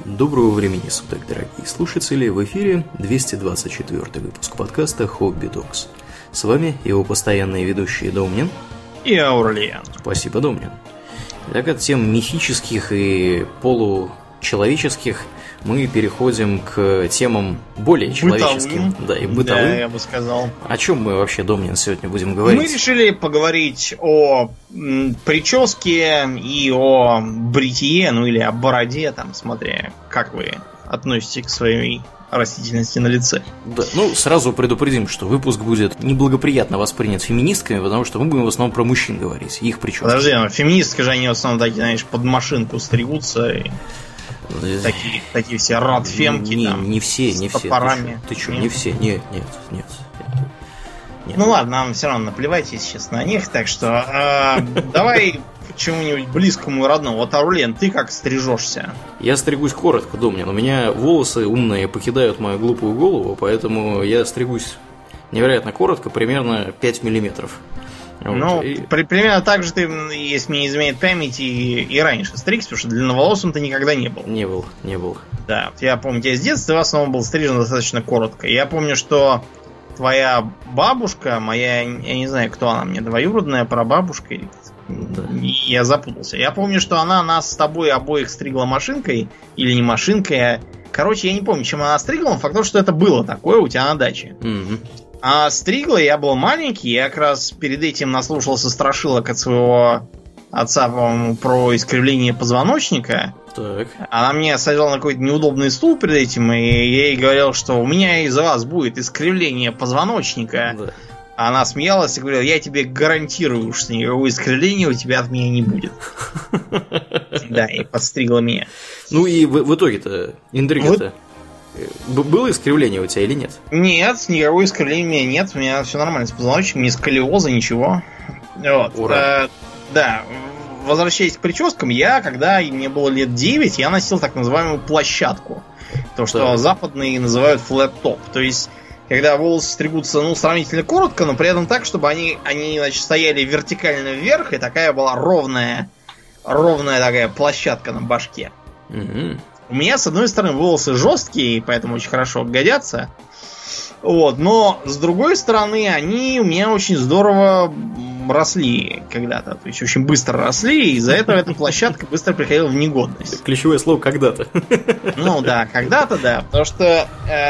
Доброго времени суток, дорогие слушатели! В эфире 224 выпуск подкаста Hobby Talks. С вами его постоянные ведущие Домнин и Аурлиен. Спасибо, Домнин. Так, от тем мифических и получеловеческих мы переходим к темам более человеческим. Бытовым. Да, и бытовым. Да, я бы сказал. О чем мы вообще, Домнин, сегодня будем говорить? Мы решили поговорить о прическе и о бритье, ну или о бороде, там, смотря как вы относитесь к своей растительности на лице. Да, ну, сразу предупредим, что выпуск будет неблагоприятно воспринят феминистками, потому что мы будем в основном про мужчин говорить, их прически. Подожди, феминистки же они в основном такие, знаешь, под машинку стригутся и... Такие все радфемки там. Не все, с не все. топорами. Ты что, не все? Нет. Ну ладно, нам все равно наплевать, если честно, на них. Так что давай к чему-нибудь близкому и родному. Вот, Аурлиен, ты как стрижешься? Я стригусь коротко, Домнин. У меня волосы умные покидают мою глупую голову, поэтому я стригусь невероятно коротко, примерно 5 миллиметров. Ну, примерно так же ты, если мне не изменяет память, и раньше стригся, потому что длинноволосым ты никогда не был. Не был. Да, я помню, тебя с детства в основном был стрижен достаточно коротко. Я помню, что твоя бабушка, моя, я не знаю, кто она мне, двоюродная прабабушка, или... Да. Я запутался. Я помню, что она нас с тобой обоих стригла машинкой, или не машинкой, короче, я не помню, чем она стригла, но факт то, что это было такое у тебя на даче. Угу. А стригла я был маленький, я как раз перед этим наслушался страшилок от своего отца, по-моему, про искривление позвоночника. Так. Она мне садила на какой-то неудобный стул перед этим, и я ей говорил, что у меня из-за вас будет искривление позвоночника. Да. Она смеялась и говорила, я тебе гарантирую, что никакого искривления у тебя от меня не будет. Да, и подстригла меня. Ну и в итоге-то, интрига-то... Было искривление у тебя или нет? Нет, никакого искривления у меня нет. У меня все нормально с позвоночником, ни сколиоза, ничего. Вот. Ура. Да, возвращаясь к прическам, когда мне было лет 9, я носил так называемую площадку. То, что западные называют флэт-топ. То есть, когда волосы стригутся, сравнительно коротко, но при этом так, чтобы они значит, стояли вертикально вверх, и такая была ровная такая площадка на башке. Угу. У меня, с одной стороны, волосы жесткие, поэтому очень хорошо годятся. Вот, но с другой стороны, они у меня очень здорово росли когда-то. То есть очень быстро росли, и из-за этого эта площадка быстро приходила в негодность. Ключевое слово когда-то. Ну да, когда-то да. Потому что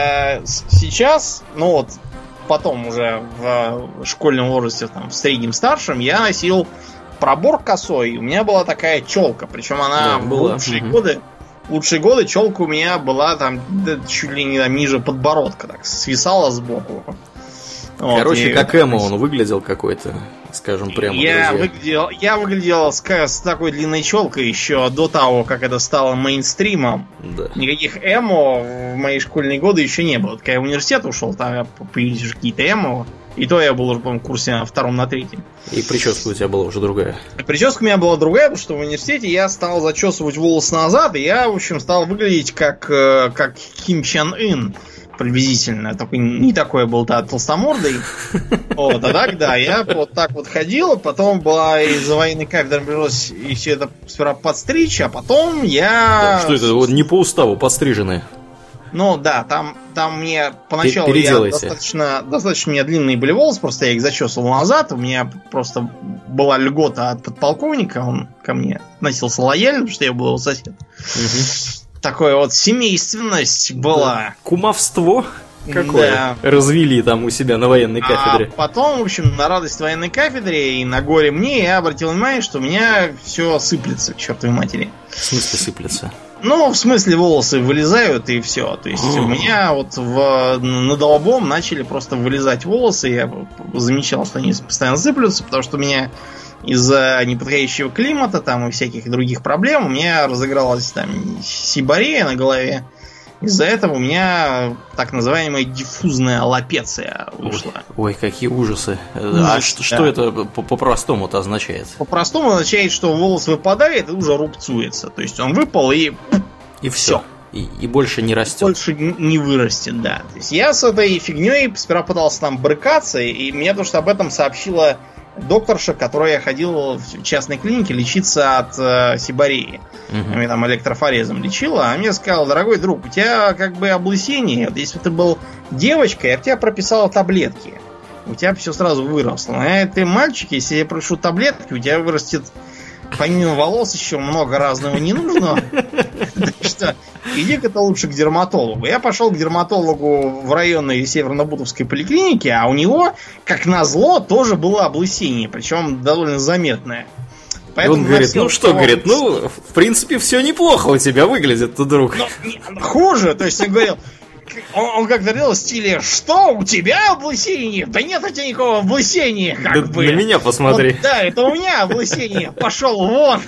сейчас, потом уже в школьном возрасте, в среднем старшем, я носил пробор косой. У меня была такая челка, причем она в лучшие годы челка у меня была чуть ли не ниже подбородка, так свисала сбоку. Короче, как эмо он выглядел какой-то, скажем прямо. Я выглядел с такой длинной челкой еще до того, как это стало мейнстримом. Да. Никаких эмо в мои школьные годы еще не было. Когда я в университет ушел, там появились уже какие-то эмо. И то я был уже, по-моему, в курсе на втором, на третьем. И прическа у тебя была уже другая. Прическа у меня была другая, потому что в университете я стал зачесывать волосы назад, и я, в общем, стал выглядеть как Ким Чен Ын. Приблизительно. Не такой был, толстомордый. Вот, а так, да, я вот так вот ходил, потом была из-за военной кафедры пришлось и все это сперва подстричь, а потом я... Что это, вот не по уставу подстриженные? Ну да, там мне поначалу достаточно у меня длинные были волосы, просто я их зачесывал назад, у меня просто была льгота от подполковника, он ко мне относился лояльно, потому что я был его сосед. Угу. Такое вот семейственность была. Да. Кумовство какое развели там у себя на военной кафедре. А потом, в общем, на радость военной кафедре и на горе мне я обратил внимание, что у меня все сыплется к чертовой матери. В смысле сыплется? В смысле волосы вылезают и все. То есть у меня над лбом начали просто вылезать волосы. Я замечал, что они постоянно сыплются, потому что у меня из-за неподходящего климата и всяких других проблем у меня разыгралась сиборея на голове. Из-за этого у меня так называемая диффузная аллопеция вышла. Ой, какие ужасы. Что это по-простому-то означает? По-простому означает, что волос выпадает и уже рубцуется. То есть он выпал и все. И больше не растет. Больше не вырастет, да. То есть я с этой фигней сперва пытался брыкаться, и мне потому что об этом сообщила докторша, которая ходила в частной клинике лечиться от сибореи. Меня там электрофорезом лечила, а мне сказала: дорогой друг, у тебя как бы облысение. Вот если бы ты был девочкой, я бы тебе прописала таблетки. У тебя все сразу выросло. А ты мальчик, если я прошу таблетки, у тебя вырастет помимо волос еще много разного ненужного. Так что иди-ка ты лучше к дерматологу. Я пошел к дерматологу в районной Северно-Бутовской поликлинике, а у него, как назло, тоже было облысение, причем довольно заметное. Поэтому он говорит: ну что, говорит, ну, в принципе, все неплохо у тебя выглядит, ты, друг. Хуже, то есть он говорил, он как-то делал в стиле: что, у тебя облысение? Да нет у тебя никакого облысения, как да бы. На меня посмотри. Вот, да, это у меня облысение. Пошел вон.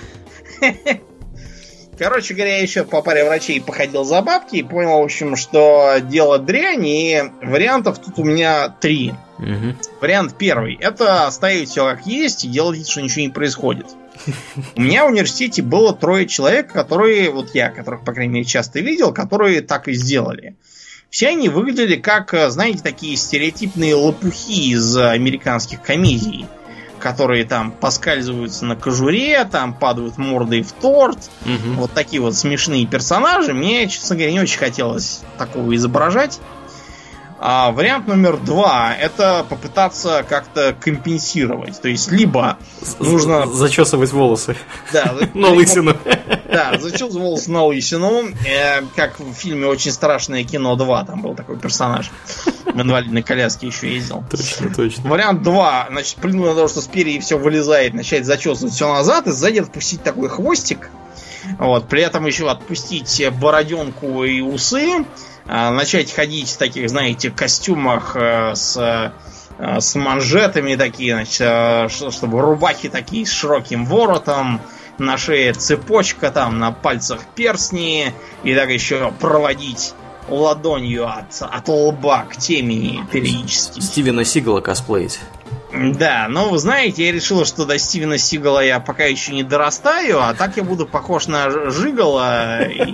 Короче говоря, я еще по паре врачей походил за бабки и понял, в общем, что дело дрянь, и вариантов тут у меня 3. Вариант первый — это оставить все как есть и делать вид, что ничего не происходит. У меня в университете было 3 человек, которые, вот я, которых, по крайней мере, часто видел, которые так и сделали. Все они выглядели как, знаете, такие стереотипные лопухи из американских комедий, которые там поскальзываются на кожуре, там падают мордой в торт. Вот такие вот смешные персонажи. Мне, честно говоря, не очень хотелось такого изображать. А вариант номер 2 — это попытаться как-то компенсировать. То есть, либо нужно... Зачесывать волосы. Да. На лысину. Да, зачесывать волосы на лысину. Как в фильме «Очень страшное кино 2». Там был такой персонаж. В инвалидной коляске еще ездил. Точно. Вариант 2. Значит, прыгнуть на то, что спереди все вылезает, начать зачесывать все назад, и сзади отпустить такой хвостик. Вот. При этом еще отпустить бороденку и усы. Начать ходить в таких, знаете, костюмах с манжетами такие, значит, чтобы рубахи такие с широким воротом, на шее цепочка, там на пальцах перстни, и так еще проводить ладонью от лба к темени периодически. Стивена Сигала косплеить. Да, но вы знаете, я решил, что до Стивена Сигала я пока еще не дорастаю, а так я буду похож на Жигала, и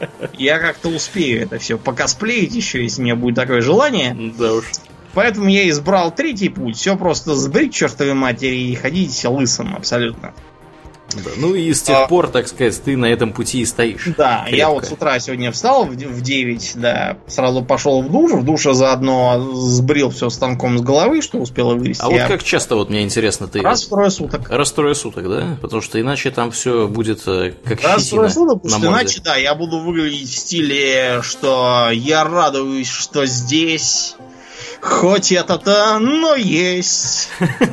я как-то успею это все покосплеить еще, если у меня будет такое желание. Да уж. Поэтому я избрал 3-й путь. Все просто сбрить чертовой матери и ходить лысым абсолютно. Да, ну и с тех пор, так сказать, ты на этом пути и стоишь. Да, крепко. Я вот с утра сегодня встал в 9, да, сразу пошел в душе заодно сбрил все станком с головы, что успела вырасти. А вот как часто, вот мне интересно, ты... Раз в 3 суток. Раз в 3 суток, да? Потому что иначе там все будет как раз щетина. Раз в 3 суток, потому что иначе, да, я буду выглядеть в стиле, что я радуюсь, что здесь... Хоть это-то, но есть.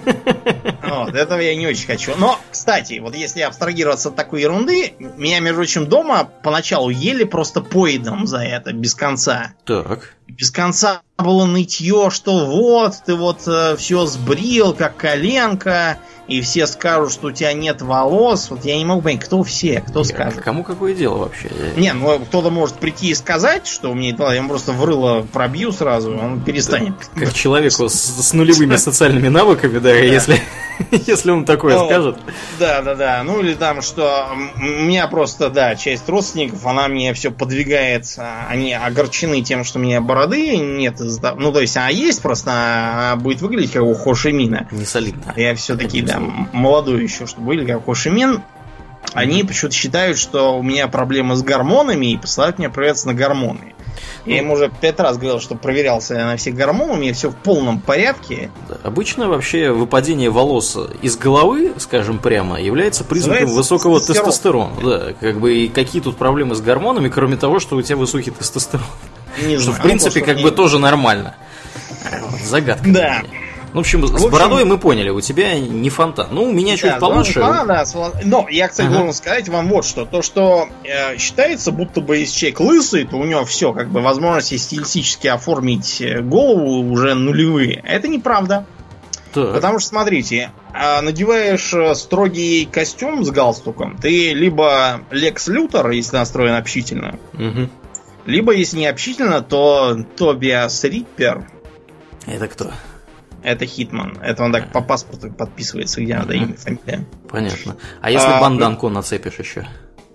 Вот, этого я не очень хочу. Но, кстати, вот если абстрагироваться от такой ерунды, меня, между прочим, дома поначалу ели просто поедом за это, без конца. Так. Без конца было нытье, что вот, ты вот все сбрил, как коленка, и все скажут, что у тебя нет волос. Вот я не могу понять, кто все, кто скажет. Кому какое дело вообще? Не, ну кто-то может прийти и сказать, что у меня нет волос, я ему просто в рыло пробью сразу, он перестанет. Как человеку с нулевыми социальными навыками, да, если он такое скажет. Да. Ну или там, что у меня просто, да, часть родственников, она мне все подвигает, они огорчены тем, что у меня бороды нет. Ну, то есть она есть, просто она будет выглядеть как у Хо Ши Мина. Не солидно. Я все-таки, да, молодой еще, чтобы были как Хо Ши Мин. Они почему-то считают, что у меня проблемы с гормонами и посылают меня проверяться на гормоны. Я им уже 5 раз говорил, что проверялся на все гормоны, у меня все в полном порядке. Да, обычно вообще выпадение волос из головы, скажем прямо, является признаком высокого тестостерона. Да, как бы и какие тут проблемы с гормонами, кроме того, что у тебя высокий тестостерон. Не что, в принципе, как бы тоже нормально. Загадка. Да. В общем, с бородой мы поняли, у тебя не фонтан. Ну, у меня чуть получше. Но я, кстати, должен сказать вам вот что. То, что считается, будто бы если человек лысый, то у него все, как бы возможности стилистически оформить голову уже нулевые. Это неправда. Так. Потому что, смотрите, надеваешь строгий костюм с галстуком, ты либо Лекс Лютер, если настроен общительно, либо, если не общительно, то Тобиас Риппер. Это кто? Это Хитман. Это он так по паспорту подписывается, где надо имя, фамилия. Понятно. А если банданку нацепишь еще?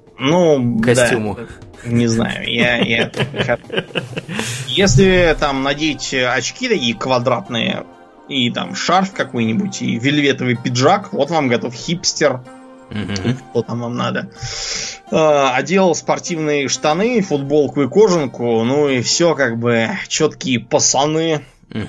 Ну, к костюму? Да, не знаю. Если там надеть очки такие квадратные и там шарф какой-нибудь, и вельветовый пиджак. Вот вам готов хипстер. Что там вам надо? Одел спортивные штаны, футболку и кожанку. Ну и все как бы четкие пацаны.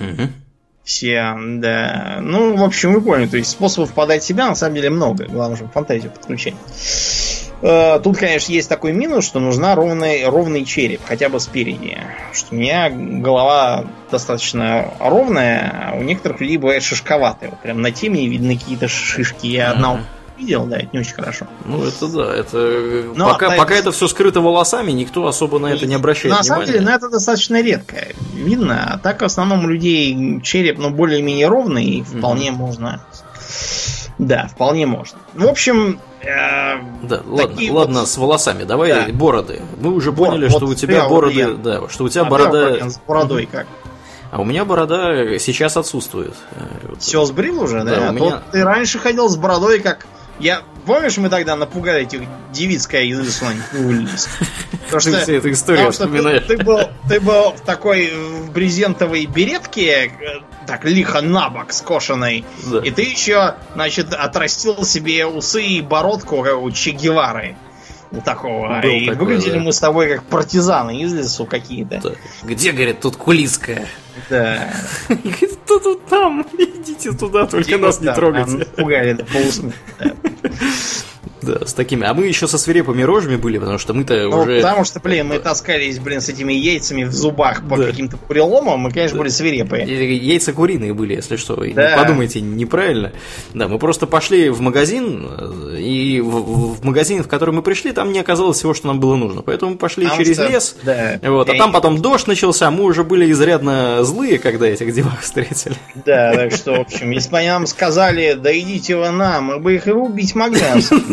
Все, да. Ну, в общем, вы поняли. То есть способов подать себя на самом деле много. Главное, чтобы фантазию подключать. Тут, конечно, есть такой минус, что нужна ровный череп, хотя бы спереди. Что у меня голова достаточно ровная, а у некоторых людей бывает шишковатая. Вот прям на теме видны какие-то шишки. Я одного видел, да, это не очень хорошо. Ну, это да, это... Пока это все скрыто волосами, никто особо на это не обращает внимания. На самом деле, это достаточно редко видно. А так, в основном, у людей череп, более-менее ровный, и вполне можно... Да, вполне можно. В общем... Да, ладно, с волосами. Давай бороды. Мы уже поняли, что у тебя бороды... Да, что у тебя борода... С бородой как? А у меня борода сейчас отсутствует. Все сбрил уже, да? А то ты раньше ходил с бородой как... Помнишь, мы тогда напугали этих девиц, когда из лесу уволились? Потому что эту историю вспоминаешь. Ты был в такой брезентовой беретке, так лихо набок скошенной, и ты еще, значит, отрастил себе усы и бородку, как у Че Гевары. Такого. И такой, выглядели мы с тобой как партизаны из лесу какие-то. Да. Где, говорит, тут кулиска? Да. Кто тут там? Идите туда, только нас не трогайте. Пугали до полусмерти. Да, с такими. А мы еще со свирепыми рожами были, потому что мы-то уже... Потому что, мы таскались, с этими яйцами в зубах по каким-то куреломам, мы, конечно, были свирепые. Яйца куриные были, если что. Не подумайте неправильно. Да, мы просто пошли в магазин, и в магазин, в который мы пришли, там не оказалось всего, что нам было нужно. Поэтому мы пошли через лес. Да. Вот, а там потом дождь начался, мы уже были изрядно злые, когда этих девах встретили. Да, так что, в общем, если бы они нам сказали, да идите вы на, мы бы их и убить могли.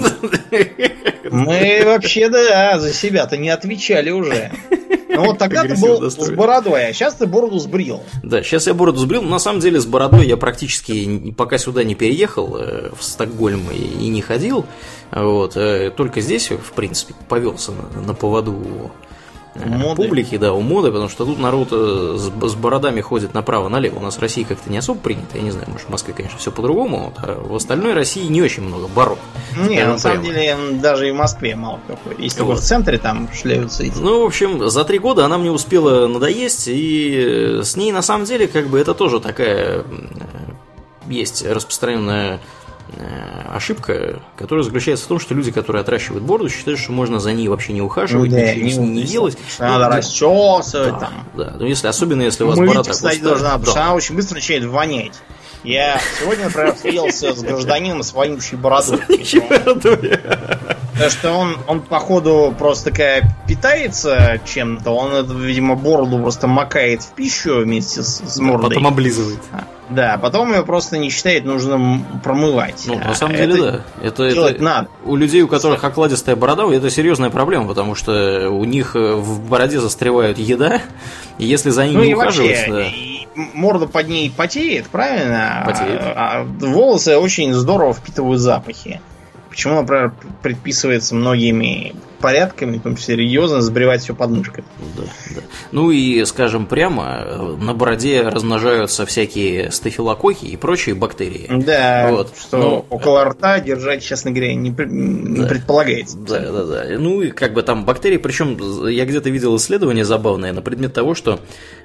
Мы вообще, за себя-то не отвечали уже. Ну вот тогда ты был с бородой, а сейчас ты бороду сбрил. Да, сейчас я бороду сбрил. На самом деле с бородой я практически пока сюда не переехал, в Стокгольм, и не ходил. Вот, только здесь, в принципе, повелся на поводу публики, у моды, потому что тут народ с бородами ходит направо-налево. У нас в России как-то не особо принято, я не знаю, может в Москве, конечно, все по-другому, а в остальной России не очень много бород. Не, на самом деле, даже и в Москве мало какой. Если в центре там шляются эти. Ну, в общем, за 3 года она мне успела надоесть, и с ней, на самом деле, это тоже такая есть распространенная ошибка, которая заключается в том, что люди, которые отращивают бороду, считают, что можно за ней вообще не ухаживать, ничего с ней не делать. Надо расчесывать там. Да, особенно если у вас борода. Кстати, должна, потому что она очень быстро начинает вонять. Я сегодня, например, встретился с гражданином с вонючей бородой. Потому что он, походу, просто такая питается чем-то. Он, видимо, бороду просто макает в пищу вместе с мордой. Потом облизывает. Да, потом ее просто не считает нужным промывать. Ну, на самом деле, да. Это надо. У людей, у которых окладистая борода, это серьезная проблема, потому что у них в бороде застревает еда, и если за ней не ухаживать... Вообще, морда под ней потеет, правильно? Потеет. А волосы очень здорово впитывают запахи. Почему, например, предписывается многими порядками, в том числе религиозно, сбривать все подмышкой. Да. Ну и, скажем прямо, на бороде размножаются всякие стафилококки и прочие бактерии. Да, что около рта держать, честно говоря, не предполагается. Да. Ну и там бактерии, причем я где-то видел исследование забавное на предмет того, что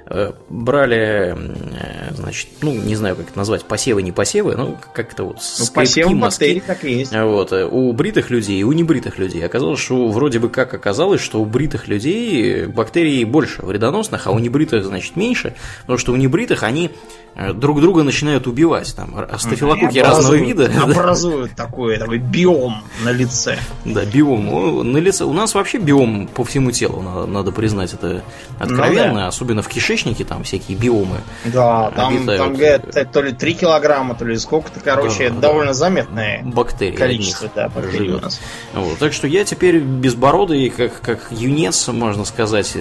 брали, значит, не знаю, как это назвать, посевы, не посевы, как-то посевы бактерий так и есть. У бритых людей и у небритых людей. Оказалось, что вроде бы как оказалось, что у бритых людей бактерий больше вредоносных, а у небритых, значит, меньше, потому что у небритых они друг друга начинают убивать. Там стафилококки разного вида. Образуют такой биом на лице. Да, биом на лице. У нас вообще биом по всему телу, надо признать это откровенно, особенно в кишечнике там всякие биомы. Да, там то ли 3 килограмма, то ли сколько-то, короче, довольно заметное бактерии, количество бактерий у нас. Так что я теперь безбородый, как юнец, можно сказать,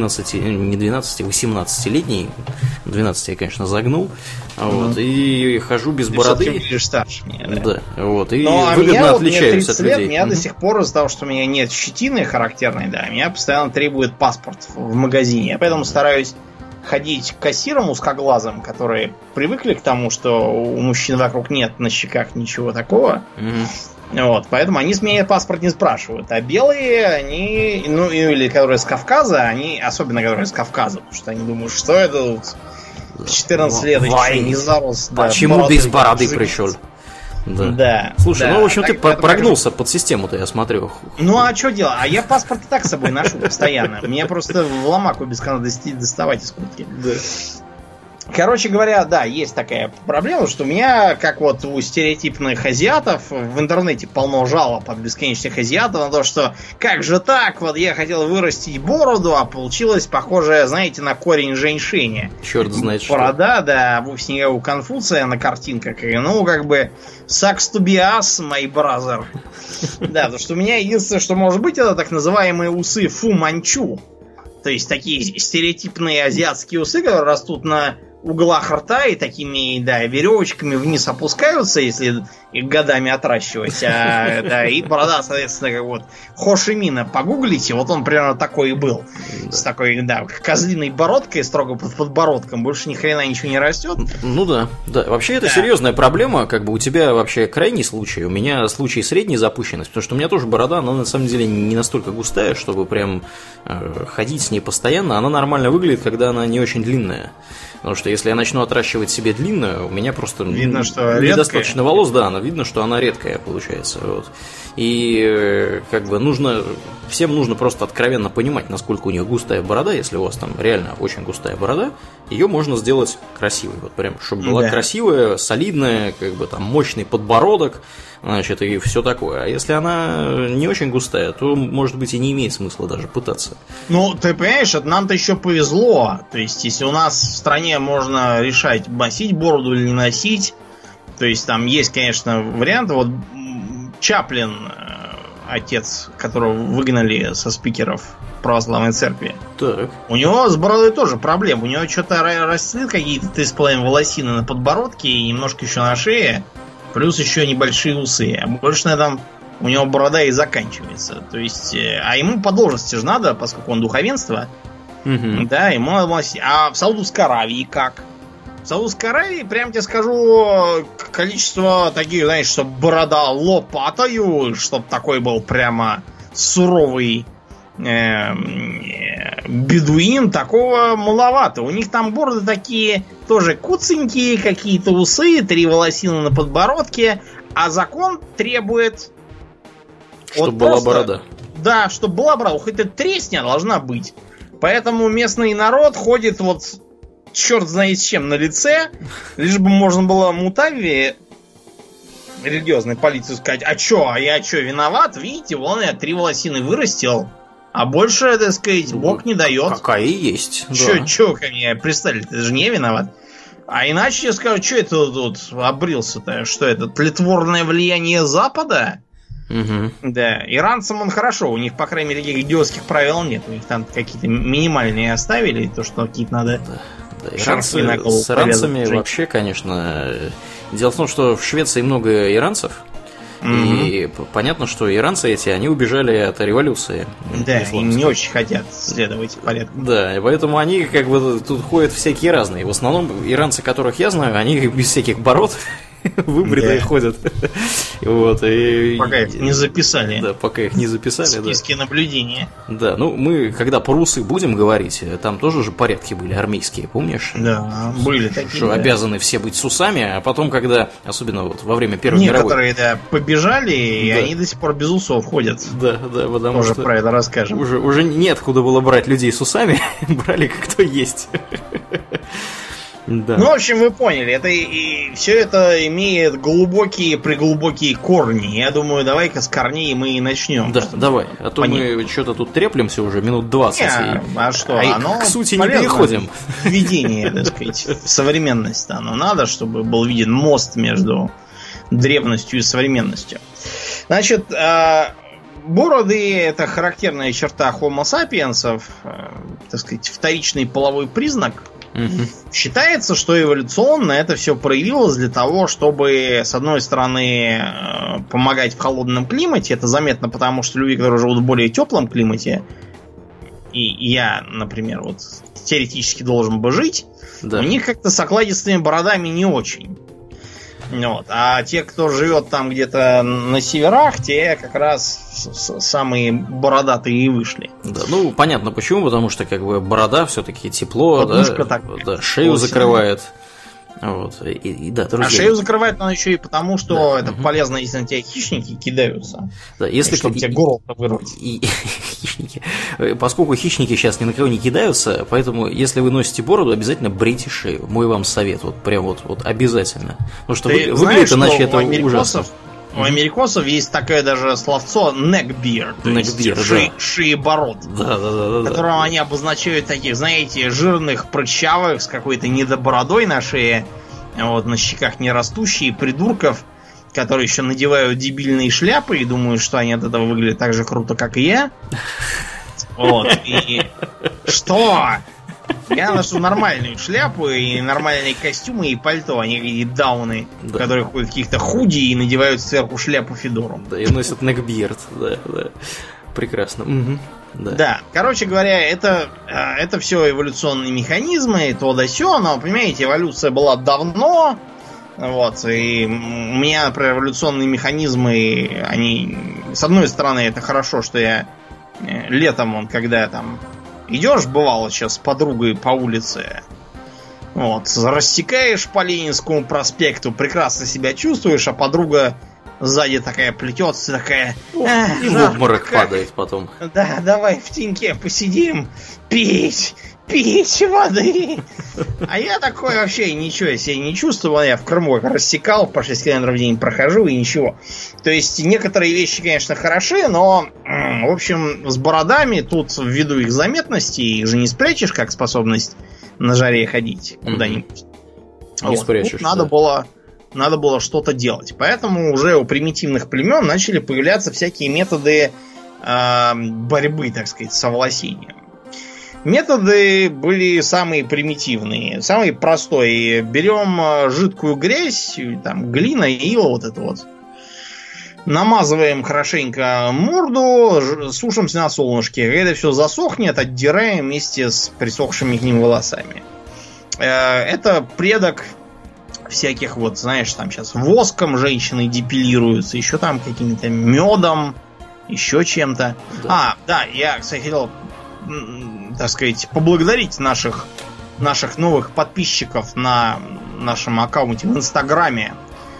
18-летний. 12 я, конечно, загнул. И хожу без бороды. Ты старше меня, да. И выгодно отличаюсь от людей. Меня до сих пор из-за того, что у меня нет щетины характерной, меня постоянно требует паспорт в магазине. Я поэтому стараюсь ходить к кассирам узкоглазым, которые привыкли к тому, что у мужчин вокруг нет на щеках ничего такого. Вот, поэтому они с меня паспорт не спрашивают. А белые, они, ну, или которые с Кавказа, они, особенно которые с Кавказа, потому что они думают, что это тут в 14 лет еще не зарос. Почему без бороды пришел? Да. Слушай, ну, в общем, ты прогнулся под систему-то, я смотрю. Ну, а что делать? А я паспорт и так с собой ношу постоянно. Мне просто в ломаку без конца доставать из куртки. Да. Короче говоря, да, есть такая проблема, что у меня, как вот у стереотипных азиатов, в интернете полно жалоб от бесконечных азиатов на то, что как же так, вот я хотел вырастить бороду, а получилось похоже, знаете, на корень женьшеня. Черт знает что. Борода, да, вовсе не у Конфуция на картинках, и, ну, как бы, sucks to be us, my brother. Да, потому что у меня единственное, что может быть, это так называемые усы Фу Манчу. То есть такие стереотипные азиатские усы, которые растут на углах рта и такими, да, веревочками вниз опускаются, если их годами отращивать. Да, и борода, соответственно, как вот Хо Ши Мина погуглите, вот он примерно такой и был. Да. С такой, да, козлиной бородкой, строго под подбородком, больше ни хрена ничего не растет. Ну да, да. Вообще это серьезная проблема, как бы у тебя вообще крайний случай, у меня случай средней запущенности, потому что у меня тоже борода, она на самом деле не настолько густая, чтобы прям ходить с ней постоянно, она нормально выглядит, когда она не очень длинная. Потому что если я начну отращивать себе длинную, у меня просто видно, что недостаточно волос, да, но видно, что она редкая получается. Вот. И как бы всем нужно просто откровенно понимать, насколько у них густая борода. Если у вас там реально очень густая борода, ее можно сделать красивой. Вот прям, чтобы была красивая, солидная, как бы там мощный подбородок, значит, и все такое. А если она не очень густая, то, может быть, и не имеет смысла даже пытаться. Ну, ты понимаешь, нам-то еще повезло. То есть, если у нас в стране можно решать, носить бороду или не носить, то есть, там есть, конечно, варианты. Вот Чаплин, отец, которого выгнали со спикеров православной церкви. Так. У него с бородой тоже проблема. У него что-то растет какие-то 3,5 волосины на подбородке и немножко еще на шее. Плюс еще небольшие усы. А больше на этом у него борода и заканчивается. То есть, а ему по должности же надо, поскольку он духовенство. Да, ему надо носить. А в Саудовской Аравии как? В Саудовской Аравии, прям тебе скажу, количество таких, знаешь, чтобы борода лопатою, чтобы такой был прямо суровый бедуин, такого маловато. У них там бороды такие тоже куценькие, какие-то усы, 3 волосины на подбородке, а закон требует... Чтобы была просто борода. Да, чтобы была борода. Хоть это тресня должна быть. Поэтому местный народ ходит вот черт знает с чем на лице, лишь бы можно было Мутави религиозной полиции сказать: а чё, я чё, виноват? Видите, вон я 3 волосины вырастил, а больше, так сказать, Бог не дает. Какая и есть. Чё ко мне пристали? Ты же не виноват. А иначе я скажу, что это тут обрился-то? Что это, тлетворное влияние Запада? Да, иранцам он хорошо, у них, по крайней мере, таких идиотских правил нет. У них там какие-то минимальные оставили, то, что какие-то надо... Да, иранцы, с иранцами вообще, конечно... Дело в том, что в Швеции много иранцев, и понятно, что иранцы эти, они убежали от революции. Да, и не очень хотят следовать порядку. Да, и поэтому они как бы тут ходят всякие разные. В основном иранцы, которых я знаю, они без всяких бород выбритые ходят. Вот, и... Пока их не записали. Да, пока их не записали. Списки наблюдения. Да, ну мы, когда про усы будем говорить, там тоже же порядки были армейские, помнишь? Да, были такие. Что обязаны все быть с усами, а потом, когда, особенно вот во время Первой мировой... Некоторые, да, побежали, и они до сих пор без усов ходят. Да, потому тоже что... Тоже про это расскажем. Уже неоткуда было брать людей с усами, брали как кто есть. Да. Ну, в общем, вы поняли, это и все это имеет глубокие корни. Я думаю, давай-ка с корней мы и начнем. Да, давай. А то мы что-то тут треплемся уже минут 20. А что? Оно к сути не переходим. Введение, так сказать, в современность. Оно надо, чтобы был виден мост между древностью и современностью. Значит, бороды — это характерная черта Homo sapiens'ов, так сказать, вторичный половой признак. Считается, что эволюционно это все проявилось для того, чтобы, с одной стороны, помогать в холодном климате. Это заметно, потому что люди, которые живут в более теплом климате, и я, например, вот теоретически должен бы жить, у них как-то с окладистыми бородами не очень. Вот. А те, кто живет там где-то на северах, те как раз самые бородатые и вышли. Да, ну понятно почему, потому что как бы борода все-таки тепло, да, шею закрывает. Вот. Да, друзья. А шею закрывает он еще и потому, что это полезно, если на тебя хищники кидаются. Да, если чтобы тебе горло вырвать. Хищники. Поскольку хищники сейчас ни на кого не кидаются, поэтому если вы носите бороду, обязательно брейте шею. Мой вам совет. Вот прям вот обязательно. Потому что выглядит иначе это ужасно. У америкосов есть такое даже словцо neckbeard, то есть шеебород, которым они обозначают таких, знаете, жирных, прыщавых, с какой-то недобородой на шее, вот, на щеках не растущие, придурков, которые еще надевают дебильные шляпы и думают, что они от этого выглядят так же круто, как и я. Вот, и что? Я ношу нормальную шляпу и нормальные костюмы и пальто, а не какие дауны, которые ходят в каких-то худи и надевают сверху шляпу федору. Да, и носят neckbeard, да. Прекрасно. Угу. Да, короче говоря, это все эволюционные механизмы, то да сё, но, понимаете, эволюция была давно, вот, и у меня, например, эволюционные механизмы, они, с одной стороны, это хорошо, что я летом, когда там идешь, бывало, сейчас с подругой по улице, вот, рассекаешь по Ленинскому проспекту, прекрасно себя чувствуешь, а подруга сзади такая плетется, такая... и в обморок падает потом. Да, давай в теньке посидим, пить воды. А я такой вообще ничего себе не чувствовал. Я в Крыму рассекал, по 6 км в день прохожу и ничего. То есть некоторые вещи, конечно, хороши, но, в общем, с бородами тут ввиду их заметности, их же не спрячешь, как способность на жаре ходить куда-нибудь. Не спрячешь, тут надо было что-то делать. Поэтому уже у примитивных племен начали появляться всякие методы борьбы, так сказать, с овласением. Методы были самые примитивные. Самый простой. Берем жидкую грязь, там, глина, ила, вот это вот. Намазываем хорошенько морду, сушимся на солнышке. Когда все засохнет, отдираем вместе с присохшими к ним волосами. Это предок всяких, вот, знаешь, там сейчас воском женщины депилируются, еще там каким-то медом, еще чем-то. Да, я, кстати, хотел, так сказать, поблагодарить наших новых подписчиков на нашем аккаунте в Инстаграме.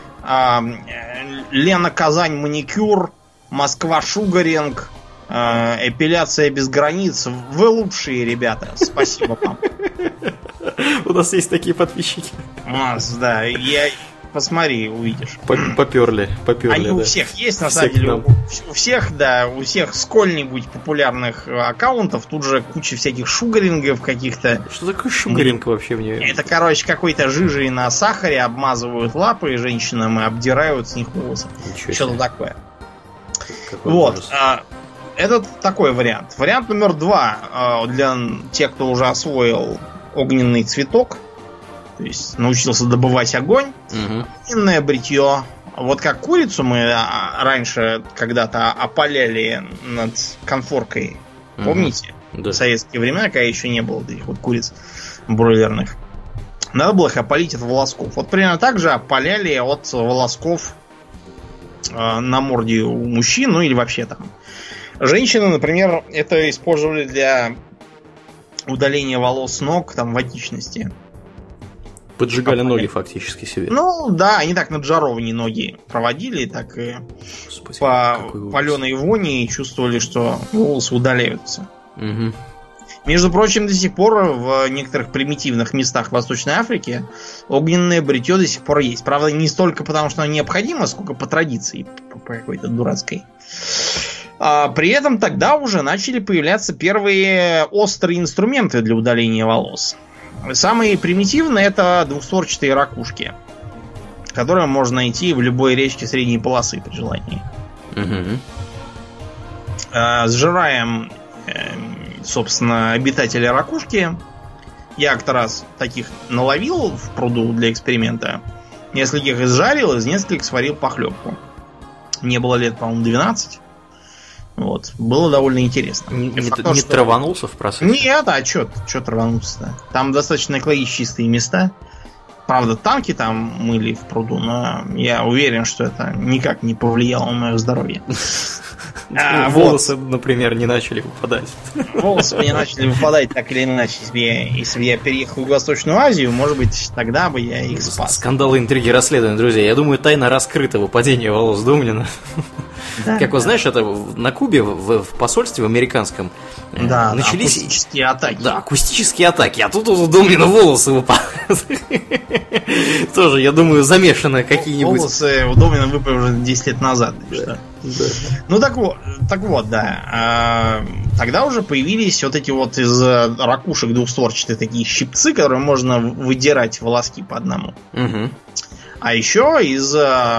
Лена Казань маникюр, Москва шугаринг, эпиляция без границ. Вы лучшие ребята. Спасибо вам. У нас есть такие подписчики. У нас, да. Посмотри, увидишь. Поперли. Они у всех есть, на самом деле. У всех сколь-нибудь популярных аккаунтов тут же куча всяких шугарингов каких-то. Что такое шугаринг вообще мне? Это, короче, какой-то жижей на сахаре обмазывают лапы женщинам и обдирают с них волосы. Что-то такое. Вот. Это такой вариант. Вариант номер 2 для тех, кто уже освоил огненный цветок. То есть научился добывать огонь. Огненное бритье. Вот как курицу мы раньше когда-то опаляли над конфоркой. Помните? Да. В советские времена, когда еще не было этих вот куриц бройлерных. Надо было их опалить от волосков. Вот примерно так же опаляли от волосков на морде у мужчин, ну или вообще там. Женщины, например, это использовали для удаления волос с ног, там, в античности. Поджигали ноги фактически себе. Ну, да, они так над жаровней ноги проводили, так и Господи, по паленой вони чувствовали, что волосы удаляются. Угу. Между прочим, до сих пор в некоторых примитивных местах Восточной Африки огненное бритье до сих пор есть. Правда, не столько потому, что оно необходимо, сколько по традиции, по какой-то дурацкой. При этом тогда уже начали появляться первые острые инструменты для удаления волос. Самые примитивные — это двухстворчатые ракушки, которые можно найти в любой речке средней полосы при желании. Сжираем, собственно, обитателя ракушки. Я как-то раз таких наловил в пруду для эксперимента. Нескольких изжарил, из нескольких сварил похлебку. Мне было лет, по-моему, 12. Вот. Было довольно интересно. Не траванулся в процессе? Нет, а чё траванулся-то? Там достаточно экологически чистые места. Правда, танки там мыли в пруду, но я уверен, что это никак не повлияло на мое здоровье. Волосы, например, не начали выпадать. Волосы не начали выпадать так или иначе. Если бы я переехал в Восточную Азию, может быть, тогда бы я их спас. Скандалы, интриги, расследования, друзья. Я думаю, тайна раскрыта выпадение волос Домнина. Да, как вы знаете, это на Кубе, в посольстве в американском, начались акустические атаки. Да, акустические атаки. А тут у Домнина волосы выпадают. Тоже, я думаю, замешаны какие-нибудь. Волосы у Домнина выпали уже 10 лет назад. Ну так вот, да. Тогда уже появились вот эти вот из ракушек двухстворчатые такие щипцы, которые можно выдирать волоски по одному. А еще из...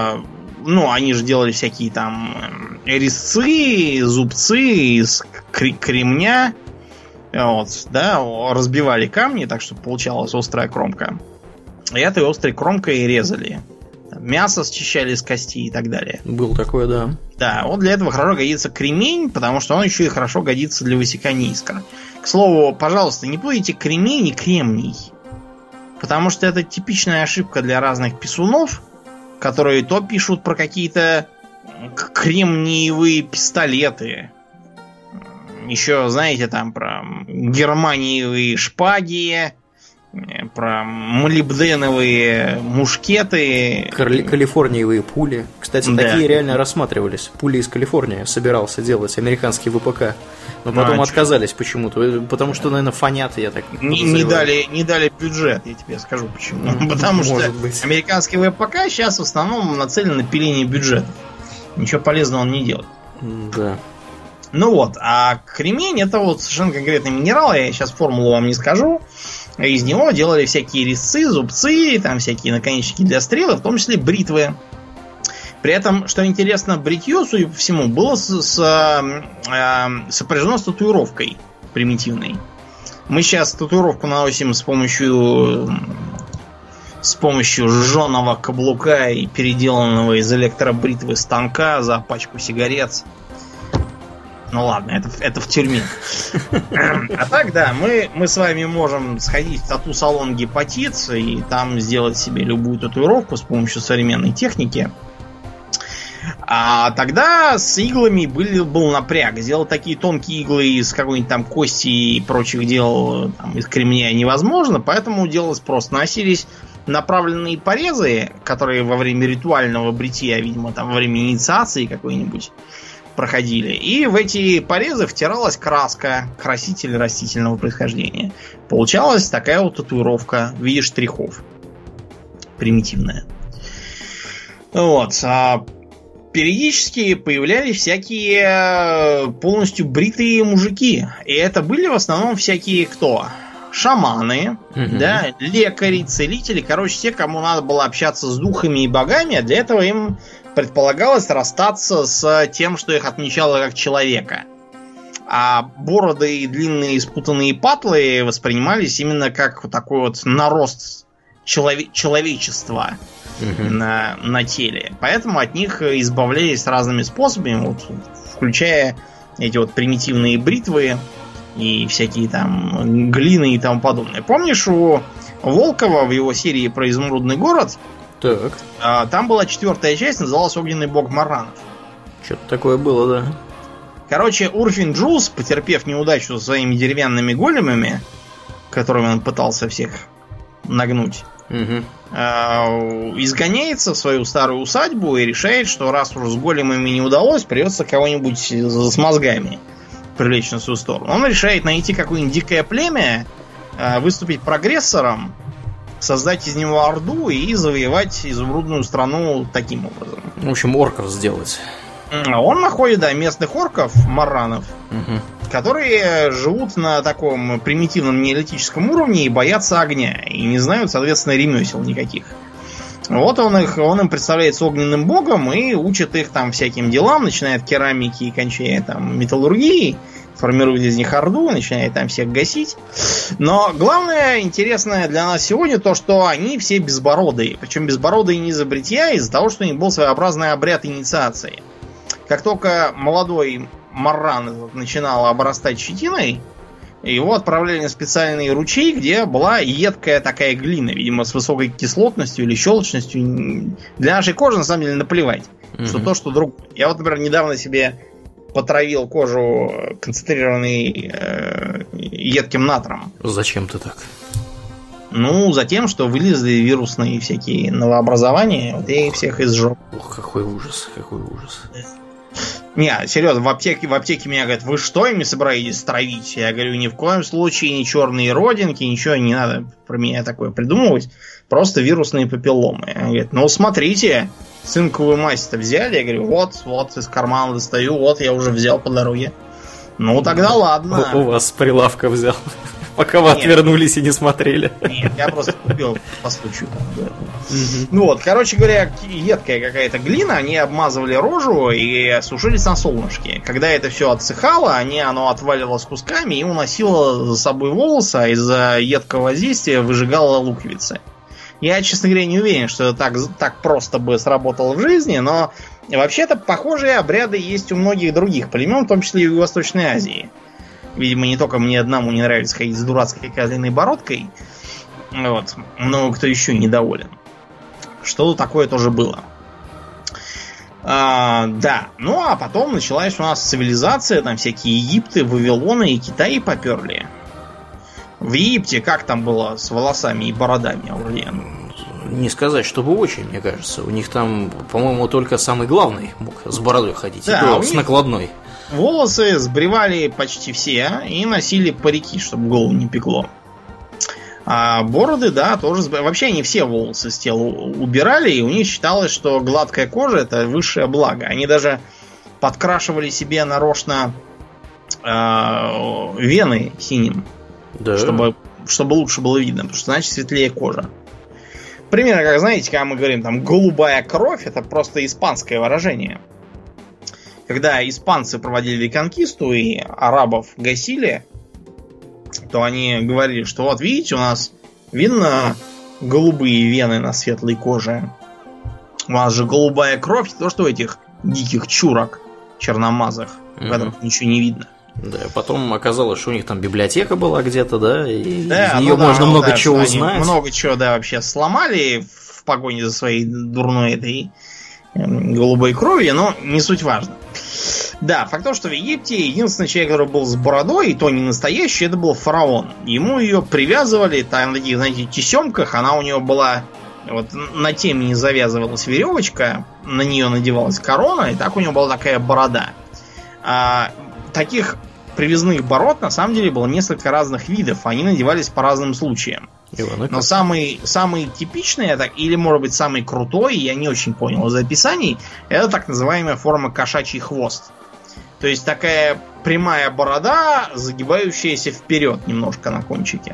они же делали всякие там резцы, зубцы из кремня. Вот, да, разбивали камни, так что получалась острая кромка. И этой острой кромкой резали. Мясо счищали с костей и так далее. Был такое, да. Да, вот для этого хорошо годится кремень, потому что он еще и хорошо годится для высекания искр. К слову, пожалуйста, не путайте кремень и кремний. Потому что это типичная ошибка для разных писунов, которые то пишут про какие-то кремниевые пистолеты. Еще, знаете, там про германиевые шпаги, про молибденовые мушкеты. Калифорниевые пули. Кстати, такие реально рассматривались. Пули из Калифорнии собирался делать американский ВПК. Но потом отказались почему-то. Потому что, наверное, фонят, я так не дали бюджет, я тебе скажу почему. Потому что американский ВПК сейчас в основном нацелен на пиление бюджета. Ничего полезного он не делает. Да. Ну вот, а кремень это вот совершенно конкретный минерал. Я сейчас формулу вам не скажу. Из него делали всякие резцы, зубцы, там всякие наконечники для стрел, в том числе бритвы. При этом, что интересно, бритье, судя по всему, было сопряжено с татуировкой примитивной. Мы сейчас татуировку наносим с помощью жженого каблука и переделанного из электробритвы станка за пачку сигарет. Ну ладно, это в тюрьме. А так, да, мы с вами можем сходить в тату-салон Гепатит и там сделать себе любую татуировку с помощью современной техники. А тогда с иглами был напряг. Сделать такие тонкие иглы из какой-нибудь там кости и прочих дел там, из кремня невозможно, поэтому делалось просто. Носились направленные порезы, которые во время ритуального бритья, видимо, там во время инициации какой-нибудь проходили. И в эти порезы втиралась краска, краситель растительного происхождения. Получалась такая вот татуировка в виде штрихов. Примитивная. Вот. А периодически появлялись всякие полностью бритые мужики. И это были в основном всякие кто? Шаманы, да, лекари, целители. Короче, те, кому надо было общаться с духами и богами, а для этого им предполагалось расстаться с тем, что их отмечало как человека. А бороды и длинные спутанные патлы воспринимались именно как вот такой вот нарост человечества на теле. Поэтому от них избавлялись разными способами, вот, включая эти вот примитивные бритвы и всякие там глины и тому подобное. Помнишь, у Волкова в его серии про изумрудный город, так. Там была 4-я часть, называлась «Огненный бог Марранов». Что-то такое было, да. Короче, Урфин Джюс, потерпев неудачу со своими деревянными големами, которыми он пытался всех нагнуть, изгоняется в свою старую усадьбу и решает, что раз уж с големами не удалось, придется кого-нибудь с мозгами привлечь на свою сторону. Он решает найти какое-нибудь дикое племя, выступить прогрессором, создать из него орду и завоевать изумрудную страну таким образом. В общем, орков сделать. Он находит, да, местных орков, марранов, которые живут на таком примитивном неолитическом уровне и боятся огня. И не знают, соответственно, ремесел никаких. Вот он им представляется огненным богом и учит их там всяким делам, начиная от керамики и кончая там металлургией. Формирует из них орду, начинает там всех гасить. Но главное, интересное для нас сегодня то, что они все безбородые. Причем безбородые не из-за бритья, а из-за того, что у них был своеобразный обряд инициации. Как только молодой марран начинал обрастать щетиной, его отправляли на специальный ручей, где была едкая такая глина, видимо, с высокой кислотностью или щелочностью. Для нашей кожи, на самом деле, наплевать. Что то, что другое. Я вот, например, недавно себе потравил кожу концентрированной едким натром. Зачем ты так? Ну, за тем, что вылезли вирусные всякие новообразования, вот я их всех изжег. Ох, какой ужас, какой ужас. Не, серьезно, в аптеке меня говорят, вы что ими собираетесь травить? Я говорю, ни в коем случае ни черные родинки, ничего не надо про меня такое придумывать. Просто вирусные папилломы. Они говорят, ну смотрите, цинковую мазь-то взяли. Я говорю, вот, из кармана достаю, вот я уже взял по дороге. Ну тогда ладно. У вас с прилавка взял. Пока вы отвернулись и не смотрели. Нет, я просто купил по случаю. Ну вот, короче говоря, едкая какая-то глина, они обмазывали рожу и сушились на солнышке. Когда это все отсыхало, оно отваливалось кусками и уносило за собой волосы, а из-за едкого воздействия выжигало луковицы. Я, честно говоря, не уверен, что это так просто бы сработало в жизни, но вообще-то похожие обряды есть у многих других племен, в том числе и в Юго-Восточной Азии. Видимо, не только мне одному не нравится ходить с дурацкой козлиной бородкой. Вот. Много кто еще недоволен. Что такое тоже было. Да. Ну, а потом началась у нас цивилизация. Там всякие Египты, Вавилоны и Китай поперли. В Египте как там было с волосами и бородами, Аурлиен? Не сказать, чтобы очень, мне кажется. У них там, по-моему, только самый главный мог с бородой ходить. Да, и то с накладной. Волосы сбривали почти все и носили парики, чтобы голову не пекло. А бороды, да, тоже сбривали. Вообще они все волосы с тела убирали, и у них считалось, что гладкая кожа — это высшее благо. Они даже подкрашивали себе нарочно вены синим, да. чтобы лучше было видно, потому что значит светлее кожа. Примерно, как знаете, когда мы говорим там голубая кровь, это просто испанское выражение. Когда испанцы проводили реконкисту и арабов гасили, то они говорили, что вот видите, у нас видно голубые вены на светлой коже. У нас же голубая кровь, то что у этих диких чурок черномазых, в которых ничего не видно. Да, потом оказалось, что у них там библиотека была где-то, да, и да, из нее можно много чего узнать. Много чего, да, вообще сломали в погоне за своей дурной этой голубой кровью, но не суть важно. Да, факт то, что в Египте единственный человек, который был с бородой, и то не настоящий, это был фараон. Ему ее привязывали, там на таких, знаете, тесемках, она у него была, вот на темени завязывалась веревочка, на нее надевалась корона, и так у него была такая борода. Таких привязных бород на самом деле было несколько разных видов, они надевались по разным случаям. Но самый типичный, или может быть самый крутой, я не очень понял из описаний, это так называемая форма кошачий хвост. То есть такая прямая борода, загибающаяся вперед немножко на кончике.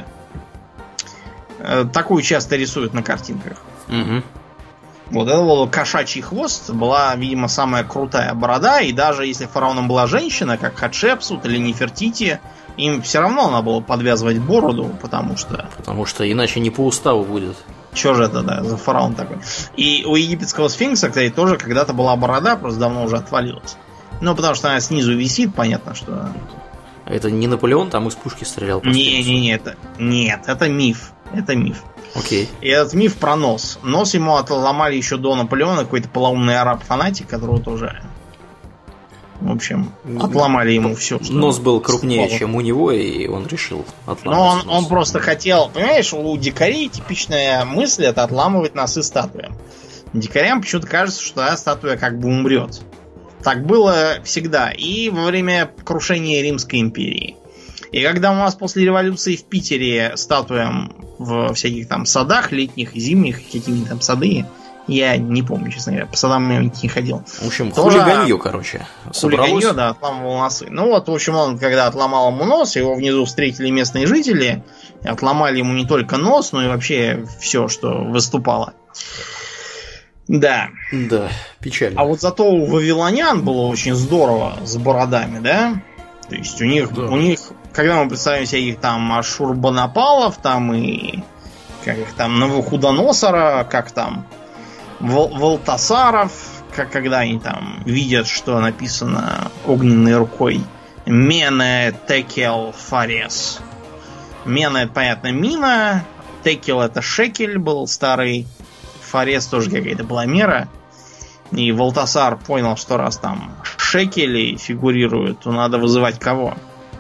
Такую часто рисуют на картинках. Угу. Вот это был кошачий хвост, была, видимо, самая крутая борода, и даже если фараоном была женщина, как Хатшепсут или Нефертити, им все равно надо было подвязывать бороду, потому что иначе не по уставу будет. Че же это, да, за фараон такой. И у египетского сфинкса, кстати, тоже когда-то была борода, просто давно уже отвалилась. Ну, потому что она снизу висит, понятно, что... Это не Наполеон там из пушки стрелял? Нет, это миф. Это миф. Окей. И этот миф про нос. Нос ему отломали еще до Наполеона какой-то полоумный араб-фанатик, которого тоже... В общем, отломали ему все. Нос был крупнее, чем у него, и он решил отломать. Но он просто хотел... Понимаешь, у дикарей типичная мысль — это отламывать носы статуям. Дикарям почему-то кажется, что статуя как бы умрет. Так было всегда. И во время крушения Римской империи. И когда у нас после революции в Питере статуям в всяких там садах летних и зимних, какие-нибудь там сады, я не помню, честно говоря, по садам я не ходил. В общем, хулиганье, короче, собралось. Хулиганье, да, отламывал носы. Ну вот, в общем, он, когда отломал ему нос, его внизу встретили местные жители, отломали ему не только нос, но и вообще все, что выступало. Да. Да, печально. А вот зато у вавилонян было очень здорово с бородами, да? То есть у них, когда мы представим себе их там Ашурбанапалов, там и как их там Навуходоносора, как там Валтасаров, когда они там видят, что написано огненной рукой «Мене текел фарес». Мена — это, понятно, мина, текел — это шекель был старый, фарес тоже какая-то была мера. И Валтасар понял, что раз там шекели фигурируют, то надо вызывать кого?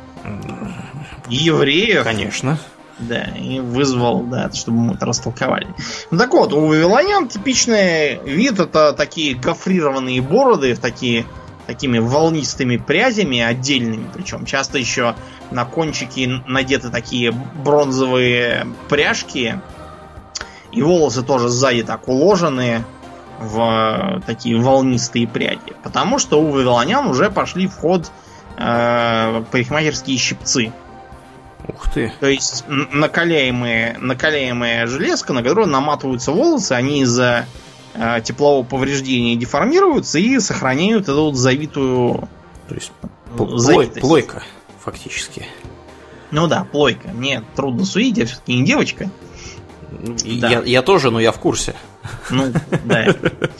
Евреев. Конечно. Да, и вызвал, да, чтобы мы это растолковали. Ну так вот, у вавилонян типичный вид — это такие гофрированные бороды, такими волнистыми прядями отдельными, причем часто еще на кончики надеты такие бронзовые пряжки, и волосы тоже сзади так уложены в такие волнистые пряди, потому что у вавилонян уже пошли в ход парикмахерские щипцы. Ух ты. То есть накаляемая железка, на которую наматываются волосы, они из-за теплового повреждения деформируются и сохраняют эту вот завитую... То есть плойка, фактически. Ну да, плойка. Мне трудно судить, я все-таки не девочка. Да. Я тоже, но я в курсе. Ну, да.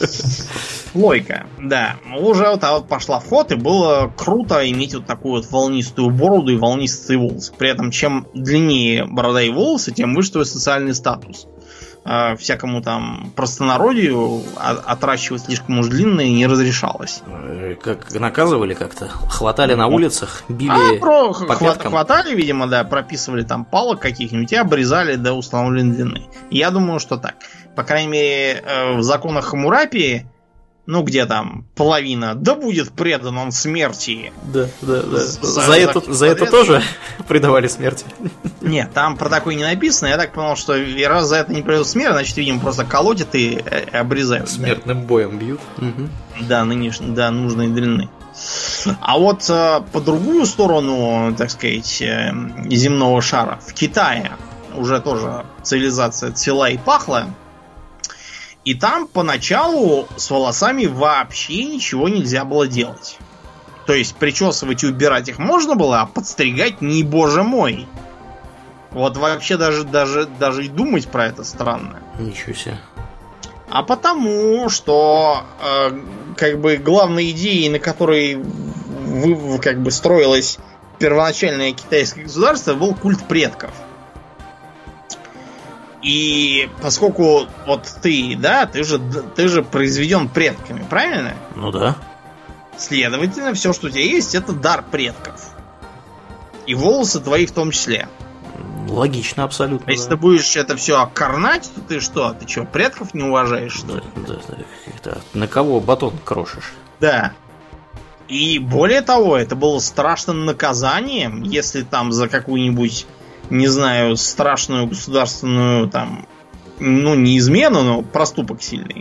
Плойка, да. Уже вот пошла в ход, и было круто иметь вот такую вот волнистую бороду и волнистые волосы. При этом, чем длиннее борода и волосы, тем выше твой социальный статус. Всякому там простонародию отращивать слишком уж длинные не разрешалось. Как наказывали как-то? Хватали на улицах, били по пяткам? Хватали, видимо, да, прописывали там палок каких-нибудь и обрезали до установленной длины. Я думаю, что так. По крайней мере, в законах Хаммурапи, ну, где там половина, да будет предан он смерти. Да. За это тоже предавали смерти? Нет, там про такое не написано. Я так понял, что раз за это не предают смерть, значит, видимо, просто колотят и обрезают. Смертным боем бьют. Да, нужной длины. А вот по другую сторону, так сказать, земного шара, в Китае уже тоже цивилизация цвела и пахла. И там поначалу с волосами вообще ничего нельзя было делать. То есть причесывать и убирать их можно было, а подстригать не боже мой. Вот вообще даже и думать про это странно. Ничего себе. А потому что как бы главной идеей, на которой как бы строилось первоначальное китайское государство, был культ предков. И поскольку вот ты же произведен предками, правильно? Ну да. Следовательно, все, что у тебя есть, это дар предков. И волосы твои в том числе. Логично, абсолютно. Если ты будешь это все окорнать, то ты что? Ты что, предков не уважаешь, что ли? Да. На кого батон крошишь? Да. И более того, это было страшным наказанием, если там за какую-нибудь, не знаю, страшную государственную там, ну, не измену, но проступок сильный,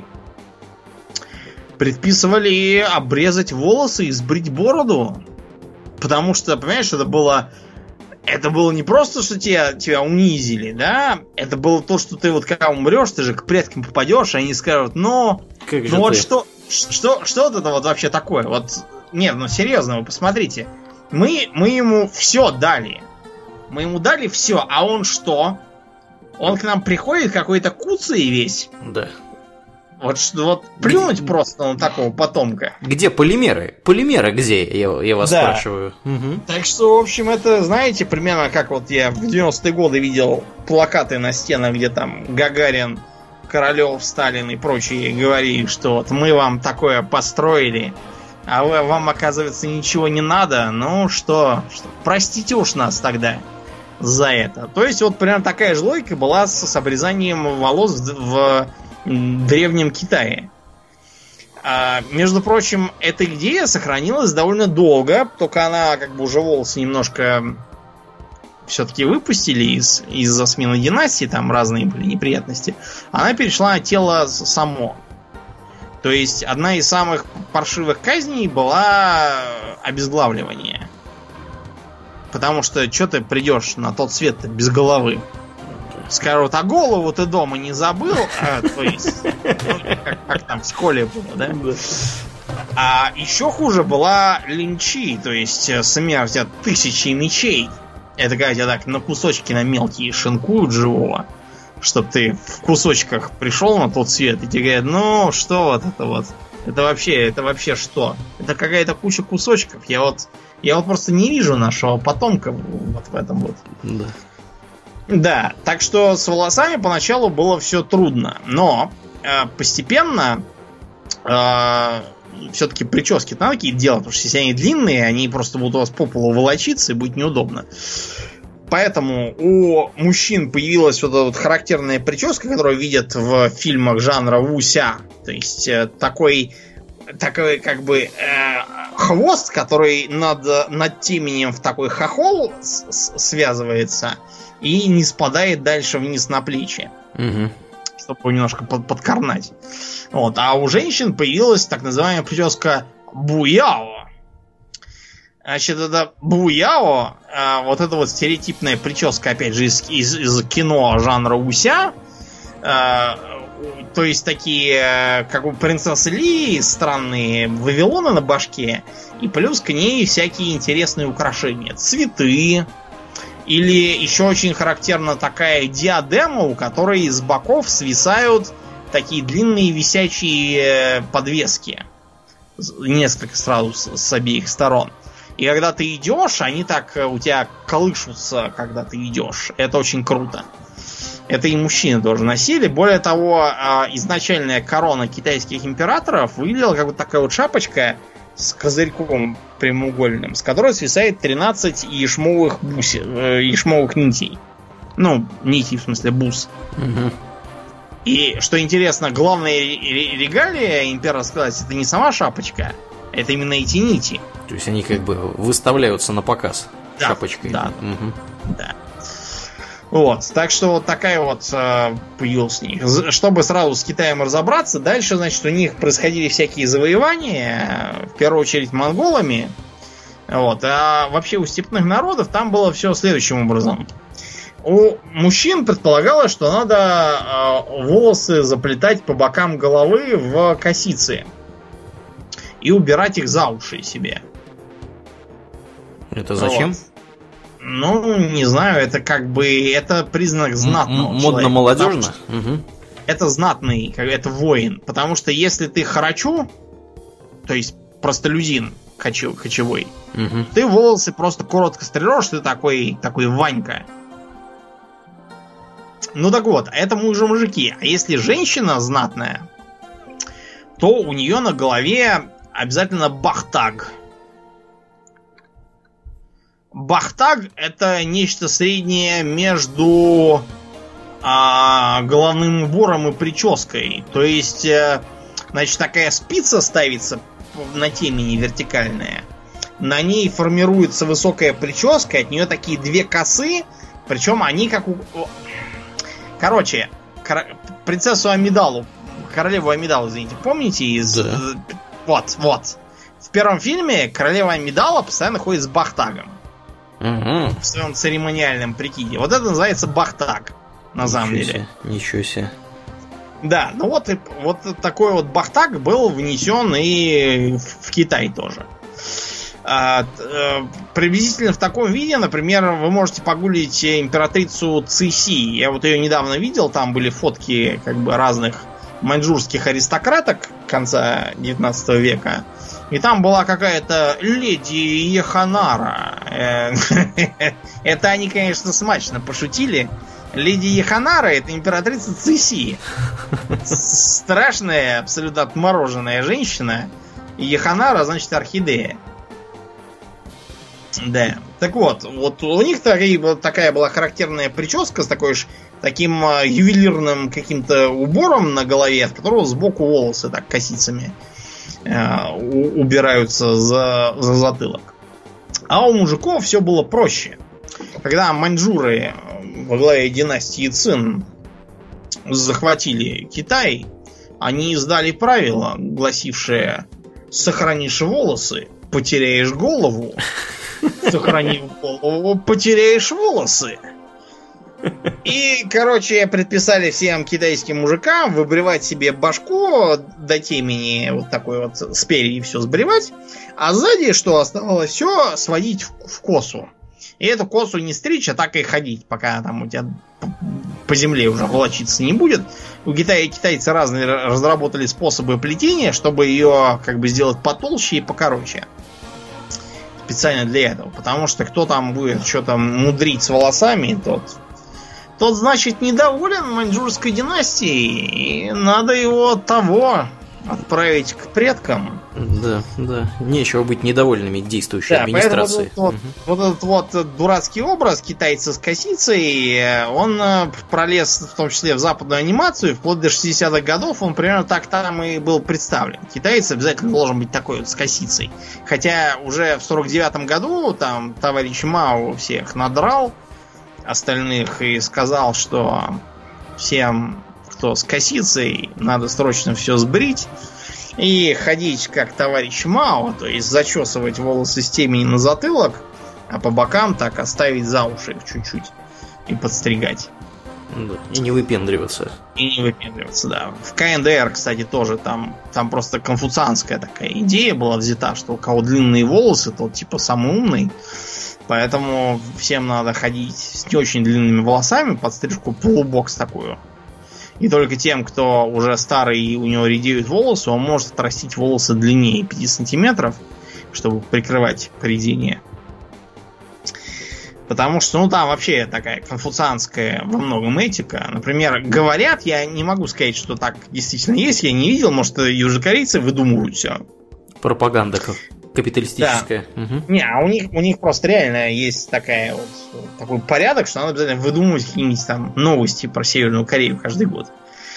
предписывали обрезать волосы и сбрить бороду. Потому что, понимаешь, это было не просто, что тебя унизили, да? Это было то, что ты вот когда умрешь, ты же к предкам попадешь, и они скажут, ну вот что вот это вот вообще такое? Вот, нет, ну серьезно, вы посмотрите. Мы ему все дали. Мы ему дали все, а он что? Он к нам приходит какой-то куцый весь. Да. Вот плюнуть просто на такого потомка. Где полимеры? Полимеры где, я вас спрашиваю. Угу. Так что, в общем, это, знаете, примерно как вот я в 90-е годы видел плакаты на стенах, где там Гагарин, Королёв, Сталин и прочие говорили, что вот мы вам такое построили, а вам, оказывается, ничего не надо. Ну что, простите уж нас тогда за это. То есть вот примерно такая же логика была с обрезанием волос в Древнем Китае. Между прочим, эта идея сохранилась довольно долго, только она как бы уже волосы немножко все-таки выпустили из-за смены династии, там разные были неприятности. Она перешла на тело само. То есть одна из самых паршивых казней была обезглавливание. Потому что что ты придешь на тот свет-то без головы? Скажут, а голову ты дома не забыл? То есть, как там в школе было, да? А еще хуже была линчи, то есть смерть от 1000 мечей. Это когда тебя так на кусочки на мелкие шинкуют живого, чтоб ты в кусочках пришел на тот свет, и тебе говорят, ну что вот это вот. Это вообще что? Это какая-то куча кусочков. Я вот просто не вижу нашего потомка вот в этом вот. Да. Да, так что с волосами поначалу было все трудно. Но постепенно все-таки прически надо какие-то делать, потому что если они длинные, они просто будут у вас по полу волочиться и будет неудобно. Поэтому у мужчин появилась вот эта вот характерная прическа, которую видят в фильмах жанра вуся. То есть такой как бы хвост, который над теменем в такой хохол связывается и не спадает дальше вниз на плечи. Угу. Чтобы его немножко подкорнать. Вот. А у женщин появилась так называемая прическа буяо. Значит, это буяо, вот эта вот стереотипная прическа, опять же, из кино жанра уся. То есть такие, как у принцессы Ли, странные вавилоны на башке. И плюс к ней всякие интересные украшения. Цветы. Или еще очень характерна такая диадема, у которой с боков свисают такие длинные висячие подвески. Несколько сразу с обеих сторон. И когда ты идешь, они так у тебя колышутся, когда ты идешь. Это очень круто. Это и мужчины тоже носили. Более того, изначальная корона китайских императоров выглядела как вот такая вот шапочка с козырьком прямоугольным, с которой свисает 13 яшмовых нитей. Ну, нитей, в смысле бус. Угу. И, что интересно, главная регалия императорской власти — это не сама шапочка, это именно эти нити. То есть они как бы выставляются на показ, да, шапочкой. Да, да. Вот, так что вот такая вот появилась у них. Чтобы сразу с Китаем разобраться, дальше, значит, у них происходили всякие завоевания, в первую очередь монголами. Вот, а вообще у степных народов там было все следующим образом. У мужчин предполагалось, что надо волосы заплетать по бокам головы в косицы и убирать их за уши себе. Это зачем? Вот. Ну, не знаю, это как бы это признак знатного модно-молодежно? Угу. Это знатный, это воин. Потому что если ты харачу, то есть простолюдин кочевой, угу, ты волосы просто коротко стрижешь, ты такой Ванька. Ну так вот, это мы уже мужики. А если женщина знатная, то у нее на голове обязательно бахтаг. Бахтаг — это нечто среднее между головным убором и прической. То есть, значит, такая спица ставится на темени вертикальная. На ней формируется высокая прическа, от нее такие две косы, причем они как у... Короче, принцессу Амидалу, королеву Амидалу, извините, помните из... Да. Вот. В первом фильме королева Амидала постоянно ходит с бахтагом. Угу. В своем церемониальном прикиде. Вот это называется бахтаг, на самом деле. Ничего себе. Да, ну вот такой вот бахтаг был внесен и в Китай тоже. Приблизительно в таком виде, например, вы можете погуглить императрицу Цыси. Я вот ее недавно видел, там были фотки как бы разных маньчжурских аристократок конца 19 века. И там была какая-то леди Еханара. Это они, конечно, смачно пошутили. Леди Еханара — это императрица Цыси. Страшная, абсолютно отмороженная женщина. И Еханара, значит, орхидея. Да. Так вот у них такая была характерная прическа с таким ювелирным каким-то убором на голове, от которого сбоку волосы так косицами убираются за затылок. А у мужиков все было проще. Когда маньчжуры во главе династии Цин захватили Китай, они издали правило, гласившее: сохранишь волосы, потеряешь голову. Сохранив голову, потеряешь волосы. И, короче, предписали всем китайским мужикам выбривать себе башку до темени, вот такой вот спереди все сбривать, а сзади, что оставалось, все сводить в косу. И эту косу не стричь, а так и ходить, пока там у тебя по земле уже волочиться не будет. У китайцы разные разработали способы плетения, чтобы ее как бы сделать потолще и покороче. Специально для этого. Потому что кто там будет что-то мудрить с волосами, тот значит, недоволен маньчжурской династией. И надо его отправить к предкам. Да. Нечего быть недовольными действующей администрацией. Вот этот дурацкий образ китайца с косицей, он пролез в том числе в западную анимацию, вплоть до 60-х годов он примерно так там и был представлен. Китаец обязательно должен быть такой вот с косицей. Хотя уже в 49-м году там товарищ Мао всех надрал остальных и сказал, что всем, кто с косицей, надо срочно все сбрить и ходить как товарищ Мао, то есть зачесывать волосы с темени на затылок, а по бокам так оставить за уши их чуть-чуть и подстригать. Да, и не выпендриваться. Да. В КНДР, кстати, тоже там просто конфуцианская такая идея была взята, что у кого длинные волосы, тот типа самый умный. Поэтому всем надо ходить с не очень длинными волосами, под стрижку полубокс такую. И только тем, кто уже старый и у него редеют волосы, он может отрастить волосы длиннее 5 сантиметров, чтобы прикрывать поредение. Потому что, там вообще такая конфуцианская во многом этика. Например, говорят, я не могу сказать, что так действительно есть, я не видел, может, южнокорейцы выдумывают все. Пропаганда капиталистическая. Да. Угу. Не, а у них просто реально есть такой порядок, что надо обязательно выдумывать какие-нибудь там новости про Северную Корею каждый год.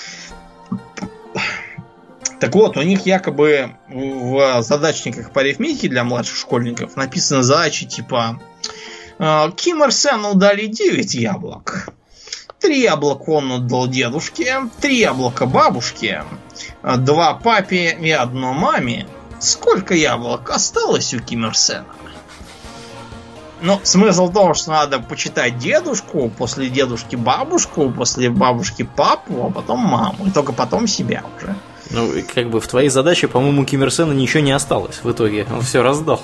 Так вот, у них якобы в задачниках по арифметике для младших школьников написаны задачи типа Ким Ир Сену дали 9 яблок. 3 яблока он отдал дедушке, 3 яблока бабушке, 2 папе и 1 маме. Сколько яблок осталось у Ким Ир Сена? Ну, смысл в том, что надо почитать дедушку, после дедушки бабушку, после бабушки папу, а потом маму, и только потом себя уже. Ну, как бы в твоей задаче, по-моему, у Ким Ир Сена ничего не осталось в итоге. Он все раздал.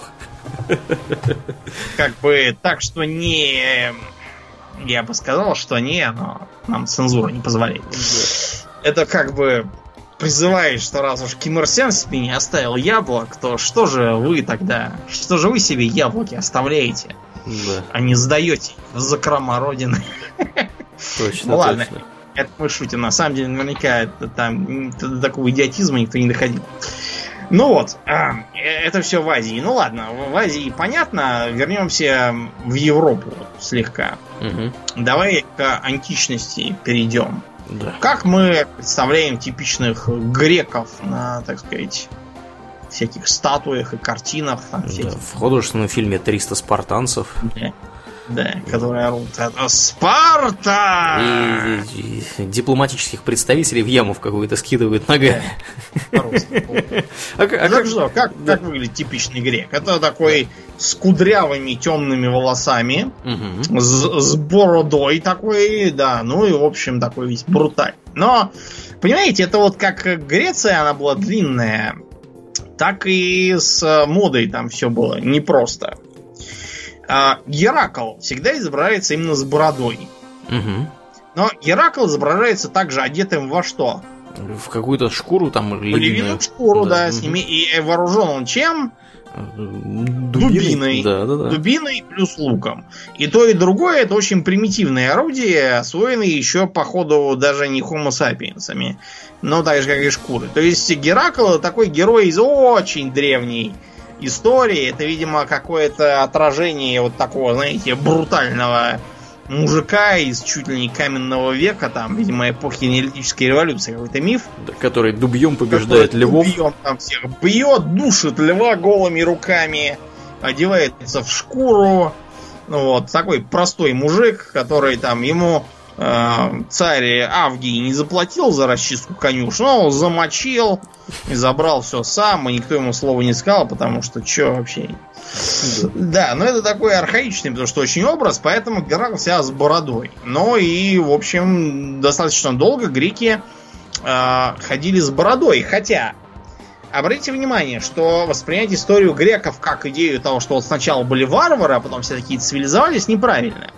Как бы так, что не... Я бы сказал, что не, но нам цензура не позволяет. Это как бы... призывает, что раз уж Ким Ир Сен себе не оставил яблок, то что же вы тогда? Что же вы себе яблоки оставляете? Да. А не сдаете в закрома родины? Точно, ну ладно, это мы шутим. На самом деле, наверняка там до такого идиотизма никто не доходил. Ну вот, это все в Азии. Ну ладно, в Азии понятно. Вернемся в Европу слегка. Угу. Давай к античности перейдем. Да. Как мы представляем типичных греков на, так сказать, всяких статуях и картинах. Там, да, в художественном фильме «300 спартанцев». Да, которые орут «Спарта!» И дипломатических представителей в яму в какую-то скидывают ногами. Как выглядит типичный грек? Это такой с кудрявыми темными волосами, с бородой такой, да, ну и в общем такой весь брутальный. Но, понимаете, это вот как Греция, она была длинная, так и с модой там все было непросто. Геракл всегда изображается именно с бородой. Угу. Но Геракл изображается также одетым во что? В какую-то шкуру там или львиную шкуру, да. С ними, и вооружен он чем? Дубиной. Да. Дубиной плюс луком. И то, и другое это очень примитивные орудия, освоенные еще, походу, даже не homo sapiens'ами, но так же, как и шкуры. То есть Геракл такой герой из очень древней истории. Это, видимо, какое-то отражение вот такого, знаете, брутального мужика из чуть ли не каменного века, там, видимо, эпохи неолитической революции, какой-то миф. Да, который дубьем побеждает львов. Дубьем там всех бьет, душит льва голыми руками, одевается в шкуру. Ну вот, такой простой мужик, который там ему царь Авгий не заплатил за расчистку конюшни, но он замочил и забрал все сам, и никто ему слова не сказал, потому что что вообще... Да, но это такой архаичный, потому что очень образ, поэтому Геракл всегда с бородой. Но и, в общем, достаточно долго греки ходили с бородой. Хотя обратите внимание, что воспринять историю греков как идею того, что вот сначала были варвары, а потом все такие цивилизовались, неправильно.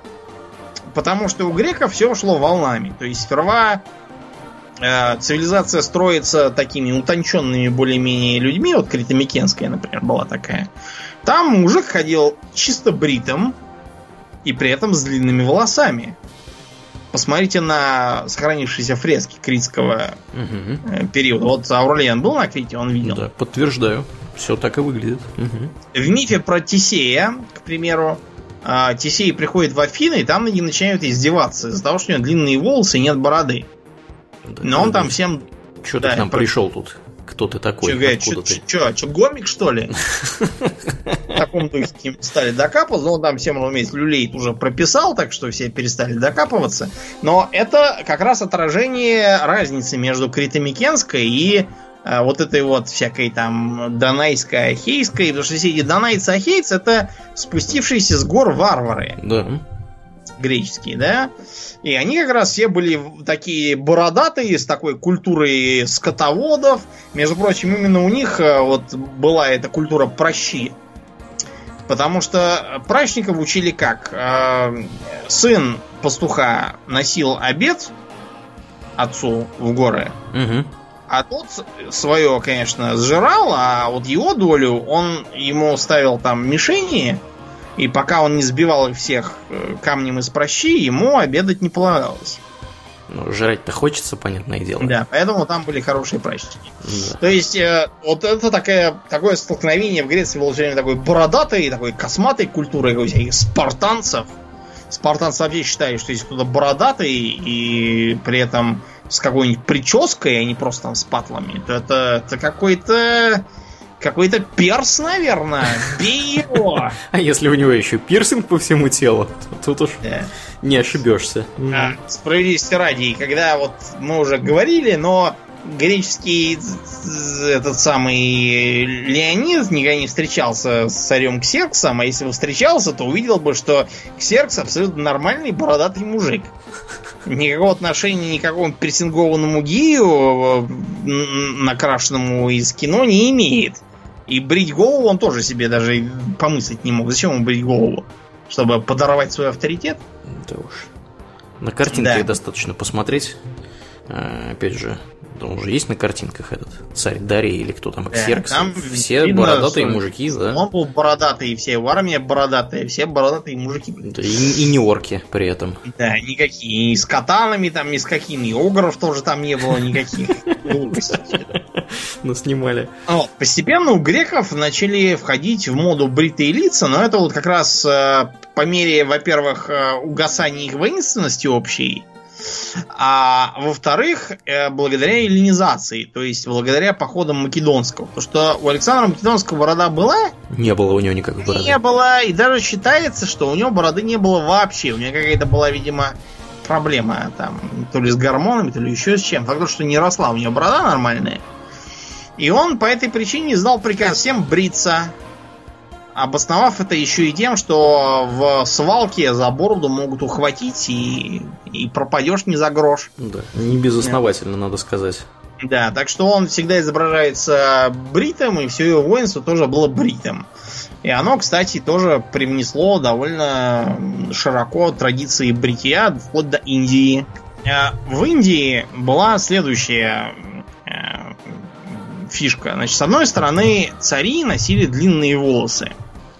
Потому что у греков все шло волнами. То есть сперва цивилизация строится такими утонченными более-менее людьми. Вот Критомикенская, например, была такая. Там мужик ходил чисто бритым и при этом с длинными волосами. Посмотрите на сохранившиеся фрески критского периода. Вот Аурелиан был на Крите, он видел. Да, подтверждаю. Все так и выглядит. В мифе про Тесея, к примеру, Тесей приходит в Афины, и там над ним начинают издеваться из-за того, что у него длинные волосы и нет бороды. Да, но он там всем... Че ты к нам пришел тут? Кто ты такой? Че, гомик, что ли? В таком духе стали докапываться. Но он там всем, разумеется, люлей уже прописал, так что все перестали докапываться. Но это как раз отражение разницы между Критомикенской и вот этой вот всякой там донайской, ахейской. Потому что все эти донайцы, ахейцы — это спустившиеся с гор варвары. Да. Греческие, да? И они как раз все были такие бородатые, с такой культурой скотоводов. Между прочим, именно у них вот была эта культура пращи. Потому что пращников учили как? Сын пастуха носил обед отцу в горы, а тот свое, конечно, сжирал, а вот его долю он ему ставил там мишени, и пока он не сбивал их всех камнем из пращи, ему обедать не полагалось. Ну, жрать-то хочется, понятное дело. Да, поэтому там были хорошие пращники. Да. То есть, вот это такое столкновение в Греции было все время такой бородатой, такой косматой культурой, как у всяких спартанцев. Спартанцы вообще считали, что если кто-то бородатый и при этом с какой-нибудь прической, а не просто там с патлами, то это какой-то перс, наверное. Бей его! А если у него еще пирсинг по всему телу, то тут уж не ошибешься. Справедливости ради, когда вот мы уже говорили, но греческий этот самый Леонид никогда не встречался с царем Ксерксом, а если бы встречался, то увидел бы, что Ксеркс абсолютно нормальный бородатый мужик. Никакого отношения ни к какому пирсингованному гею, накрашенному из кино, не имеет. И брить голову он тоже себе даже помыслить не мог. Зачем ему брить голову? Чтобы подорвать свой авторитет? Да уж. На картинке достаточно посмотреть. Опять же, он же есть на картинках этот царь Дарий или кто там, Ксеркс. Там все видно, бородатые мужики, да. Он был бородатый, все его армия бородатая, все бородатые мужики. Да, и не орки при этом. Да, никакие. Ни с катанами там, ни с какими. И огров тоже там не было никаких. Ну, снимали. Постепенно у греков начали входить в моду бритые лица, но это вот как раз по мере, во-первых, угасания их воинственности общей, а во-вторых, благодаря эллинизации, то есть благодаря походам Македонского. Потому что у Александра Македонского борода была? Не было у него никакой бороды. Не было, и даже считается, что у него бороды не было вообще. У него какая-то была, видимо, проблема там, то ли с гормонами, то ли еще с чем. Факт, что не росла у него борода нормальная. И он по этой причине издал приказ всем бриться, обосновав это еще и тем, что в свалке за бороду могут ухватить и пропадешь не за грош. Да, не безосновательно, надо сказать. Да, так что он всегда изображается бритым, и все его воинство тоже было бритым. И оно, кстати, тоже привнесло довольно широко традиции бритья вплоть до Индии. В Индии была следующая фишка. Значит, с одной стороны, цари носили длинные волосы.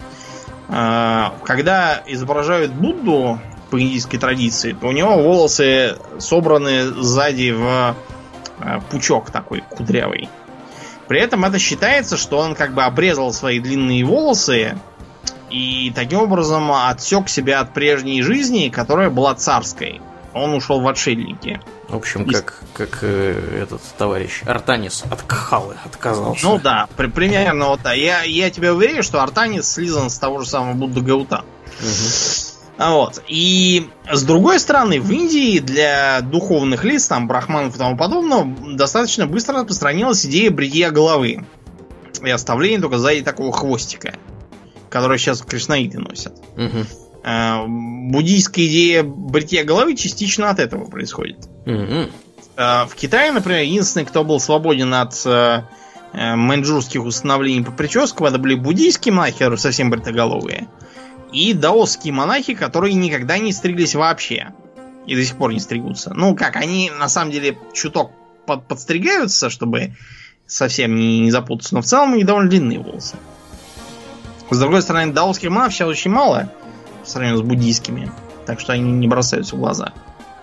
Когда изображают Будду по индийской традиции, то у него волосы собраны сзади в пучок такой кудрявый. При этом это считается, что он как бы обрезал свои длинные волосы и таким образом отсек себя от прежней жизни, которая была царской. Он ушел в отшельники. В общем, как этот товарищ Артанис от Кхалы отказался. Ну да, примерно вот так. Я тебе уверяю, что Артанис слизан с того же самого Будды Гаутама. Вот. И с другой стороны, в Индии для духовных лиц, там, брахманов и тому подобного, достаточно быстро распространилась идея бритья головы. И оставления только сзади такого хвостика, который сейчас кришнаиты носят. Буддийская идея бритья головы частично от этого происходит. В Китае, например, единственный, кто был свободен от маньчжурских установлений по прическам. Это были буддийские монахи, совсем бритоголовые, и даосские монахи, которые никогда не стриглись вообще. И до сих пор не стригутся. Ну, как, они на самом деле чуток подстригаются, чтобы совсем не запутаться, но в целом у них довольно длинные волосы. С другой стороны, даосских монахов сейчас очень мало по сравнению с буддийскими, так что они не бросаются в глаза.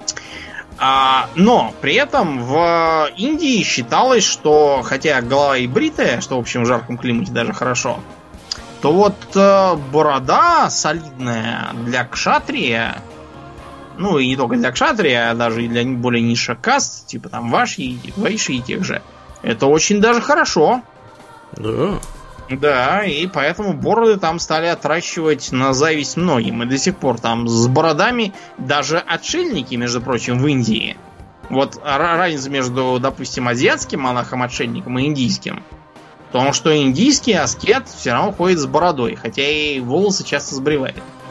Но при этом в Индии считалось, что хотя голова и бритая, что в общем в жарком климате даже хорошо, то вот борода солидная для кшатрия, ну и не только для кшатрия, а даже и для более низших каст, типа там вайши и тех же, это очень даже хорошо. Да. Да, и поэтому бороды там стали отращивать на зависть многим. И до сих пор там с бородами даже отшельники, между прочим, в Индии. Вот разница между, допустим, азиатским монахом-отшельником и индийским. В том, что индийский аскет все равно ходит с бородой, хотя и волосы часто сбривает.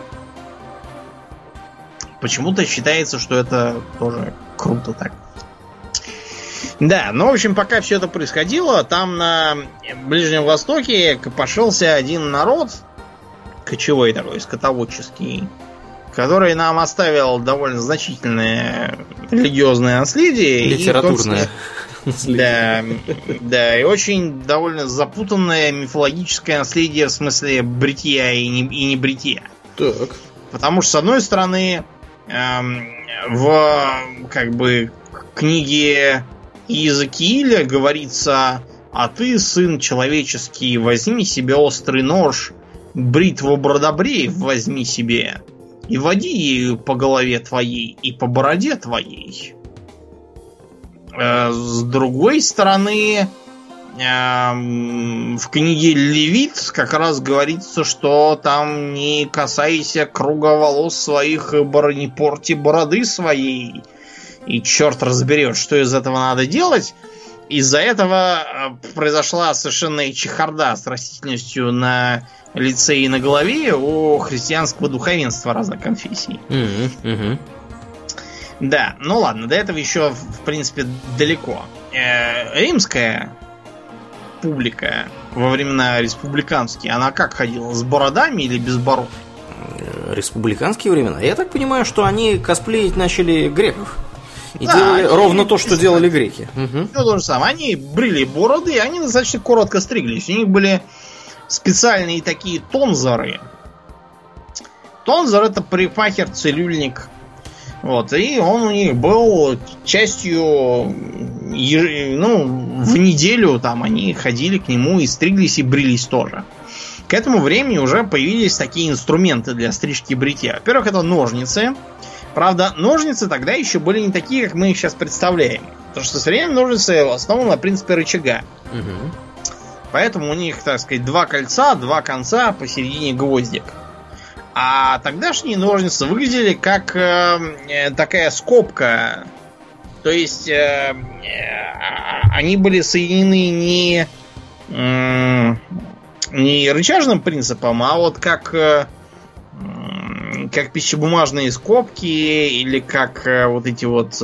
Почему-то считается, что это тоже круто так. Да, ну, в общем, пока все это происходило, там на Ближнем Востоке копошился один народ, кочевой такой, скотоводческий, который нам оставил довольно значительное религиозное наследие. Литературное наследие. Да, и очень довольно запутанное мифологическое наследие в смысле бритья и не бритья. Так. Потому что, с одной стороны, в как бы книге Иезекииля говорится: а ты, сын человеческий, возьми себе острый нож, бритву бродобреев возьми себе, и води ею по голове твоей и по бороде твоей. С другой стороны, в книге Левит как раз говорится, что там не касайся круга волос своих, ибо не порти бороды своей. И черт разберет, что из этого надо делать. Из-за этого произошла совершенная чехарда с растительностью на лице и на голове у христианского духовенства разных конфессий. Да, ну ладно, до этого еще, в принципе, далеко. Римская публика во времена республиканские, она как ходила? С бородами или без бород? Республиканские времена? Я так понимаю, что они косплеить начали греков. И делали ровно то, что делали греки. Все то же самое. Они брили бороды, и они достаточно коротко стриглись. У них были специальные такие тонзоры. Тонзор — это парикмахер, цирюльник. Вот, и он у них был частью, ну, в неделю там они ходили к нему и стриглись, и брились тоже. К этому времени уже появились такие инструменты для стрижки и бритья. Во-первых, это ножницы. Правда, ножницы тогда еще были не такие, как мы их сейчас представляем. Потому что современные ножницы основаны на принципе рычага. Поэтому у них, так сказать, 2 кольца, 2 конца, посередине гвоздик. А тогдашние ножницы выглядели как такая скобка. То есть они были соединены не рычажным принципом, а вот как пищебумажные скобки или как вот эти вот...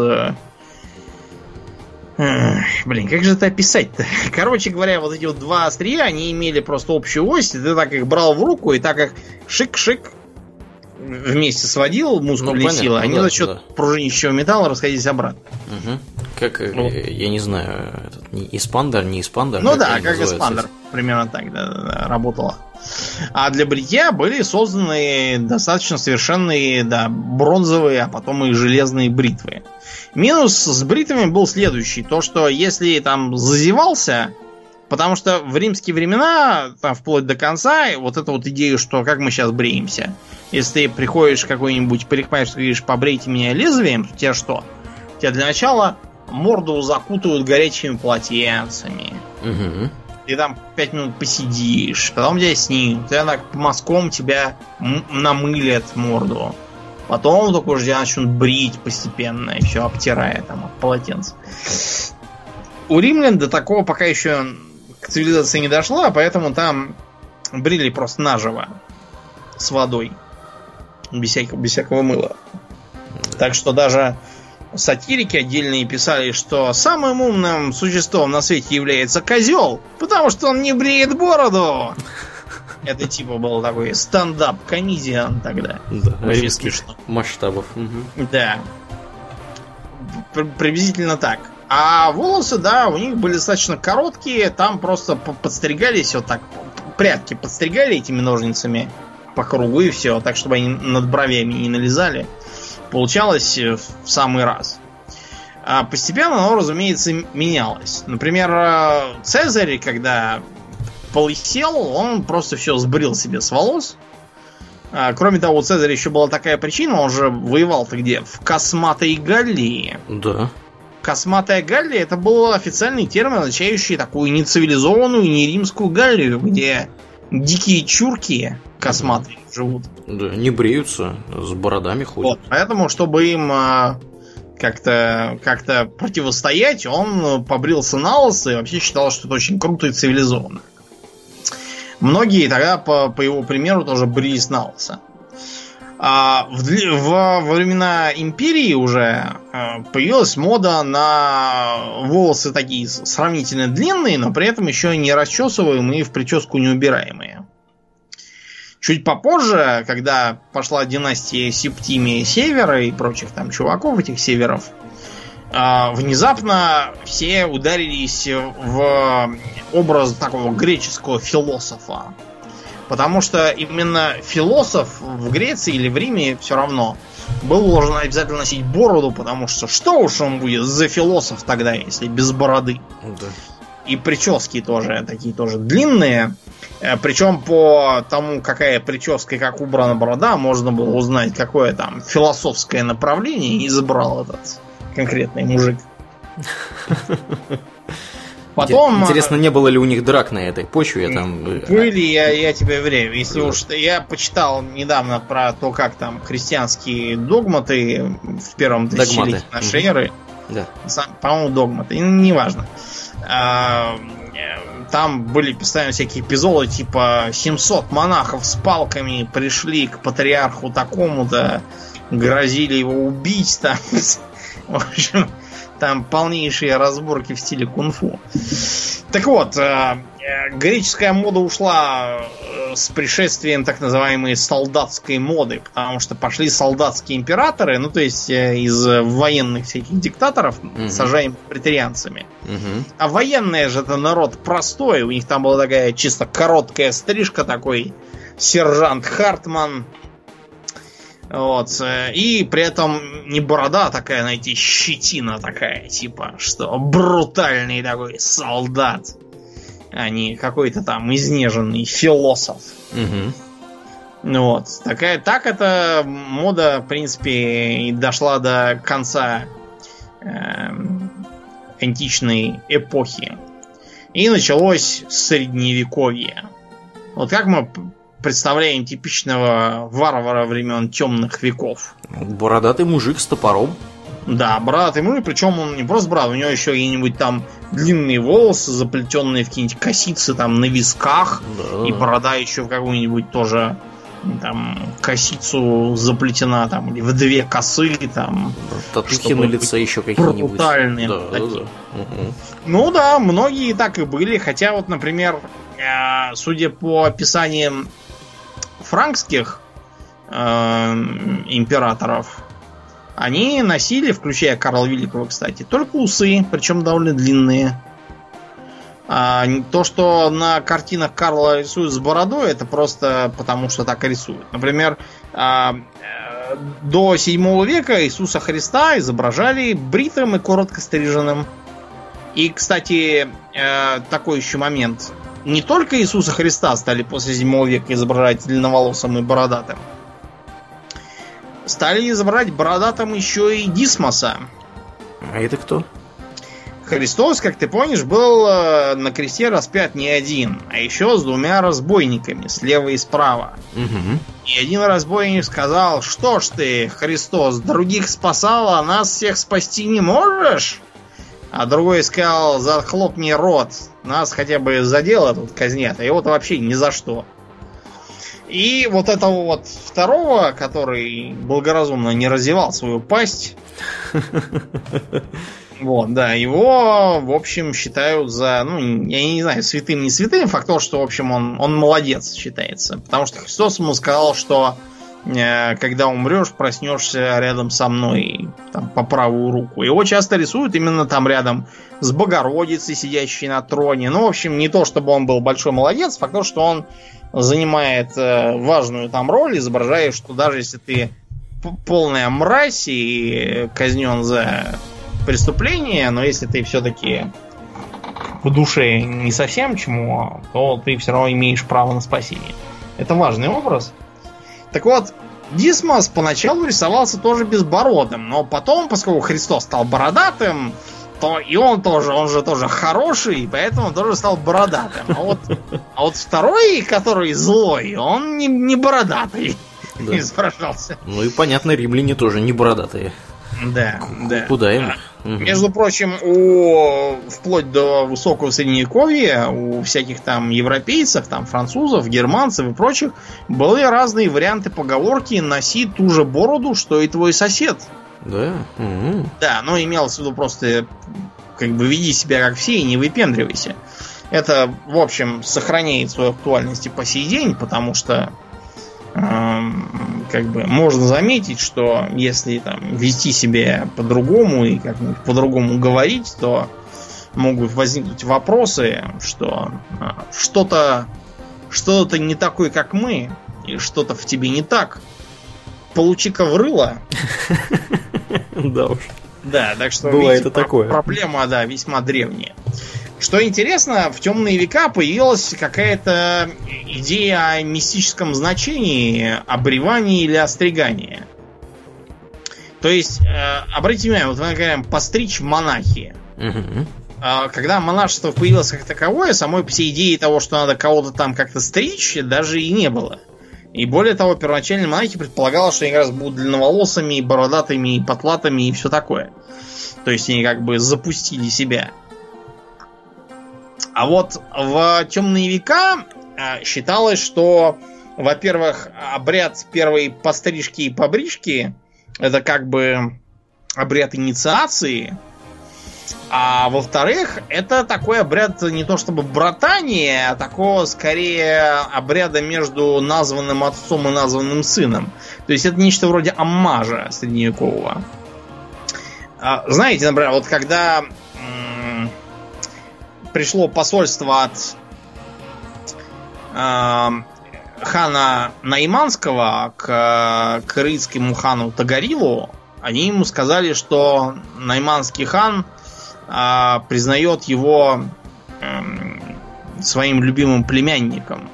Блин, как же это описать-то? Короче говоря, вот эти вот 2 острия, они имели просто общую ось, и ты так их брал в руку, и так их шик-шик вместе сводил мускульные силы, они за счет пружинищего металла расходились обратно. Как, я не знаю, испандер, не испандер? Ну да, как испандер. Примерно так работало. А для бритья были созданы достаточно совершенные, бронзовые, а потом и железные бритвы. Минус с бритвами был следующий. То, что если там зазевался, потому что в римские времена, там вплоть до конца, вот эта вот идея, что как мы сейчас бреемся. Если ты приходишь в какой-нибудь парикмахерскую и говоришь: побрейте меня лезвием, то тебя что? Тебя для начала морду закутывают горячими полотенцами. Ты там 5 минут посидишь, потом тебя снимут, тебя так мазком тебя намылят морду. Потом только уже тебя начнут брить постепенно, и все обтирая там от полотенца. У римлян до такого пока еще к цивилизации не дошла, поэтому там брили просто наживо с водой, без всякого мыла. Так что даже сатирики отдельные писали, что самым умным существом на свете является козел, потому что он не бреет бороду. Это типа был такой стендап-комедиан тогда. Да, очень смешно. Масштабов. Угу. Да. Приблизительно так. А волосы, да, у них были достаточно короткие, там просто подстригались вот так, прядки подстригали этими ножницами по кругу и все, так чтобы они над бровями не налезали. Получалось в самый раз. А постепенно оно, разумеется, менялось. Например, Цезарь, когда полысел, он просто все сбрил себе с волос. Кроме того, у Цезаря еще была такая причина, он же воевал-то где? В Косматой Галлии. Да. Косматая Галлия — это был официальный термин, означающий такую нецивилизованную, не римскую Галлию, где дикие чурки косматые живут. Да, не бреются, с бородами ходят. Вот, поэтому, чтобы им как-то противостоять, он побрился на лысо и вообще считал, что это очень круто и цивилизованно. Многие тогда, по его примеру, тоже брились на лысо. Во времена империи уже появилась мода на волосы такие сравнительно длинные, но при этом еще не расчесываемые и в прическу не убираемые. Чуть попозже, когда пошла династия Септимия Севера и прочих там чуваков, этих северов, внезапно все ударились в образ такого греческого философа. Потому что именно философ в Греции или в Риме все равно был должен обязательно носить бороду, потому что уж он будет за философ тогда, если без бороды. Да. И прически тоже такие тоже длинные. Причем по тому, какая прическа и как убрана борода, можно было узнать, какое там философское направление избрал этот конкретный мужик. Потом, интересно, не было ли у них драк на этой почве? Были, я тебе уверяю. Если уж я почитал недавно про то, как там христианские догматы в первом тысячелетии нашей эры. Да. По-моему, догматы. Неважно. Там были постоянно всякие эпизоды, типа 700 монахов с палками пришли к патриарху такому-то, грозили его убить там. В общем, там полнейшие разборки в стиле кунг-фу. Так вот, греческая мода ушла с пришествием так называемой солдатской моды, потому что пошли солдатские императоры, ну то есть из военных всяких диктаторов, сажаемых претарианцами. А военные же это народ простой, у них там была такая чисто короткая стрижка, такой сержант Хартман. Вот. И при этом не борода такая, знаете, щетина такая, типа, что брутальный такой солдат, а не какой-то там изнеженный философ. Вот. Так эта мода, в принципе, и дошла до конца античной эпохи. И началось средневековье. Вот как мы представляем типичного варвара времен темных веков. Бородатый мужик с топором. Да, бородатый мужик, причем он не просто бородатый, у него еще какие-нибудь там длинные волосы, заплетенные в какие-нибудь косицы там на висках, да. И борода еще в какую-нибудь тоже там косицу заплетена там, или в две косы там. Татухи на лице еще какие-нибудь. Брутальные. Да, такие. Да. Угу. Ну да, многие так и были, хотя вот, например, судя по описаниям франкских императоров, они носили, включая Карла Великого, кстати, только усы, причем довольно длинные. То, что на картинах Карла рисуют с бородой, это просто потому, что так рисуют. Например, до 7 века Иисуса Христа изображали бритым и коротко стриженным. И, кстати, такой еще момент. Не только Иисуса Христа стали после 7 века изображать длинноволосым и бородатым. Стали изображать бородатым еще и Дисмоса. А это кто? Христос, как ты помнишь, был на кресте распят не один, а еще с 2 разбойниками, слева и справа. Угу. И один разбойник сказал: что ж ты, Христос, других спасал, а нас всех спасти не можешь? А другой сказал: захлопни рот, нас хотя бы за дело тут казнят, а его-то вообще ни за что. И вот этого вот второго, который благоразумно не разевал свою пасть, вот, да, его, в общем, считают за, ну, я не знаю, святым, не святым, факт того, что, в общем, он молодец считается. Потому что Христос ему сказал, что когда умрешь, проснешься рядом со мной, там, по правую руку. Его часто рисуют именно там рядом с Богородицей, сидящей на троне. Ну, в общем, не то, чтобы он был большой молодец, факт того, что он занимает важную там роль, изображая, что даже если ты полная мразь и казнен за преступление, но если ты все-таки в душе не совсем чему, то ты все равно имеешь право на спасение. Это важный образ. Так вот, Дисмос поначалу рисовался тоже безбородым, но потом, поскольку Христос стал бородатым, то и он же тоже хороший, и поэтому тоже стал бородатым. А вот второй, который злой, он не бородатый. Да. Изображался. Ну и понятно, римляне тоже не бородатые. Да, да. Куда им? Между прочим, вплоть до высокого средневековья у всяких там европейцев, там французов, германцев и прочих были разные варианты поговорки «носи ту же бороду, что и твой сосед». Да? Угу. Да, но имелось в виду просто как бы веди себя как все и не выпендривайся. Это, в общем, сохраняет свою актуальность и по сей день, потому что как бы можно заметить, что если там вести себя по-другому и как-нибудь по-другому говорить, то могут возникнуть вопросы, что что-то не такое, как мы, и что-то в тебе не так. Получи-ка в рыло. Да уж. Да, так что видите, такое. Проблема, да, весьма древняя. Что интересно, в темные века появилась какая-то идея о мистическом значении обревания или остригания. То есть, обратите внимание, вот мы говорим постричь в монахи. Угу. Когда монашество появилось как таковое, самой по всей идее того, что надо кого-то там как-то стричь, даже и не было. И более того, первоначальные монахи предполагалось, что они как раз будут длинноволосыми, бородатыми, потлатыми и все такое. То есть они как бы запустили себя. А вот в темные века считалось, что, во-первых, обряд первой пострижки и побрички это как бы обряд инициации, а во-вторых, это такой обряд не то чтобы братания, а такого скорее обряда между названным отцом и названным сыном. То есть это нечто вроде оммажа средневекового. Знаете, например, вот когда пришло посольство от хана Найманского к крымскому хану Тагарилу, они ему сказали, что Найманский хан признает его своим любимым племянником.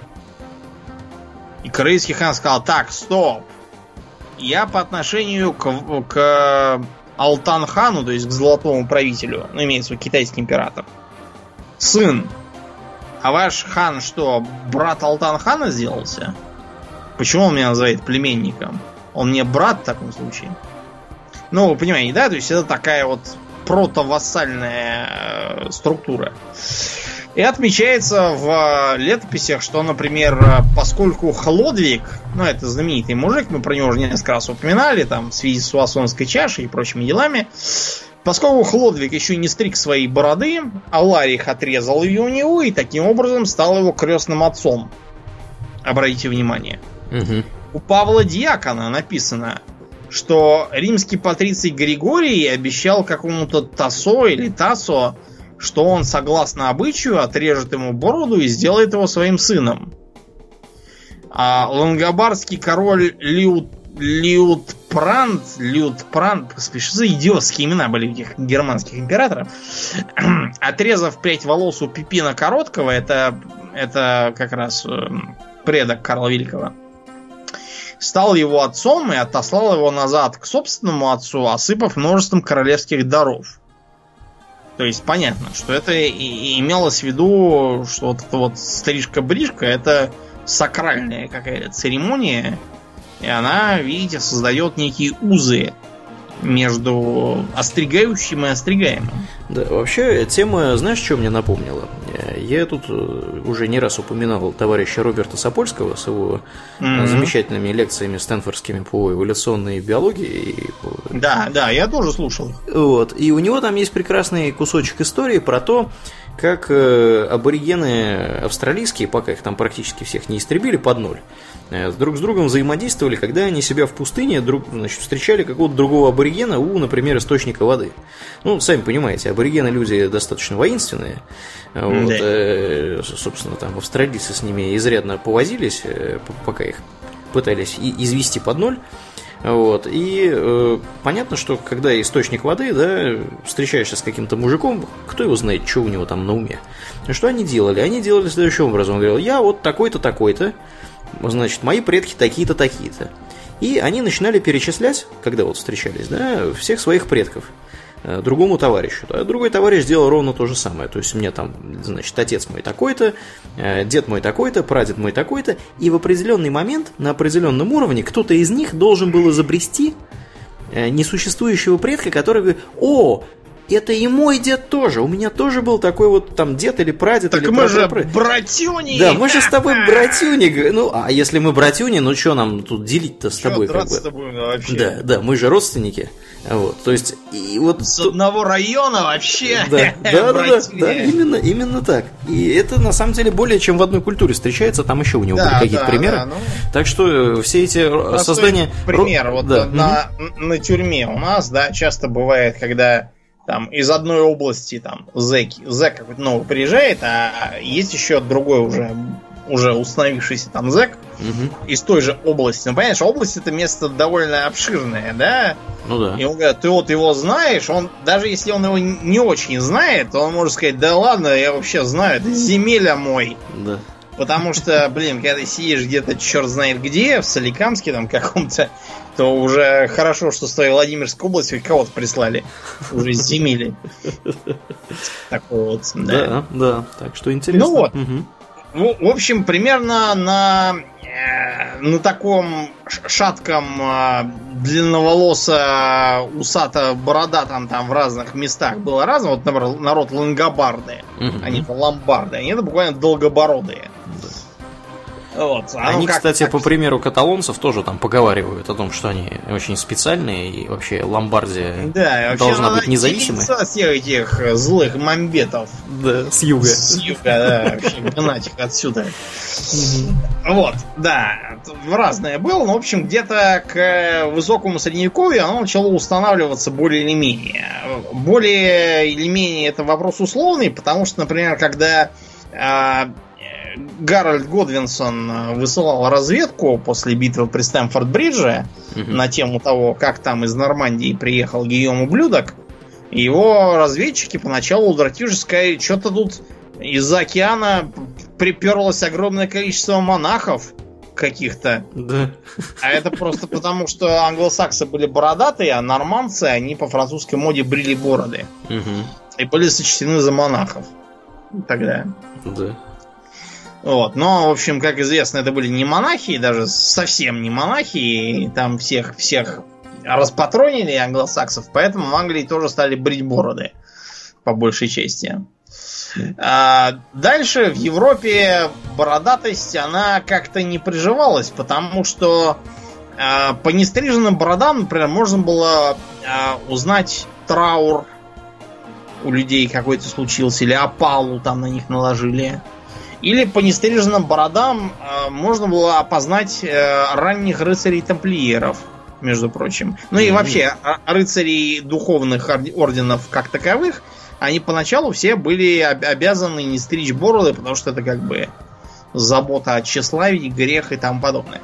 И крымский хан сказал: так, стоп, я по отношению к Алтан-хану, то есть к золотому правителю, ну, имеется в виду китайский император, сын. А ваш хан что, брат Алтан-хана сделался? Почему он меня называет племенником? Он мне брат в таком случае. Ну, вы понимаете, да? То есть это такая вот протовассальная структура. И отмечается в летописях, что, например, поскольку Хлодвиг, ну, это знаменитый мужик, мы про него уже несколько раз упоминали, там, в связи с Суассонской чашей и прочими делами, поскольку Хлодвиг еще не стриг свои бороды, Аларих отрезал ее у него и таким образом стал его крестным отцом. Обратите внимание. Угу. У Павла Диакона написано, что римский патриций Григорий обещал какому-то Тассо или Тассо, что он, согласно обычаю, отрежет ему бороду и сделает его своим сыном. А лангобардский король Лиутпранд, что за идиотские имена были у этих германских императоров, отрезав прядь волос у Пипина Короткого, это как раз предок Карла Великого, стал его отцом и отослал его назад к собственному отцу, осыпав множеством королевских даров. То есть понятно, что это и имелось в виду, что вот эта вот стрижка-брижка это сакральная какая-то церемония, и она, видите, создает некие узы между остригающим и остригаемым. Да, вообще, тема, знаешь, что мне напомнила? Я тут уже не раз упоминал товарища Роберта Сапольского с его замечательными лекциями стэнфордскими по эволюционной биологии. Да, я тоже слушал. Вот, и у него там есть прекрасный кусочек истории про то, как аборигены австралийские, пока их там практически всех не истребили под ноль, друг с другом взаимодействовали, когда они себя в пустыне встречали какого-то другого аборигена у, например, источника воды. Ну, сами понимаете, аборигены люди достаточно воинственные. Вот, да. Собственно, там австралийцы с ними изрядно повозились, пока их пытались извести под ноль. Вот, и понятно, что когда источник воды, да, встречаешься с каким-то мужиком, кто его знает, что у него там на уме. Что они делали? Они делали следующим образом. Он говорил: я вот такой-то, такой-то, значит, мои предки такие-то, такие-то. И они начинали перечислять, когда вот встречались, да, всех своих предков другому товарищу. А другой товарищ делал ровно то же самое. То есть у меня там, значит, отец мой такой-то, дед мой такой-то, прадед мой такой-то. И в определенный момент, на определенном уровне, кто-то из них должен был изобрести несуществующего предка, который говорит: о, это и мой дед тоже. У меня тоже был такой вот там дед или прадед. Так или мы же братюни. Да, мы же с тобой братюни. Ну, а если мы братюни, ну что нам тут делить-то с тобой? Драться-то будем вообще? Да, мы же родственники. Вот, то есть, и вот с одного района вообще. Да, именно так. И это на самом деле более чем в одной культуре встречается. Там еще у него были какие-то примеры. Да, ну... Так что все эти создания. Пример, вот на тюрьме у нас, да, часто бывает, когда там из одной области там зэк какой-то новый приезжает, а есть еще другой уже установившийся там зэк из той же области. Ну, понимаешь, область — это место довольно обширное, да? Ну да. И он говорит: ты вот его знаешь, он, даже если он его не очень знает, то он может сказать: да ладно, я вообще знаю, это земля мой. Да. Потому что, блин, когда ты сидишь где-то черт знает где, в Соликамске там каком-то, то уже хорошо, что с твоей Владимирской области кого-то прислали. Уже из земли. Такой вот, да. Да, так что интересно. Ну вот. Ну, в общем, примерно на таком шатком длинноволосо усато бородатом там в разных местах было разно. Вот, например, народ лангобарды, они ломбарды, они это буквально долгобородые. Вот. Они, кстати, по примеру каталонцев тоже там поговаривают о том, что они очень специальные, и вообще Ломбардия должна быть независимой. Да, всех этих злых мамбетов. Да, с юга. С юга, да, вообще гнать их отсюда. Вот, да, разное было, но, в общем, где-то к высокому средневековью оно начало устанавливаться более или менее. Более или менее это вопрос условный, потому что, например, когда Гарольд Годвинсон высылал разведку после битвы при Стэмфорд-Бридже на тему того, как там из Нормандии приехал Гийом Ублюдок, его разведчики поначалу удратившись сказали: что-то тут из-за океана приперлось огромное количество монахов каких-то. Да. А это просто потому, что англосаксы были бородатые, а нормандцы, они по французской моде брили бороды. И были сочтены за монахов тогда. Да. Вот, но, в общем, как известно, это были не монахи, даже совсем не монахи, и там всех распатронили англосаксов, поэтому в Англии тоже стали брить бороды, по большей части. Дальше в Европе бородатость, она как-то не приживалась, потому что по нестриженным бородам, например, можно было узнать траур у людей какой-то случился, или опалу там на них наложили. Или по нестриженным бородам можно было опознать ранних рыцарей-тамплиеров, между прочим. Ну и вообще, рыцарей духовных орденов как таковых, они поначалу все были обязаны не стричь бороды, потому что это как бы забота о тщеславии, грех и тому подобное.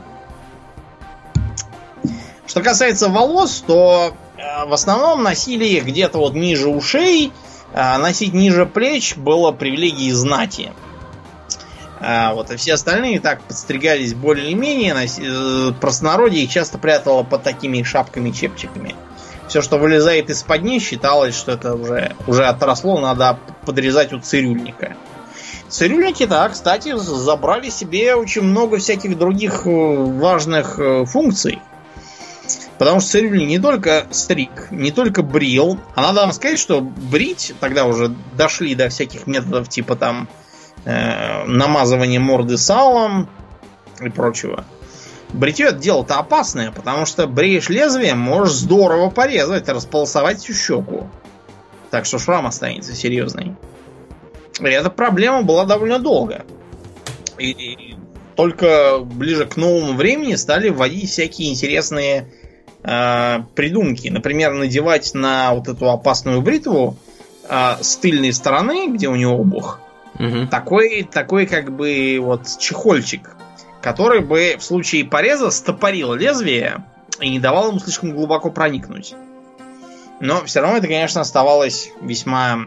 Что касается волос, то в основном носили их где-то вот ниже ушей, носить ниже плеч было привилегией знати. Вот, и все остальные так подстригались более-менее. Простонародье их часто прятало под такими шапками-чепчиками. Все, что вылезает из-под них, считалось, что это уже отросло, надо подрезать у цирюльника. Цирюльники, да, кстати, забрали себе очень много всяких других важных функций. Потому что цирюльник не только стриг, не только брил, а надо вам сказать, что брить тогда уже дошли до всяких методов типа там намазывания морды салом и прочего. Бритье это дело-то опасное, потому что бреешь лезвием, можешь здорово порезать, располосовать всю щеку. Так что шрам останется серьезный. И эта проблема была довольно долго. И только ближе к новому времени стали вводить всякие интересные придумки. Например, надевать на вот эту опасную бритву с тыльной стороны, где у него обух, такой как бы вот чехольчик, который бы в случае пореза стопорил лезвие и не давал ему слишком глубоко проникнуть. Но все равно это, конечно, оставалось весьма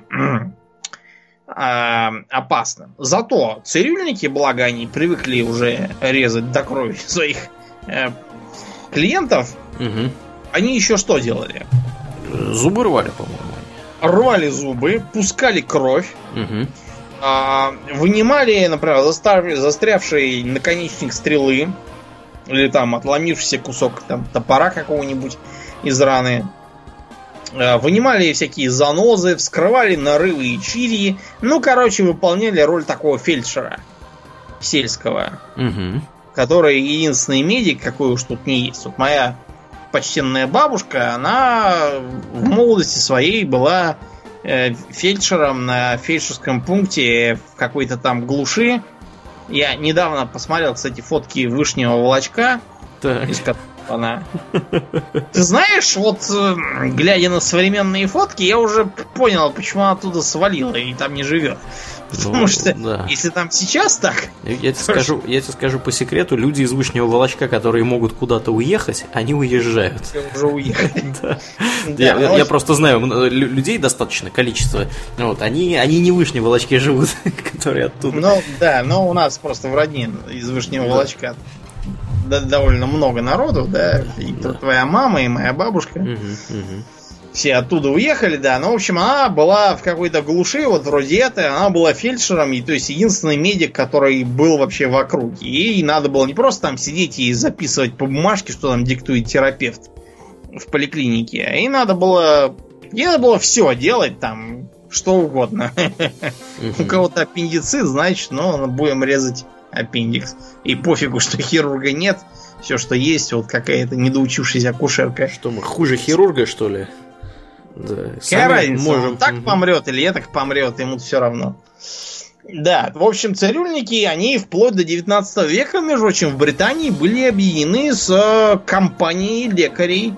опасным. Зато цирюльники, благо они привыкли уже резать до крови своих клиентов, они еще что делали? Зубы рвали, по-моему. Рвали зубы, пускали кровь, вынимали, например, застрявший наконечник стрелы или там отломившийся кусок там, топора какого-нибудь из раны. Вынимали всякие занозы, вскрывали нарывы и чирии. Ну, короче, выполняли роль такого фельдшера сельского, который единственный медик, какой уж тут не есть. Вот моя почтенная бабушка, она в молодости своей была фельдшером на фельдшерском пункте в какой-то там глуши. Я недавно посмотрел, кстати, фотки Вышнего Волочка, из которого она... Ты знаешь, вот глядя на современные фотки, я уже понял, почему она оттуда свалила и там не живет. Потому что если там сейчас так... Я тебе скажу по секрету, люди из Вышнего Волочка, которые могут куда-то уехать, они уезжают. Уже уехали. Я просто знаю людей достаточно количество. Вот, они не в Вышнем Волочке живут, которые оттуда. Ну да, но у нас просто в родне из Вышнего Волочка довольно много народу, да, и твоя мама, и моя бабушка. Все оттуда уехали, да. Ну, в общем, она была в какой-то глуши, вот вроде этой, она была фельдшером, и то есть единственный медик, который был вообще в округе. Ей надо было не просто там сидеть и записывать по бумажке, что там диктует терапевт в поликлинике, а ей надо было все делать там, что угодно. У кого-то аппендицит, значит, будем резать аппендикс. И пофигу, что хирурга нет. Все, что есть, вот какая-то недоучившаяся акушерка. Что мы, хуже хирурга, что ли? Да. Какая разница, он так помрет или так помрет, ему все равно. Да, в общем, цирюльники, они вплоть до 19 века, между прочим, в Британии были объединены с компанией лекарей.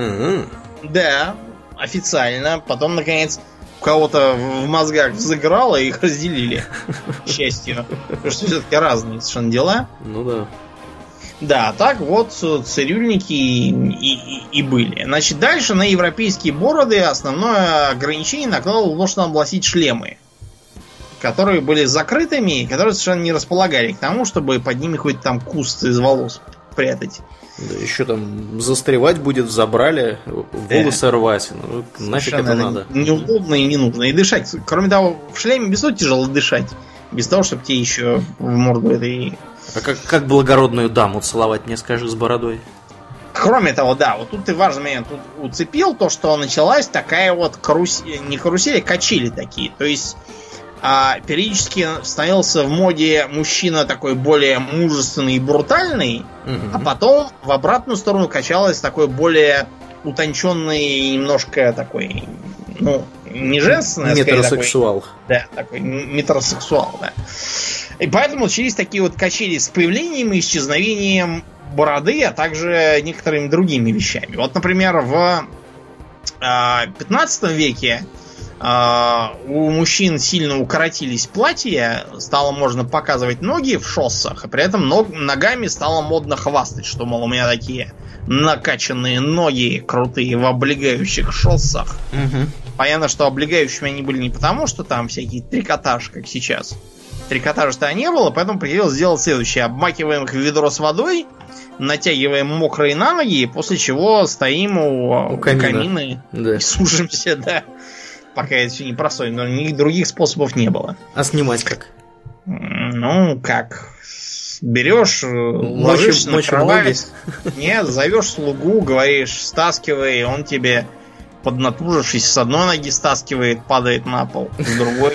Да, официально. Потом, наконец, у кого-то в мозгах взыграло и их разделили. К счастью. Потому что все-таки разные совершенно дела. Ну да. Да, так вот цирюльники и были. Значит, дальше на европейские бороды основное ограничение накладывало то, что надо было носить шлемы, которые были закрытыми и которые совершенно не располагали к тому, чтобы под ними хоть там куст из волос прятать. Да, еще там застревать будет в забрале, волосы рвать. Ну, нафиг это надо. Неудобно и не нужно. И дышать. Кроме того, в шлеме без того тяжело дышать. Без того, чтобы тебе еще в морду этой... А как благородную даму целовать, мне скажи, с бородой? Кроме того, да, вот тут ты важный момент тут уцепил, то, что началась такая вот не карусель, а качели такие. То есть периодически становился в моде мужчина такой более мужественный и брутальный, а потом в обратную сторону качалось такой более утонченный, немножко такой, не женственный, а метросексуал. Такой метросексуал, да. И поэтому начались такие вот качели с появлением и исчезновением бороды, а также некоторыми другими вещами. Вот, например, в 15 веке у мужчин сильно укоротились платья, стало можно показывать ноги в шоссах, а при этом ногами стало модно хвастать, что, мол, у меня такие накачанные ноги крутые в облегающих шоссах. Понятно, что облегающими они были не потому, что там всякий трикотаж, как сейчас. Трикотажа-то не было, поэтому приходилось сделать следующее. Обмакиваем их в ведро с водой, натягиваем мокрые на ноги, после чего стоим у камина и сушимся, да. Пока это все не просоим, но никаких других способов не было. А снимать как? Ну, как? Берешь, ложишься на кровать, нет, зовешь слугу, говоришь, стаскивай, он тебе, поднатужившись, с одной ноги стаскивает, падает на пол, с другой.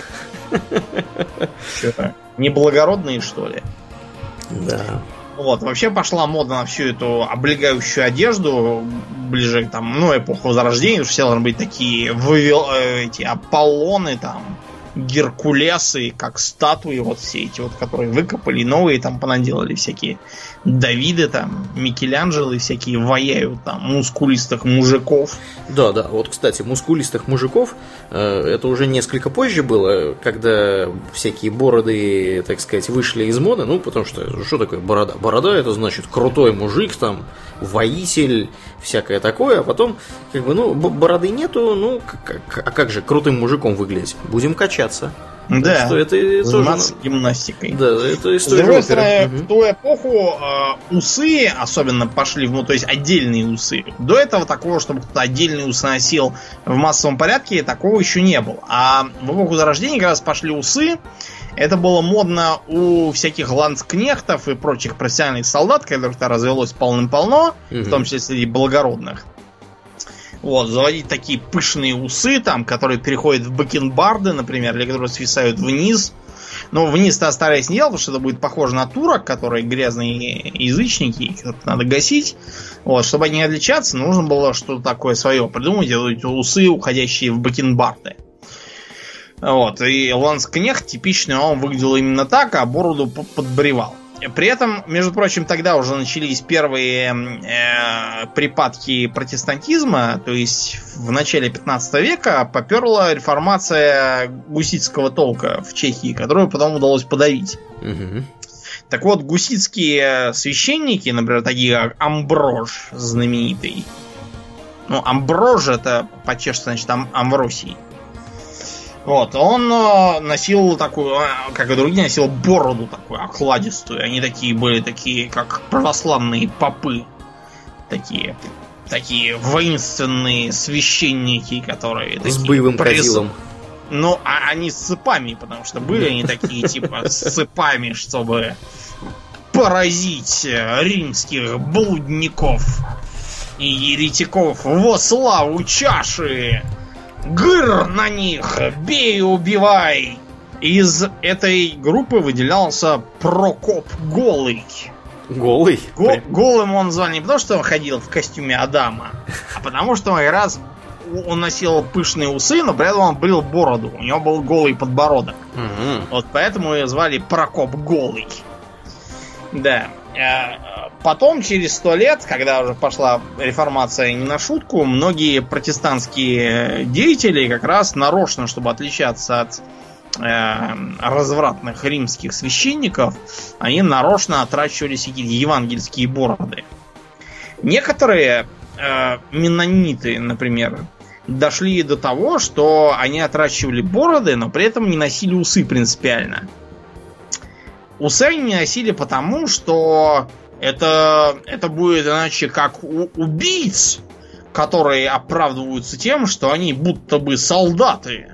Что-то неблагородные, что ли? Да. Вот, вообще пошла мода на всю эту облегающую одежду ближе к эпоху Возрождения, что все должны быть такие эти Аполлоны, там, Геркулесы, как статуи, вот все эти вот, которые выкопали, новые там понаделали всякие Давиды, там, Микеланджело, всякие ваяют там мускулистых мужиков. Да, вот, кстати, мускулистых мужиков, это уже несколько позже было, когда всякие бороды, так сказать, вышли из моды, потому что такое борода? Борода — это значит крутой мужик, там, воитель, всякое такое, а потом, бороды нету, а как же крутым мужиком выглядеть? Будем качаться. Да, что это заниматься гимнастикой. Да, это история. С другой стороны, в ту эпоху усы особенно пошли, то есть отдельные усы. До этого такого, чтобы кто-то отдельные усы носил в массовом порядке, такого еще не было. А в эпоху Зарождения как раз пошли усы. Это было модно у всяких ландскнехтов и прочих профессиональных солдат, которых-то развелось полным-полно, в том числе среди благородных. Вот, заводить такие пышные усы, там, которые переходят в бакенбарды, например, или которые свисают вниз. Но вниз-то стараясь не делать, потому что это будет похоже на турок, которые грязные язычники, которых надо гасить. Вот, чтобы от них отличаться, нужно было что-то такое свое придумать, эти усы, уходящие в бакенбарды. Вот, и ланскнехт типичный, он выглядел именно так, а бороду подбривал. При этом, между прочим, тогда уже начались первые припадки протестантизма, то есть в начале 15 века поперла реформация гуситского толка в Чехии, которую потом удалось подавить. Угу. Так вот, гуситские священники, например, такие как Амброж знаменитый. Амброж — это по-чешски, значит, Амвросий. Вот, он носил такую, как и другие, носил бороду такую окладистую. Они были такие, как православные попы. Такие воинственные священники, которые... С боевым кадилом. Они с цепами, потому что были они такие, типа, с цепами, чтобы поразить римских блудников и еретиков во славу чаши. Гыр на них! Бей и убивай! Из этой группы выделялся Прокоп Голый. Голый? Голым он звал не потому, что он ходил в костюме Адама, а потому что он носил пышные усы, но при этом он брил бороду. У него был голый подбородок. Угу. Вот поэтому его звали Прокоп Голый. Да. Потом, через 100 лет, когда уже пошла реформация не на шутку, многие протестантские деятели как раз нарочно, чтобы отличаться от развратных римских священников, они нарочно отращивали всякие евангельские бороды. Некоторые меннониты, например, дошли до того, что они отращивали бороды, но при этом не носили усы принципиально. Усы они не носили потому, что это будет иначе как у убийц, которые оправдываются тем, что они будто бы солдаты.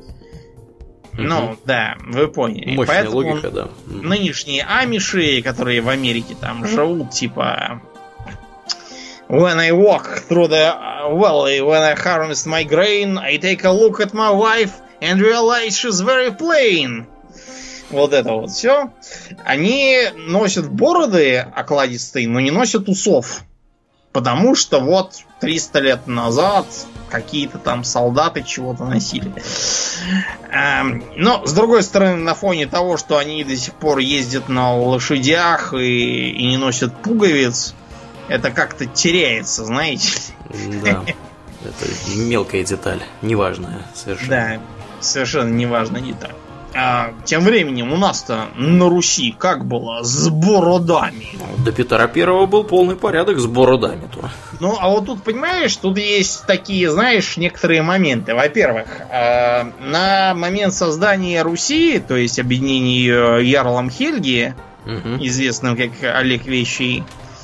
Да, вы поняли. Мощная поэтому логика, да. Нынешние амиши, которые в Америке там живут, типа When I walk through the valley, when I harvest my grain, I take a look at my wife and realize she's very plain. Вот это вот все. Они носят бороды окладистые, но не носят усов. Потому что вот 300 лет назад какие-то там солдаты чего-то носили. Но, с другой стороны, на фоне того, что они до сих пор ездят на лошадях и не носят пуговиц, это как-то теряется, знаете. Да, это мелкая деталь, неважная совершенно. Да, совершенно неважная деталь. Тем временем у нас-то на Руси как было с бородами? До Петра Первого был полный порядок с бородами-то. А вот тут, понимаешь, тут есть такие, знаешь, некоторые моменты. Во-первых, на момент создания Руси, то есть объединения ее ярлом Хельги, известным как Олег Вещий,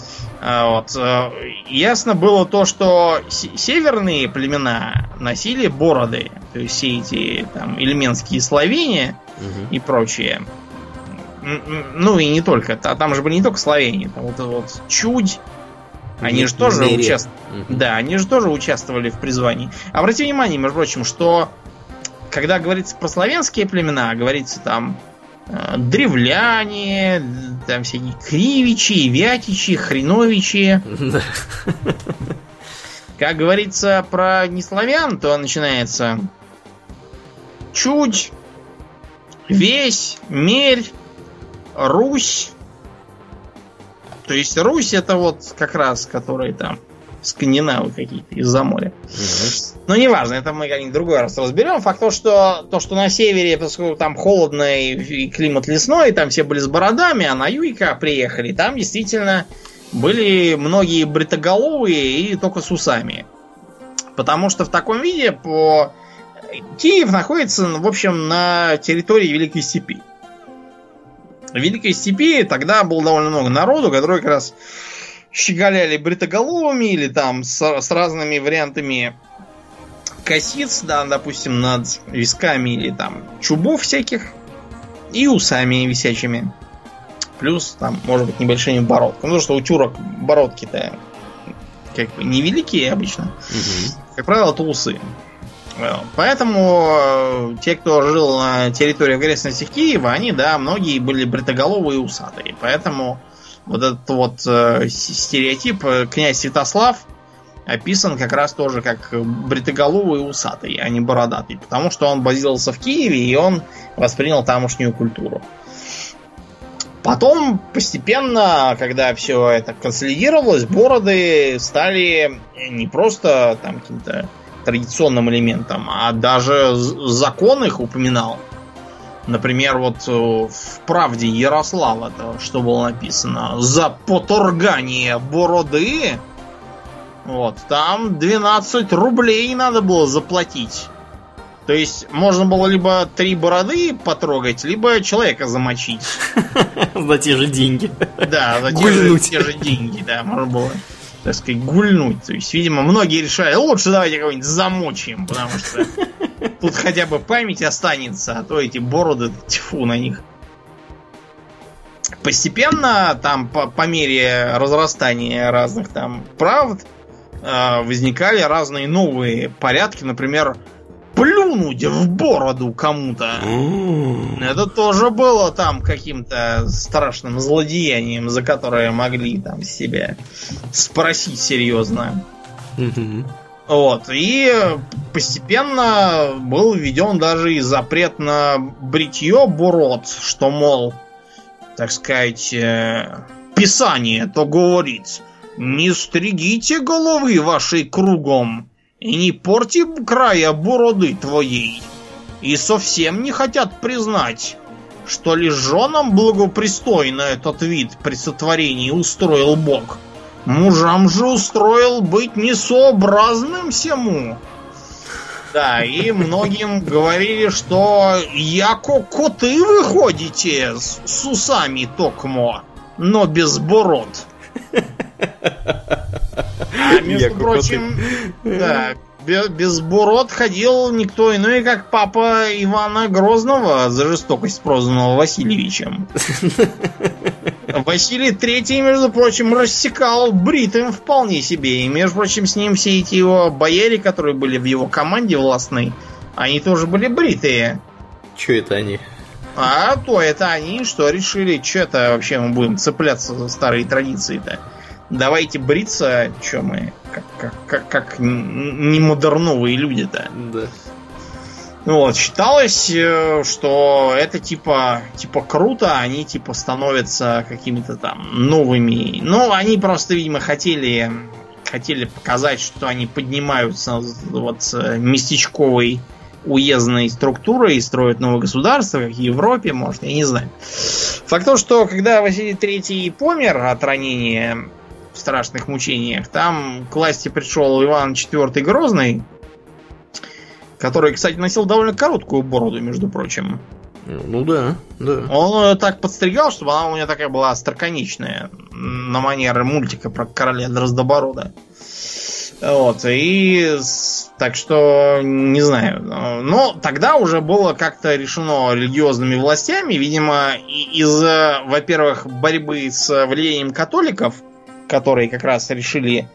ясно было то, что северные племена носили бороды, то есть все эти там эльменские словения и прочие. Ну и не только. Там же были не только славяне. Там вот Чудь. Они же тоже участвовали. Да, они же тоже участвовали в призвании. Обратите внимание, между прочим, что когда говорится про славянские племена, говорится там древляне, там всякие кривичи, вятичи, хреновичи. Как говорится про неславян, то начинается Чудь, Весь, Мерь, Русь. То есть Русь это вот как раз, которые там скандинавы какие-то из-за моря. Но неважно, это мы как-нибудь в другой раз разберем. Факт то, что на севере, поскольку там холодно и климат лесной, там все были с бородами, а на юге, когда приехали, там действительно были многие бритоголовые и только с усами. Потому что в таком виде Киев находится, в общем, на территории Великой Степи. В Великой Степи тогда было довольно много народу, которые как раз щеголяли бритоголовыми или там с разными вариантами косиц, да, допустим, над висками или там чубов всяких и усами висячими. Плюс там, может быть, небольшими бородками. Потому что у тюрок бородки-то как бы невеликие обычно. Как правило, это усы. Поэтому те, кто жил на территории окрестностей Киева, они, да, многие были бритоголовые и усатые. Поэтому вот этот вот стереотип князь Святослав описан как раз тоже как бритоголовый и усатый, а не бородатый. Потому что он базировался в Киеве, и он воспринял тамошнюю культуру. Потом постепенно, когда все это консолидировалось, бороды стали не просто там каким-то традиционным элементом, а даже закон их упоминал. Например, вот в «Правде» Ярослава, что было написано: за поторгание бороды, вот, там 12 рублей надо было заплатить. То есть можно было либо 3 бороды потрогать, либо человека замочить. За те же деньги. Да, за те же деньги, да, можно было, так сказать, гульнуть. То есть, видимо, многие решали, лучше давайте кого-нибудь замочим, потому что тут хотя бы память останется, а то эти бороды, тьфу на них. Постепенно, там, по мере разрастания разных там правд, возникали разные новые порядки, например, плюнуть в бороду кому-то. Это тоже было там каким-то страшным злодеянием, за которое могли там себя спросить серьезно. Вот. И постепенно был введен даже и запрет на бритье бород, что, мол, так сказать, Писание то говорит: не стригите головы вашей кругом, и не порти края бороды твоей, и совсем не хотят признать, что лишь женам благопристойно этот вид при сотворении устроил Бог. Мужам же устроил быть несообразным всему. Да, и многим говорили, что яко коты выходите с усами токмо, но без бород. А между прочим, да, без бород ходил никто иной, как папа Ивана Грозного, за жестокость прозванного Васильевичем. Василий III, между прочим, рассекал бритым вполне себе. И, между прочим, с ним все эти его бояре, которые были в его команде властной, они тоже были бритые. Че это они? А то это они, что решили, что это вообще мы будем цепляться за старые традиции-то. Давайте бриться, что мы, как не модерновые люди-то. Да. Вот, считалось, что это типа круто, они типа становятся какими-то там новыми. Ну, они просто, видимо, хотели показать, что они поднимаются вот с местечковой уездной структурой и строят новое государство, как в Европе, может, я не знаю. Факт то, что когда Василий III помер от ранения в страшных мучениях, там к власти пришел Иван IV Грозный, который, кстати, носил довольно короткую бороду, между прочим. Ну да, да. Он ее так подстригал, чтобы она у него такая была остроконечная, на манер мультика про короля Дроздоборода. Вот, и так что не знаю. Но тогда уже было как-то решено религиозными властями, видимо, из-за, во-первых, борьбы с влиянием католиков, которые как раз решили,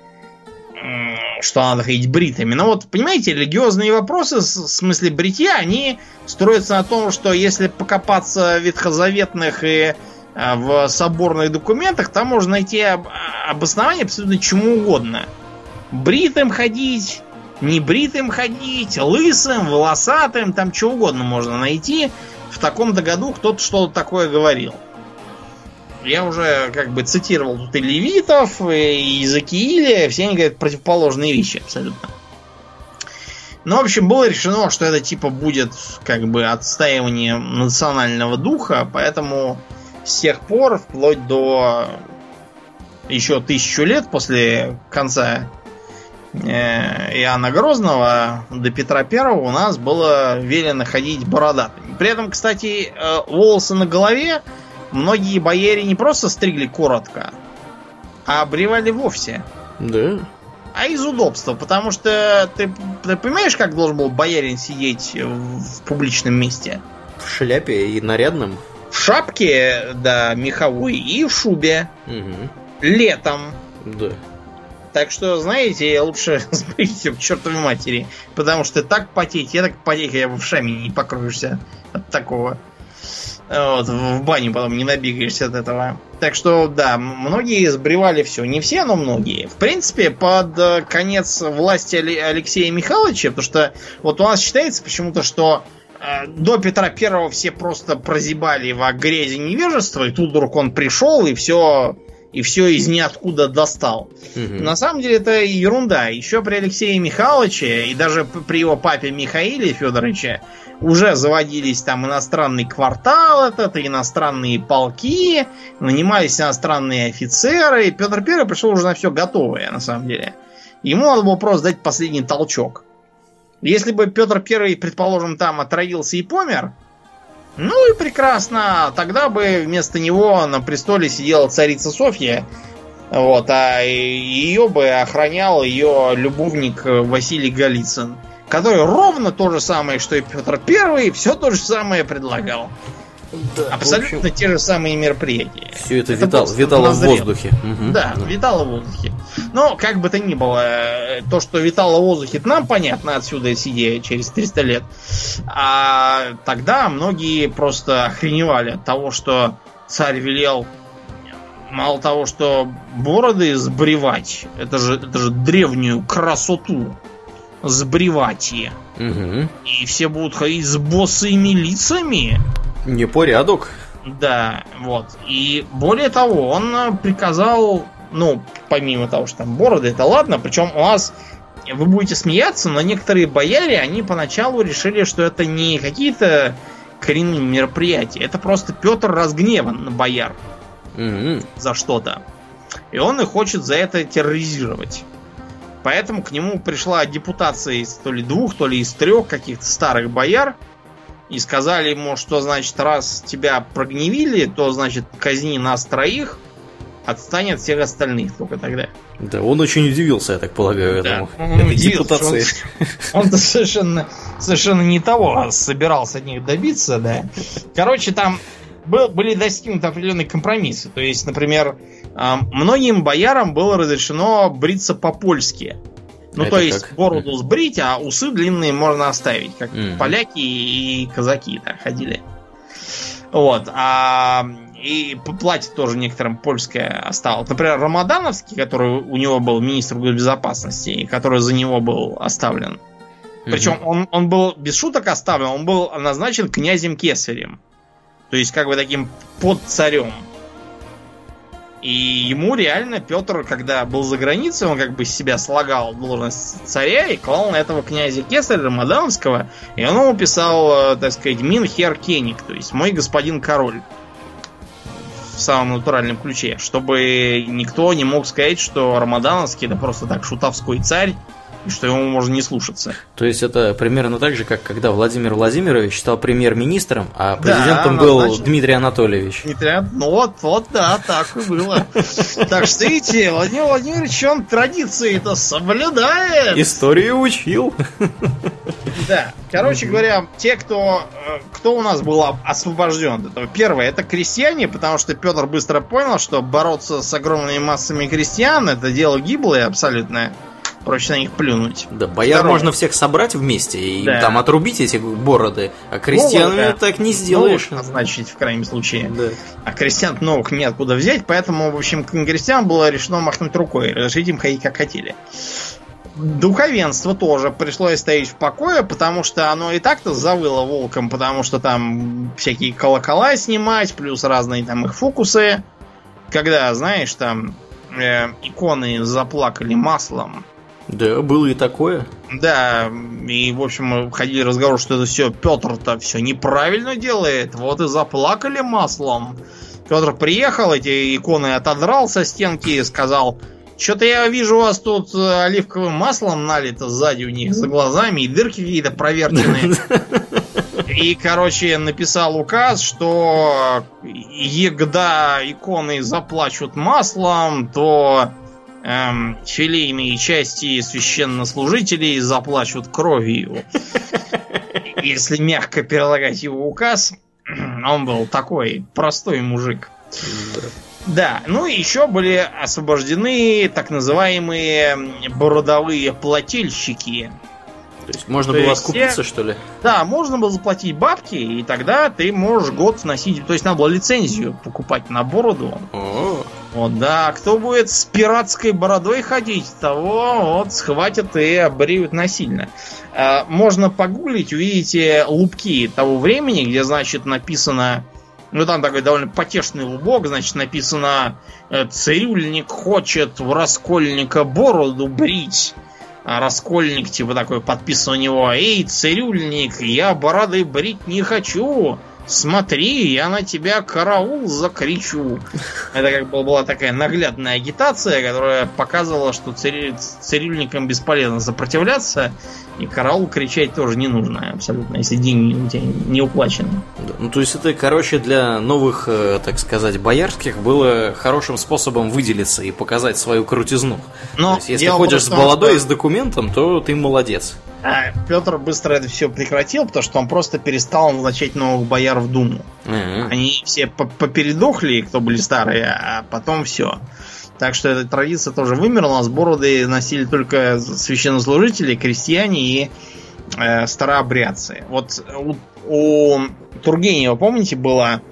что надо ходить бритыми. Но вот, понимаете, религиозные вопросы, в смысле бритья, они строятся на том, что если покопаться в ветхозаветных и в соборных документах, там можно найти обоснование абсолютно чему угодно. Бритым ходить, не бритым ходить, лысым, волосатым, там чего угодно можно найти. В таком-то году кто-то что-то такое говорил. Я уже как бы цитировал тут и левитов, и Иезекииля, все они говорят противоположные вещи абсолютно. Ну, в общем, было решено, что это типа будет как бы отстаивание национального духа, поэтому с тех пор, вплоть до еще 1000 лет после конца Иоанна Грозного до Петра Первого у нас было велено ходить бородатыми. При этом, кстати, волосы на голове многие бояре не просто стригли коротко, а обревали вовсе. Да. А из удобства, потому что ты понимаешь, как должен был боярин сидеть в публичном месте? В шляпе и нарядном. В шапке, да, меховой, и в шубе. Угу. Летом. Да. Так что, знаете, лучше сбрейте к чертовой матери. Потому что так потеть, я так потеть, я в шаме не покроешься от такого. Вот, в баню потом не набегаешься от этого. Так что, да, многие сбривали все. Не все, но многие. В принципе, под конец власти Алексея Михайловича, потому что вот у нас считается почему-то, что до Петра Первого все просто прозябали во грязи невежества, и тут вдруг он пришел и все из ниоткуда достал. Угу. На самом деле это ерунда. Еще при Алексее Михайловиче и даже при его папе Михаиле Федоровиче уже заводились там иностранный квартал, иностранные полки, нанимались иностранные офицеры. И Петр Первый пришел уже на все готовое, на самом деле. Ему надо было просто дать последний толчок. Если бы Петр Первый, предположим, там отравился и помер, ну и прекрасно. Тогда бы вместо него на престоле сидела царица Софья. Вот, а ее бы охранял ее любовник Василий Голицын, который ровно то же самое, что и Петр Первый, все то же самое предлагал. Да, абсолютно общем, те же самые мероприятия. Все это витало в воздухе. Угу. Да, витало в воздухе. Но, как бы то ни было, то, что витало в воздухе, это нам понятно отсюда, сидя через 300 лет. А тогда многие просто охреневали от того, что царь велел мало того, что бороды сбривать, это же древнюю красоту сбривать. Угу. И все будут ходить с босыми лицами. Непорядок. Да, вот. И более того, он приказал, ну, помимо того, что там бороды, это ладно, причем у нас, вы будете смеяться, но некоторые бояре, они поначалу решили, что это не какие-то коренные мероприятия, это просто Петр разгневан на бояр за что-то. И он их хочет за это терроризировать. Поэтому к нему пришла депутация из то ли 2, то ли из 3 каких-то старых бояр, и сказали ему, что, значит, раз тебя прогневили, то, значит, казни нас 3, отстань от всех остальных только тогда. Да, он очень удивился, я так полагаю, этому. Он депутации. Он-то совершенно не того собирался от них добиться, да. Короче, там были достигнуты определенные компромиссы. То есть, например, многим боярам было разрешено бриться по-польски. Ну, это то есть как? Бороду сбрить, а усы длинные можно оставить, как поляки и казаки, да, ходили. Вот. И платье тоже некоторым польское осталось. Например, Рамадановский, который у него был министр госбезопасности, и который за него был оставлен. Причем он был без шуток оставлен, он был назначен князем Кесарем. То есть, как бы таким подцарем. И ему реально Петр, когда был за границей, он как бы с себя слагал должность царя и клал на этого князя Кесаря Рамадановского, и он ему писал, так сказать, «Мин хер кеник», то есть «мой господин король», в самом натуральном ключе, чтобы никто не мог сказать, что Рамадановский это просто так шутовской царь, и что ему можно не слушаться. То есть это примерно так же, как когда Владимир Владимирович стал премьер-министром, а президентом был Дмитрий Анатольевич. Вот, да, так и было. Так что, видите, Владимир Владимирович, он традиции-то соблюдает. Историю учил. Да, короче говоря, те, кто у нас был освобожден. Первое, это крестьяне, потому что Петр быстро понял, что бороться с огромными массами крестьян — это дело гиблое абсолютно. Проще на них плюнуть. Да, бояр можно всех собрать вместе и там отрубить эти бороды, а крестьянами так не сделаешь. Назначить в крайнем случае. Да. А крестьян новых неоткуда взять, поэтому, в общем, к крестьянам было решено махнуть рукой, разрешить им ходить как хотели. Духовенство тоже пришлось стоять в покое, потому что оно и так-то завыло волком, потому что там всякие колокола снимать, плюс разные там их фокусы. Когда, знаешь, там иконы заплакали маслом. Да, было и такое. Да, и, в общем, ходили разговор, что это все Петр-то все неправильно делает. Вот и заплакали маслом. Петр приехал, эти иконы отодрал со стенки и сказал: что-то я вижу, у вас тут оливковым маслом налито сзади у них за глазами, и дырки какие-то проверченные. И, короче, написал указ, что егда иконы заплачут маслом, то филейные части священнослужителей заплачут кровью. Если мягко перелагать его указ, он был такой простой мужик. Да, ну и еще были освобождены так называемые бородовые плательщики. То есть можно было откупиться, что ли? Да, можно было заплатить бабки, и тогда ты можешь год носить. То есть надо было лицензию покупать на бороду. Вот, да, кто будет с пиратской бородой ходить, того вот схватят и обреют насильно. Можно погуглить, увидите лупки того времени, где, значит, написано... Ну, там такой довольно потешный лубок, значит, написано: «Цирюльник хочет в раскольника бороду брить». А раскольник, типа, такой подписан у него: «Эй, цирюльник, я бороды брить не хочу. Смотри, я на тебя караул закричу». Это как бы была такая наглядная агитация, которая показывала, что цирюльникам бесполезно сопротивляться, и караул кричать тоже не нужно абсолютно, если деньги у тебя не уплачены. Да, ну, то есть это, короче, для новых, так сказать, боярских было хорошим способом выделиться и показать свою крутизну. Но то есть, если ходишь с бородой и с документом, то ты молодец. А Петр быстро это все прекратил, потому что он просто перестал назначать новых бояр в Думу. Они все попередохли, кто были старые, а потом все. Так что эта традиция тоже вымерла. У нас бороды носили только священнослужители, крестьяне и старообрядцы. Вот у Тургенева, помните, была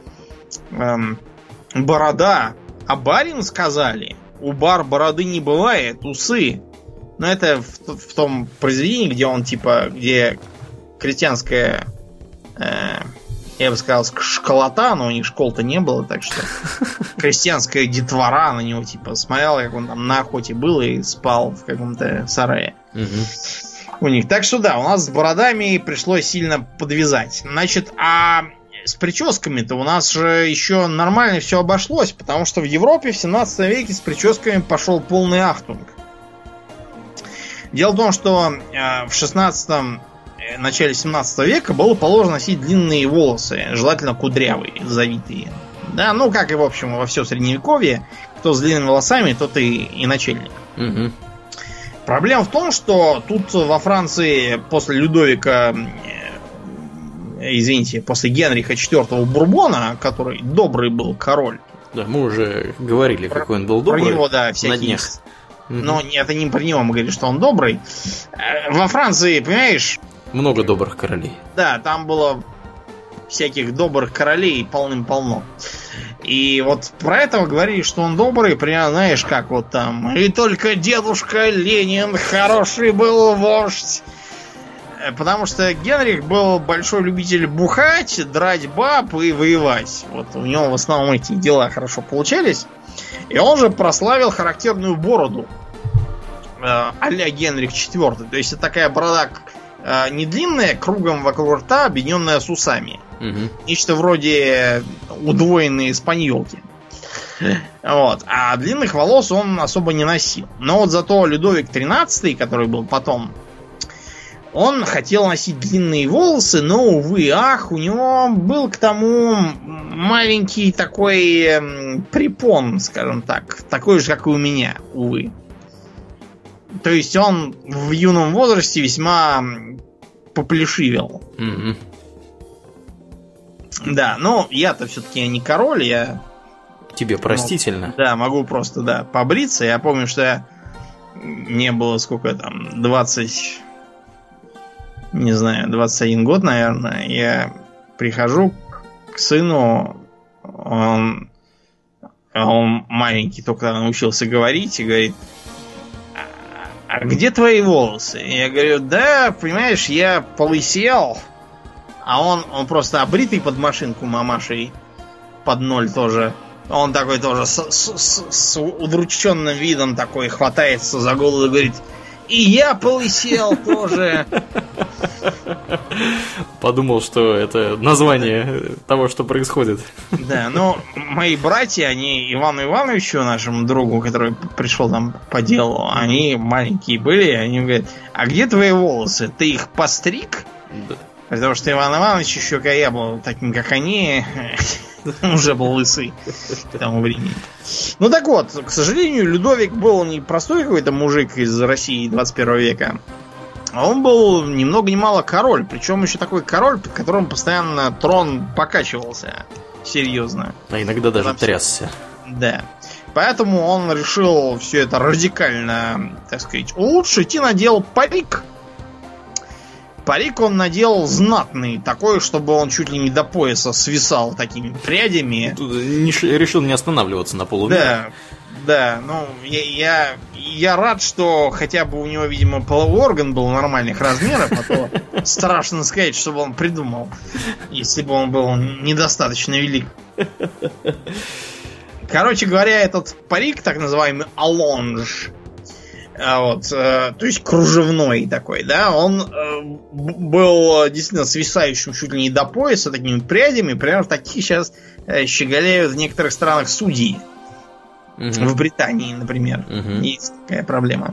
борода, а барин сказали: у бар бороды не бывает, усы. Но это в том произведении, где он, типа, где крестьянская, я бы сказал, школота, но у них школ-то не было, так что крестьянская детвора на него, типа, смотрела, как он там на охоте был и спал в каком-то сарае. У них. Так что да, у нас с бородами пришлось сильно подвязать. Значит, а с прическами-то у нас же еще нормально все обошлось, потому что в Европе в 17 веке с прическами пошел полный ахтунг. Дело в том, что в 16-м, начале 17 века было положено носить длинные волосы, желательно кудрявые, завитые. Да, ну как и, в общем, во все средневековье, кто с длинными волосами, тот и начальник. Угу. Проблема в том, что тут во Франции после Людовика, после Генриха IV Бурбона, который добрый был король. Да, мы уже говорили, какой он был добрый. Про него, да, всякие. Но это не про него, мы говорили, что он добрый. Во Франции, понимаешь... Много добрых королей. Да, там было всяких добрых королей полным-полно. И вот про этого говорили, что он добрый, прям, знаешь, как вот там: «И только дедушка Ленин хороший был вождь». Потому что Генрих был большой любитель бухать, драть баб и воевать. Вот у него в основном эти дела хорошо получались. И он же прославил характерную бороду а-ля Генрих IV. То есть это такая борода не длинная, кругом вокруг рта, объединенная с усами. Нечто вроде удвоенной испаньолки. Вот. А длинных волос он особо не носил. Но вот зато Людовик XIII, который был потом, он хотел носить длинные волосы, но, увы, ах, у него был к тому маленький такой препон, скажем так. Такой же, как и у меня, увы. То есть он в юном возрасте весьма поплешивел. Mm-hmm. Да, но я-то все-таки не король, я... Тебе простительно. Да, могу просто, да, побриться. Я помню, что мне было сколько там, 20... Не знаю, 21 год, наверное. Я прихожу к сыну, он маленький, только научился говорить, и говорит: а где твои волосы? И я говорю: да, понимаешь, я полысел. А он просто обритый под машинку мамашей, под ноль тоже. Он такой тоже с удрученным видом такой хватается за голову и говорит: и я полысел тоже. Подумал, что это название того, что происходит. Да, но мои братья, они Ивану Ивановичу, нашему другу, который пришел там по делу, они маленькие были, они говорят: а где твои волосы? Ты их постриг? Да. Потому что Иван Иванович еще, когда я был таким, как они, уже был лысый к тому времени. Ну так вот, к сожалению, Людовик был не простой какой-то мужик из России 21 века. А он был ни много ни мало король. Причем еще такой король, под которым постоянно трон покачивался. Серьезно. А иногда даже трясся. Да. Поэтому он решил все это радикально, так сказать, улучшить и надел парик. Парик он надел знатный, такой, чтобы он чуть ли не до пояса свисал такими прядями. Тут решил не останавливаться на полумере. Да, ну, я рад, что хотя бы у него, видимо, половой орган был нормальных размеров, а то страшно сказать, что он придумал, если бы он был недостаточно велик. Короче говоря, этот парик, так называемый алонж, вот, то есть кружевной такой, да, он был действительно свисающим чуть ли не до пояса, такими прядями, примерно такие сейчас щеголяют в некоторых странах судьи. В Британии, например, есть такая проблема.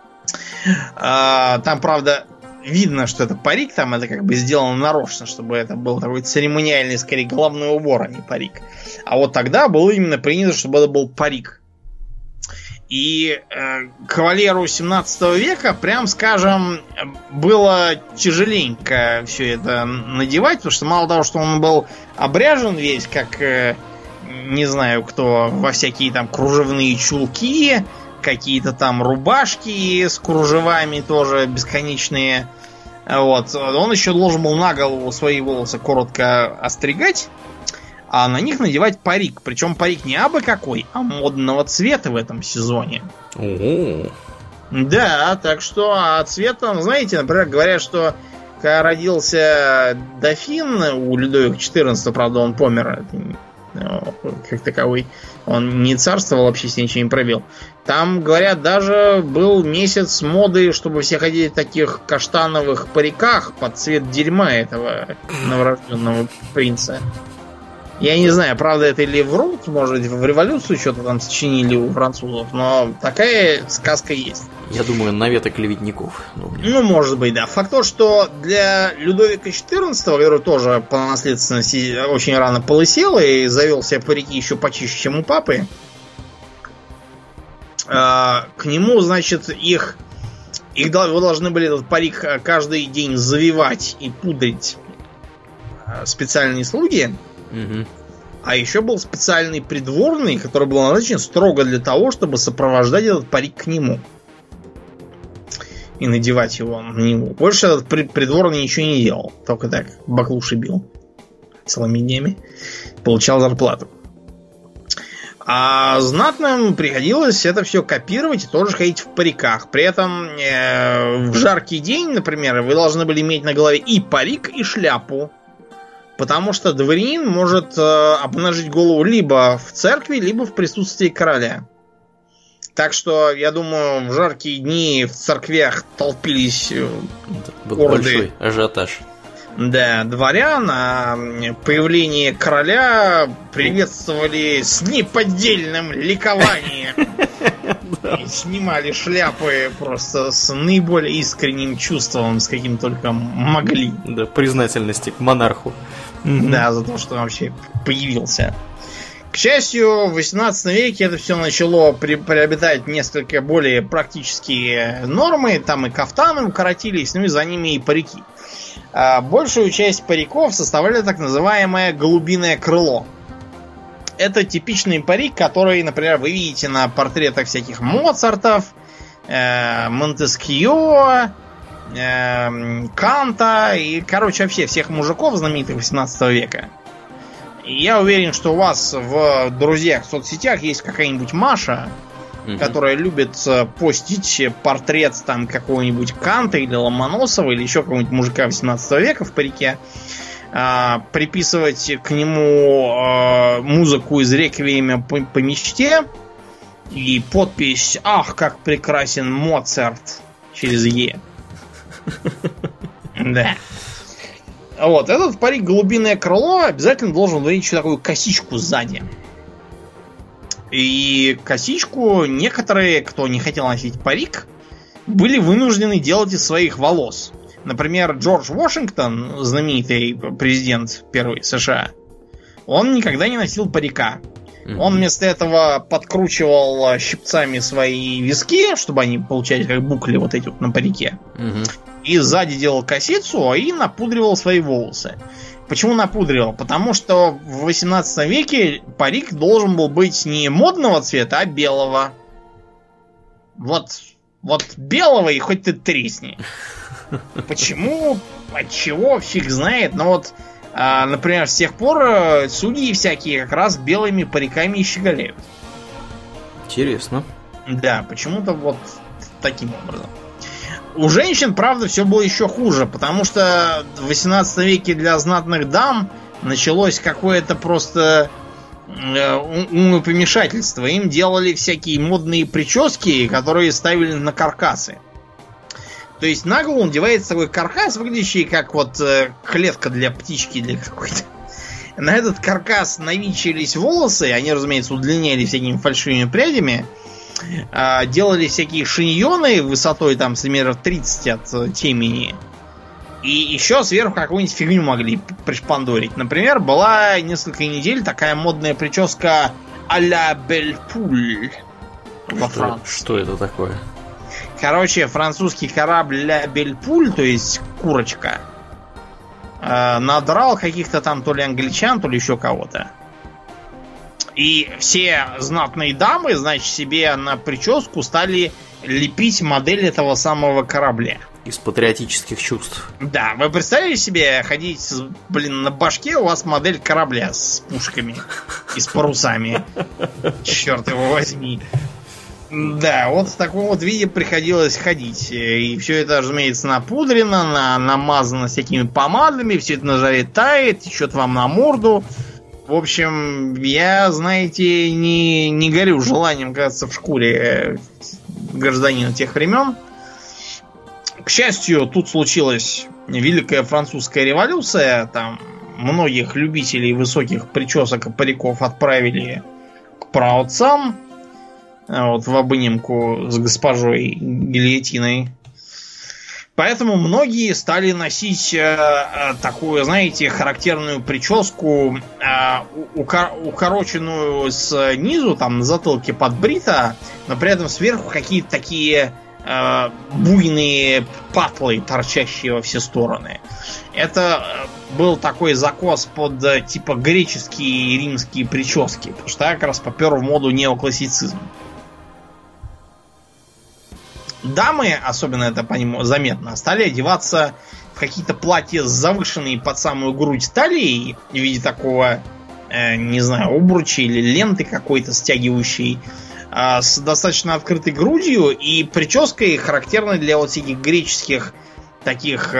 Там, правда, видно, что это парик, там это как бы сделано нарочно, чтобы это был такой церемониальный, скорее, головной убор, а не парик. А вот тогда было именно принято, чтобы это был парик. И кавалеру 17 века, прям скажем, было тяжеленько все это надевать, потому что мало того, что он был обряжен весь, как... не знаю кто, во всякие там кружевные чулки, какие-то там рубашки с кружевами тоже бесконечные. Вот. Он еще должен был на голову свои волосы коротко остригать, а на них надевать парик. Причем парик не абы какой, а модного цвета в этом сезоне. Да, так что цветом, знаете, например, говорят, что когда родился дофин у Людовика XIV, правда, он помер, как таковой, он не царствовал, вообще себе ничего не пробил. Там, говорят, даже был месяц моды, чтобы все ходили в таких каштановых париках под цвет дерьма этого новорожденного принца. Я не знаю, правда это или врут, может в революцию что-то там сочинили у французов, но такая сказка есть. Я думаю, наветы клеветников. Ну, может быть, да. Факт то, что для Людовика XIV, который тоже по наследственности очень рано полысел и завел себе парики еще почище, чем у папы, к нему, значит, вы должны были этот парик каждый день завивать и пудрить специальные слуги. А еще был специальный придворный, который был назначен строго для того, чтобы сопровождать этот парик к нему и надевать его на него. Больше этот придворный ничего не делал, только так баклуши бил целыми днями, получал зарплату. А знатным приходилось это все копировать и тоже ходить в париках. При этом в жаркий день, например, вы должны были иметь на голове и парик, и шляпу. Потому что дворянин может обнажить голову либо в церкви, либо в присутствии короля. Так что, я думаю, в жаркие дни в церквях толпились был орды. Большой ажиотаж. Да, дворян, а появление короля приветствовали с неподдельным ликованием. И снимали шляпы просто с наиболее искренним чувством, с каким только могли. Да, признательности к монарху. Да, за то, что он вообще появился. К счастью, в 18 веке это все начало приобретать несколько более практические нормы. Там и кафтаны укоротились, ну и за ними и парики. Большую часть париков составляли так называемое голубиное крыло. Это типичный парик, который, например, вы видите на портретах всяких Моцартов, Монтескьё, Канта и, короче, вообще всех мужиков знаменитых 18 века. И я уверен, что у вас в друзьях в соцсетях есть какая-нибудь Маша, которая любит постить портрет там какого-нибудь Канта или Ломоносова или еще какого-нибудь мужика 18 века в парике, приписывать к нему музыку из «Реквиема по мечте» и подпись «Ах, как прекрасен Моцарт» через «Е». Да. Вот, этот парик голубиное крыло обязательно должен иметь еще такую косичку сзади. И косичку некоторые, кто не хотел носить парик, были вынуждены делать из своих волос. Например, Джордж Вашингтон, знаменитый президент первый США, он никогда не носил парика. Он вместо этого подкручивал щипцами свои виски, чтобы они получались как букли вот эти вот на парике. И сзади делал косицу и напудривал свои волосы. Почему напудривал? Потому что в 18 веке парик должен был быть не модного цвета, а белого. Вот белого и хоть ты тресни. Почему? Отчего? Фиг знает. Но вот, например, с тех пор судьи всякие как раз белыми париками и щеголяют. Интересно. Да, почему-то вот таким образом. У женщин, правда, все было еще хуже, потому что в 18 веке для знатных дам началось какое-то просто умопомешательство. Им делали всякие модные прически, которые ставили на каркасы. То есть на голову надевается такой каркас, выглядящий как вот клетка для птички или какой-то. На этот каркас навичились волосы, они, разумеется, удлиняли всякими фальшивыми прядями. Делали всякие шиньоны высотой там с метров 30 от темени. И еще сверху какую-нибудь фигню могли пришпандорить. Например, была несколько недель такая модная прическа а-ля Бельпуль во Франции. Что это такое? Короче, французский корабль Ля Бельпуль, то есть курочка, надрал каких-то там то ли англичан, то ли еще кого-то. И все знатные дамы, значит, себе на прическу стали лепить модель этого самого корабля. Из патриотических чувств. Да, вы представили себе ходить, на башке у вас модель корабля с пушками и с парусами. Черт его возьми. Да, вот в таком вот виде приходилось ходить. И все это, разумеется, напудрено, намазано всякими помадами, все это на жаре тает, течет вам на морду. В общем, я, знаете, не горю желанием оказаться в шкуре гражданина тех времен. К счастью, тут случилась Великая Французская революция. Там многих любителей высоких причесок и париков отправили к праотцам. Вот в обнимку с госпожой Гильотиной. Поэтому многие стали носить такую, знаете, характерную прическу, укороченную снизу, там на затылке подбрита, но при этом сверху какие-то такие буйные патлы, торчащие во все стороны. Это был такой закос под типа греческие и римские прически, потому что как раз попер в моду неоклассицизм. Дамы, особенно это по нему заметно, стали одеваться в какие-то платья с завышенной под самую грудь талией в виде такого, не знаю, обруча или ленты какой-то стягивающей, с достаточно открытой грудью и прической, характерной для вот всяких греческих таких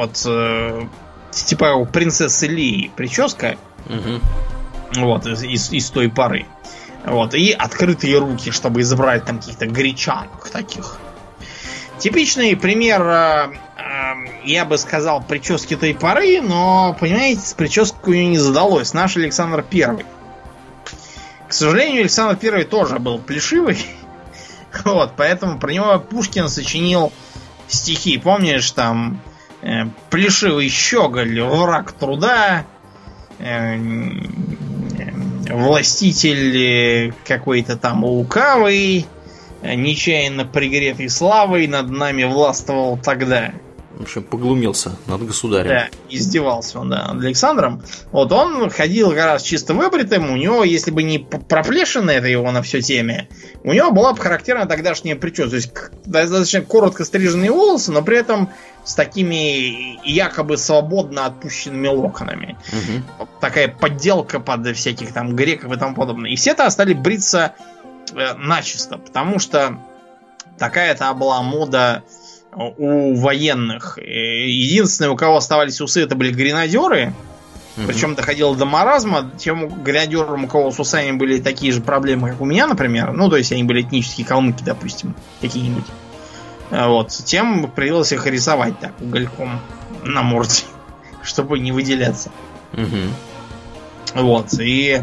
типа принцессы Лии прическа. Вот, из той поры. Вот, и открытые руки, чтобы изображать там каких-то гречанок таких. Типичный пример я бы сказал, прически той поры, но, понимаете, с прической у нее не задалось. Наш Александр Первый. К сожалению, Александр Первый тоже был плешивый. Вот, поэтому про него Пушкин сочинил стихи. Помнишь, там плешивый щеголь, враг труда, властитель какой-то там лукавый, нечаянно пригретый славой, над нами властвовал тогда. В общем, поглумился над государем. Да, издевался он, да, над Александром. Вот он ходил как раз чисто выбритым. У него, если бы не проплешина это его на все теме, у него была бы характерна тогдашняя прическа. То есть достаточно коротко стриженные волосы, но при этом с такими якобы свободно отпущенными локонами. Угу. Такая подделка под всяких там греков и тому подобное. И все-то стали бриться начисто, потому что такая-то была мода у военных. Единственное, у кого оставались усы, это были гренадеры. Причем доходило до маразма. Тем гренадерам, у кого с усами были такие же проблемы, как у меня, например. Ну, то есть они были этнические калмыки, допустим, какие-нибудь. Вот. Тем пришлось их рисовать так, угольком на морде, чтобы не выделяться. Вот. И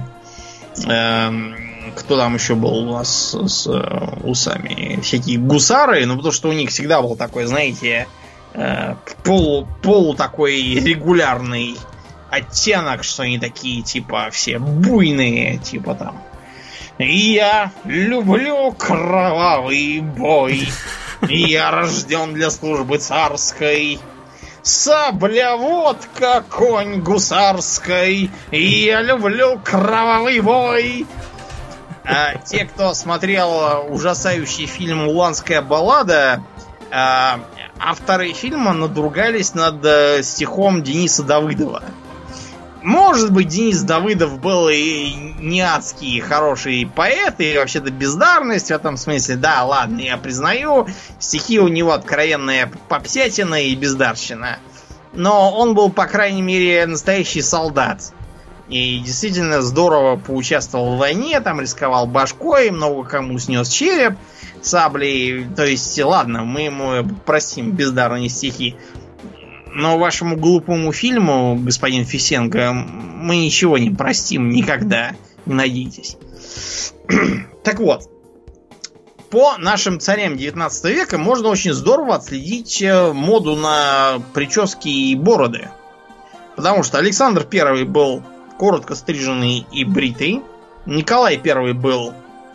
кто там еще был у нас с усами? Всякие гусары, ну потому что у них всегда был такой, знаете, полу такой регулярный оттенок, что они такие, типа, все буйные, типа там. Я люблю кровавый бой, я рожден для службы царской. Сабля, водка, конь гусарской, я люблю кровавый бой. Те, кто смотрел ужасающий фильм «Уланская баллада», авторы фильма надругались над стихом Дениса Давыдова. Может быть, Денис Давыдов был и не адский хороший поэт, и вообще-то бездарность в этом смысле. Да, ладно, я признаю, стихи у него откровенная попсятина и бездарщина. Но он был, по крайней мере, настоящий солдат. И действительно здорово поучаствовал в войне, там рисковал башкой, много кому снес череп саблей. То есть, ладно, мы ему простим бездарные стихи. Но вашему глупому фильму, господин Фисенко, мы ничего не простим никогда. Не надейтесь. Так вот, по нашим царям 19 века можно очень здорово отследить моду на прически и бороды. Потому что Александр I был коротко стриженный и бритый. Николай I был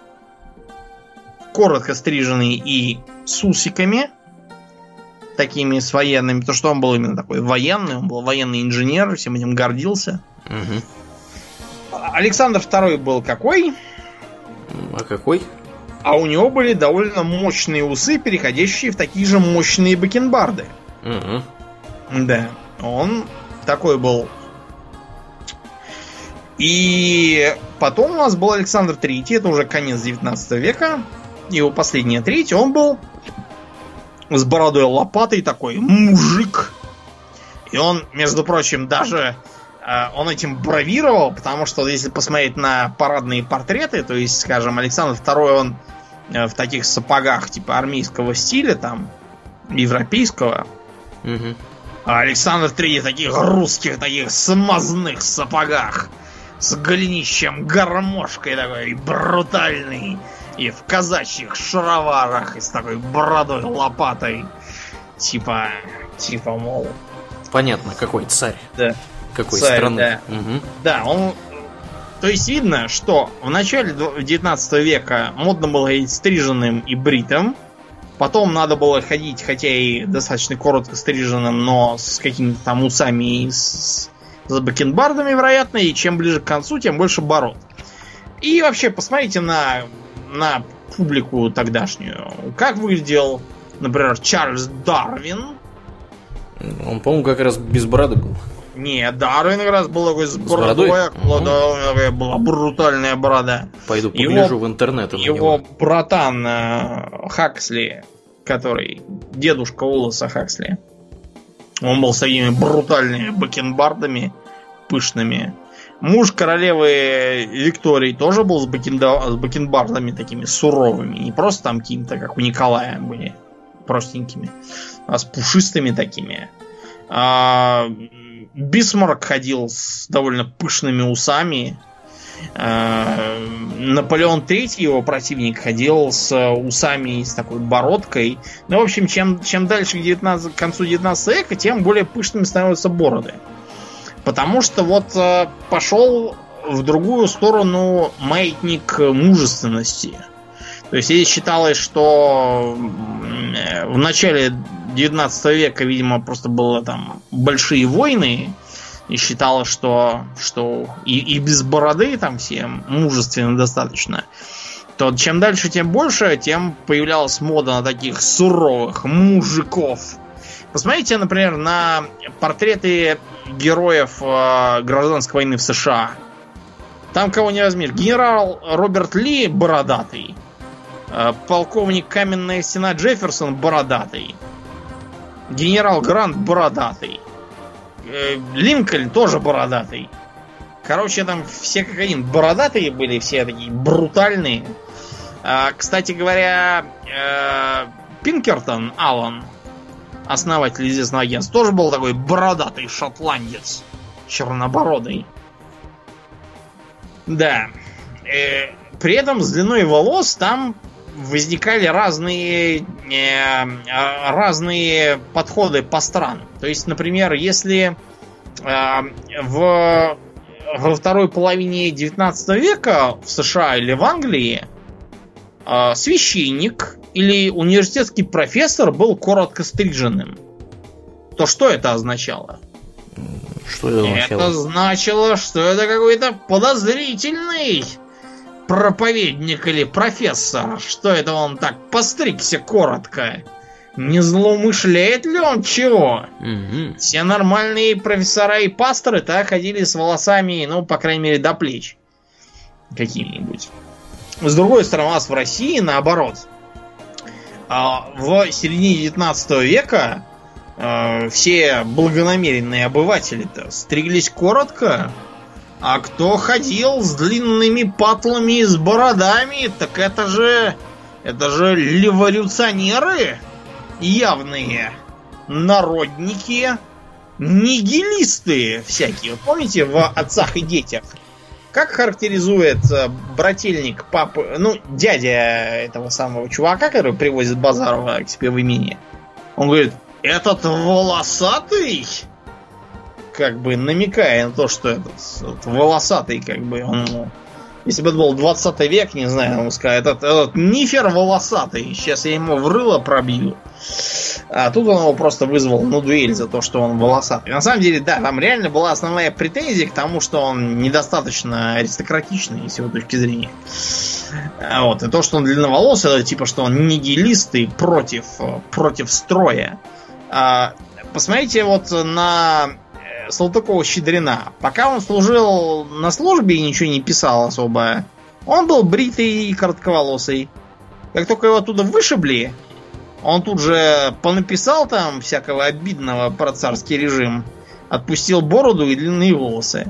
коротко стриженный и с усиками. Такими с военными. Потому что он был именно такой военный. Он был военный инженер. Всем этим гордился. Угу. Александр II был какой? А какой? А у него были довольно мощные усы, переходящие в такие же мощные бакенбарды. Угу. Да. Он такой был. И потом у нас был Александр III, это уже конец 19 века, его последняя треть, он был с бородой лопатой такой, мужик. И он, между прочим, даже он этим бравировал, потому что если посмотреть на парадные портреты, то есть, скажем, Александр II, он в таких сапогах типа армейского стиля, там, европейского, а Александр III в таких русских, таких смазных сапогах, с голенищем, гармошкой такой брутальный. И в казачьих шароварах, и с такой бородой, лопатой. Типа, мол. Понятно, какой царь. Да. Какой царь, страны. Да. Угу. Да, он... То есть видно, что в начале 19 века модно было ходить стриженным и бритым. Потом надо было ходить, хотя и достаточно коротко стриженным, но с какими-то там усами и с бакенбардами, вероятно. И чем ближе к концу, тем больше бород. И вообще, посмотрите на публику тогдашнюю. Как выглядел, например, Чарльз Дарвин? Он, по-моему, как раз без бороды был. Не, Дарвин как раз был такой с бородой. Была брутальная борода. Пойду погляжу в интернет. Его братан Хаксли, который дедушка Уоллеса Хаксли, он был с такими брутальными бакенбардами, пышными. Муж королевы Виктории тоже был с бакенбардами такими суровыми. Не просто там какими-то, как у Николая были, простенькими, а с пушистыми такими. Бисмарк ходил с довольно пышными усами. Наполеон III, его противник, ходил с усами и с такой бородкой. Ну, в общем, чем дальше к концу 19 века, тем более пышными становятся бороды. Потому что вот пошел в другую сторону маятник мужественности. То есть здесь считалось, что в начале 19 века, видимо, просто было там большие войны, и считалось, что и без бороды там все мужественно достаточно, то чем дальше, тем больше, тем появлялась мода на таких суровых мужиков. Посмотрите, например, на портреты героев гражданской войны в США. Там кого не возьмешь. Генерал Роберт Ли бородатый. Полковник Каменная стена Джефферсон бородатый. Генерал Грант бородатый. Линкольн тоже бородатый. Короче, там все как один бородатые были, все такие брутальные. Кстати говоря, Пинкертон Аллан, основатель известного агентства, тоже был такой бородатый шотландец, чернобородый. Да. При этом с длиной волос там возникали разные подходы по странам. То есть, например, если во второй половине 19 века в США или в Англии священник или университетский профессор был коротко стриженным, то что это означало? Что это означало? Это значило, что это какой-то подозрительный проповедник или профессор. Что это он так постригся коротко? Не злоумышляет ли он чего? Угу. Все нормальные профессора и пасторы так ходили с волосами, ну, по крайней мере, до плеч. Какими-нибудь. С другой стороны, у нас в России наоборот. В середине 19 века все благонамеренные обыватели-то стриглись коротко. А кто ходил с длинными патлами и с бородами, так это же революционеры явные, народники, нигилисты всякие. Помните в «Отцах и детях»? Как характеризует брательник папы, ну, дядя этого самого чувака, который привозит Базарова к себе в имение? Он говорит: этот волосатый? Как бы намекая на то, что этот волосатый, как бы он... Если бы это был 20 век, не знаю, он сказал, этот нифер волосатый, сейчас я ему в рыло пробью. А тут он его просто вызвал на дуэль за то, что он волосатый. На самом деле, да, там реально была основная претензия к тому, что он недостаточно аристократичный с его точки зрения. Вот. И то, что он длинноволосый, это типа, что он нигилист и против строя. Посмотрите вот на Салтыкова-Щедрина. Пока он служил на службе и ничего не писал особо, он был бритый и коротковолосый. Как только его оттуда вышибли, он тут же понаписал там всякого обидного про царский режим, отпустил бороду и длинные волосы.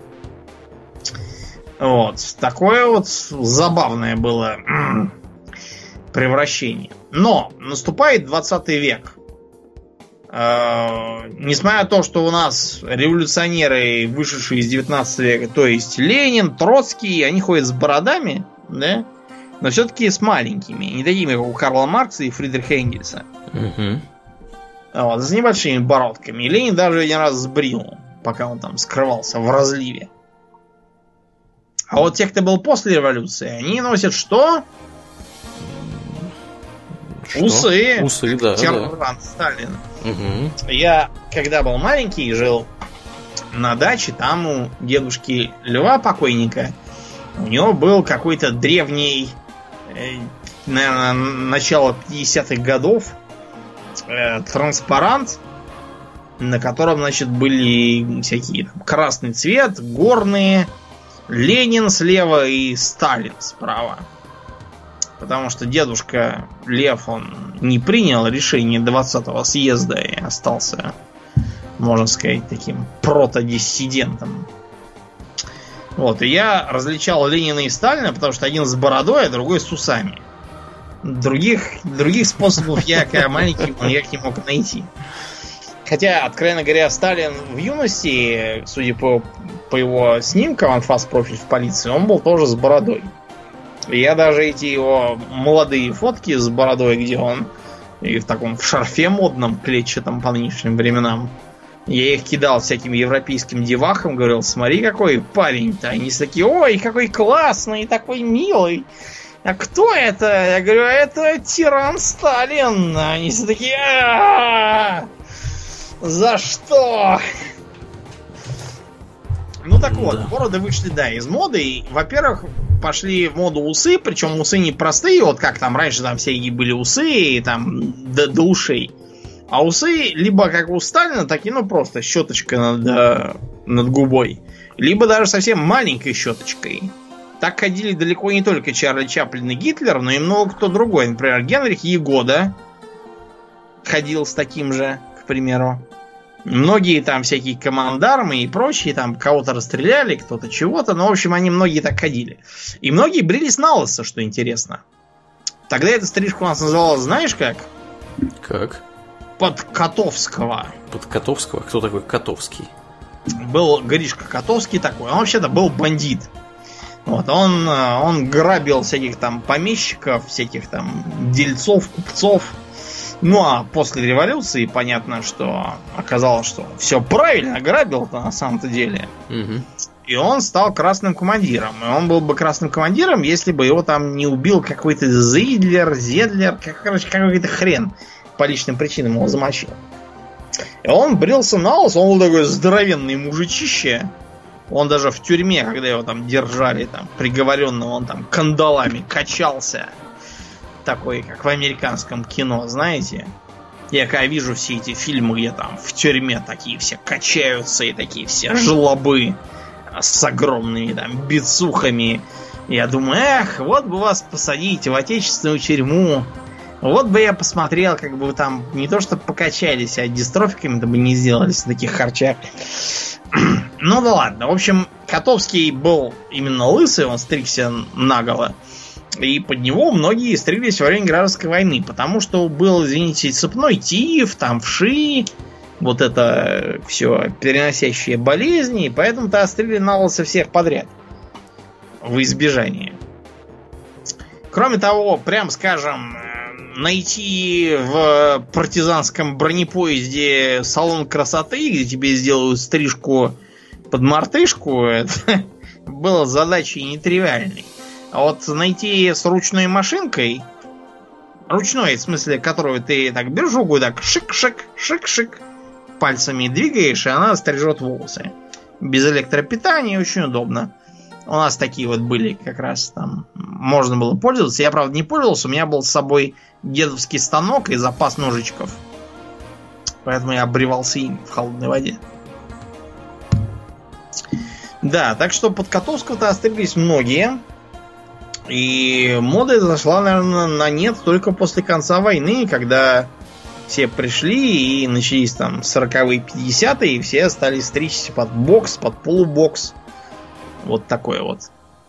Вот. Такое вот забавное было превращение. Но наступает 20 век. Несмотря на то, что у нас революционеры, вышедшие из 19 века, то есть Ленин, Троцкий, они ходят с бородами, да? Но все-таки с маленькими, не такими, как у Карла Маркса и Фридриха Энгельса. Угу. Вот, с небольшими бородками. И Ленин даже один раз сбрил, пока он там скрывался в разливе. А вот те, кто был после революции, они носят что? Усы. Усы, да. Тиран Сталин. Угу. Я, когда был маленький, жил на даче, там у дедушки Льва покойника, у него был какой-то древний, наверное, начало 50-х годов, транспарант, на котором, значит, были всякие там, красный цвет, горные, Ленин слева и Сталин справа. Потому что дедушка Лев, он не принял решение 20-го съезда и остался, можно сказать, таким протодиссидентом. Вот, и я различал Ленина и Сталина, потому что один с бородой, а другой с усами. Других способов я, когда маленький, никак не мог найти. Хотя, откровенно говоря, Сталин в юности, судя по его снимкам, анфас-профиль в полиции, он был тоже с бородой. И я даже эти его молодые фотки с бородой, где он и в таком в шарфе модном, клетчатом по нынешним временам, я их кидал всяким европейским девахам, говорил, смотри, какой парень-то. Они такие, ой, какой классный, такой милый. А кто это? Я говорю, это тиран Сталин. Они все такие, за что? Ну так вот, бороды вышли, да, из моды. И, во-первых, пошли в моду усы, причем усы не простые, вот как там раньше там все были усы, и там до ушей. А усы либо как у Сталина, так и просто щеточка над губой, либо даже совсем маленькой щеточкой. Так ходили далеко не только Чарли Чаплин и Гитлер, но и много кто другой. Например, Генрих Ягода ходил с таким же, к примеру. Многие там всякие командармы и прочие, там кого-то расстреляли, кто-то чего-то, но, в общем, они многие так ходили. И многие брились на лысо, что интересно. Тогда эта стрижка у нас называлась, знаешь как? Как? Подкотовского. Подкотовского? Кто такой Котовский? Был Гришка Котовский такой. Он вообще-то был бандит. Вот, он грабил всяких там помещиков, всяких там дельцов, купцов. Ну, а после революции понятно, что оказалось, что все правильно грабил-то на самом-то деле. Угу. И он стал красным командиром. И он был бы красным командиром, если бы его там не убил какой-то Зедлер, какой-то хрен. По личным причинам его замочил. И он брился на лысо, он был такой здоровенный мужичище. Он даже в тюрьме, когда его там держали, там, приговоренного, он там кандалами качался. Такой, как в американском кино, знаете. Я когда вижу все эти фильмы, где там в тюрьме такие все качаются, и такие все жлобы с огромными там бицухами. Я думаю, эх, вот бы вас посадить в отечественную тюрьму. Вот бы я посмотрел, как бы вы там не то что покачались, а дистрофиками-то бы не сделались на таких харчах. Ну да ладно. В общем, Котовский был именно лысый, он стригся наголо. И под него многие стриглись во время гражданской войны. Потому что был, извините, цепной тиф, там вши, вот это все переносящие болезни. И поэтому-то остригли на лысо всех подряд. В избежание. Кроме того, прям скажем, найти в партизанском бронепоезде салон красоты, где тебе сделают стрижку под мартышку, это было задачей нетривиальной. А вот найти с ручной машинкой, ручной, в смысле, которую ты так берешь руку и так шик-шик, шик-шик, пальцами двигаешь, и она стрижет волосы. Без электропитания, очень удобно. У нас такие вот были как раз там. Можно было пользоваться. Я, правда, не пользовался. У меня был с собой дедовский станок и запас ножичков. Поэтому я обревался им в холодной воде. Да, так что под Котовского-то остались многие. И мода зашла, наверное, на нет только после конца войны, когда все пришли и начались там 40-е, 50-е, и все стали стричься под бокс, под полубокс. Вот такое вот.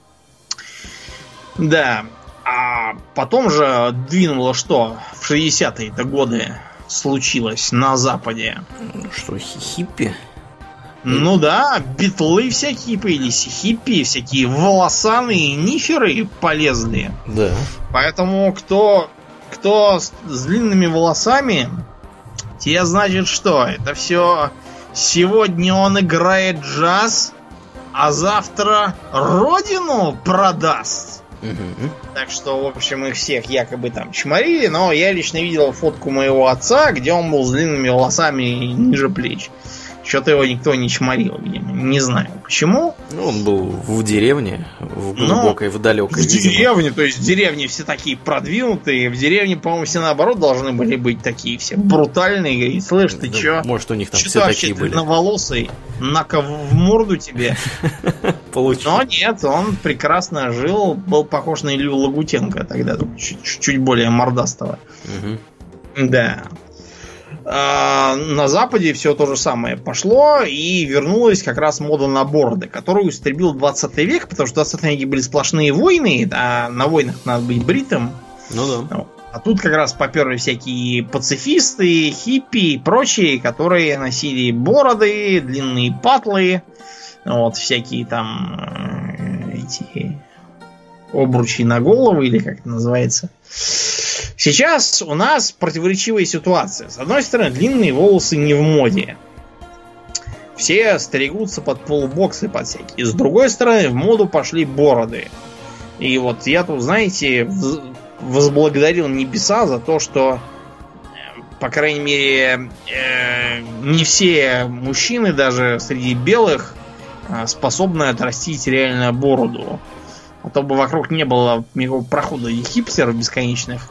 Да. А потом же двинуло что? В 60-е годы случилось на Западе. Что, хиппи? Ну да, битлы всякие появились, хиппи, всякие волосаные ниферы полезные. Да. Поэтому кто с длинными волосами, те значит что? Это все сегодня он играет джаз, а завтра родину продаст. Угу. Так что, в общем, их всех якобы там чморили, но я лично видел фотку моего отца, где он был с длинными волосами ниже плеч. Что-то его никто не чморил, видимо. Не знаю почему. Ну, он был в деревне, в глубокой, в далекой. В деревне, то есть в деревне все такие продвинутые. В деревне, по-моему, все наоборот должны были быть такие все брутальные. Говорит, слышь, ты чё? Может, у них там все такие были. Длинноволосый, на-ка в морду тебе. Но нет, он прекрасно жил, был похож на Илью Лагутенко тогда, чуть более мордастого. Да. На Западе все то же самое пошло, и вернулась как раз мода на бороды, которую истребил 20 век, потому что в 20 веке были сплошные войны, а на войнах надо быть бритым. Ну да. А тут как раз поперли всякие пацифисты, хиппи и прочие, которые носили бороды, длинные патлы, вот, всякие там эти обручи на голову, или как это называется. Сейчас у нас противоречивая ситуация. С одной стороны, длинные волосы не в моде. Все стригутся под полубоксы, под всякие. С другой стороны, в моду пошли бороды. И вот я тут, знаете, возблагодарил небеса за то, что, по крайней мере, не все мужчины, даже среди белых, способны отрастить реально бороду. А то бы вокруг не было никакого прохода и хипстеров бесконечных.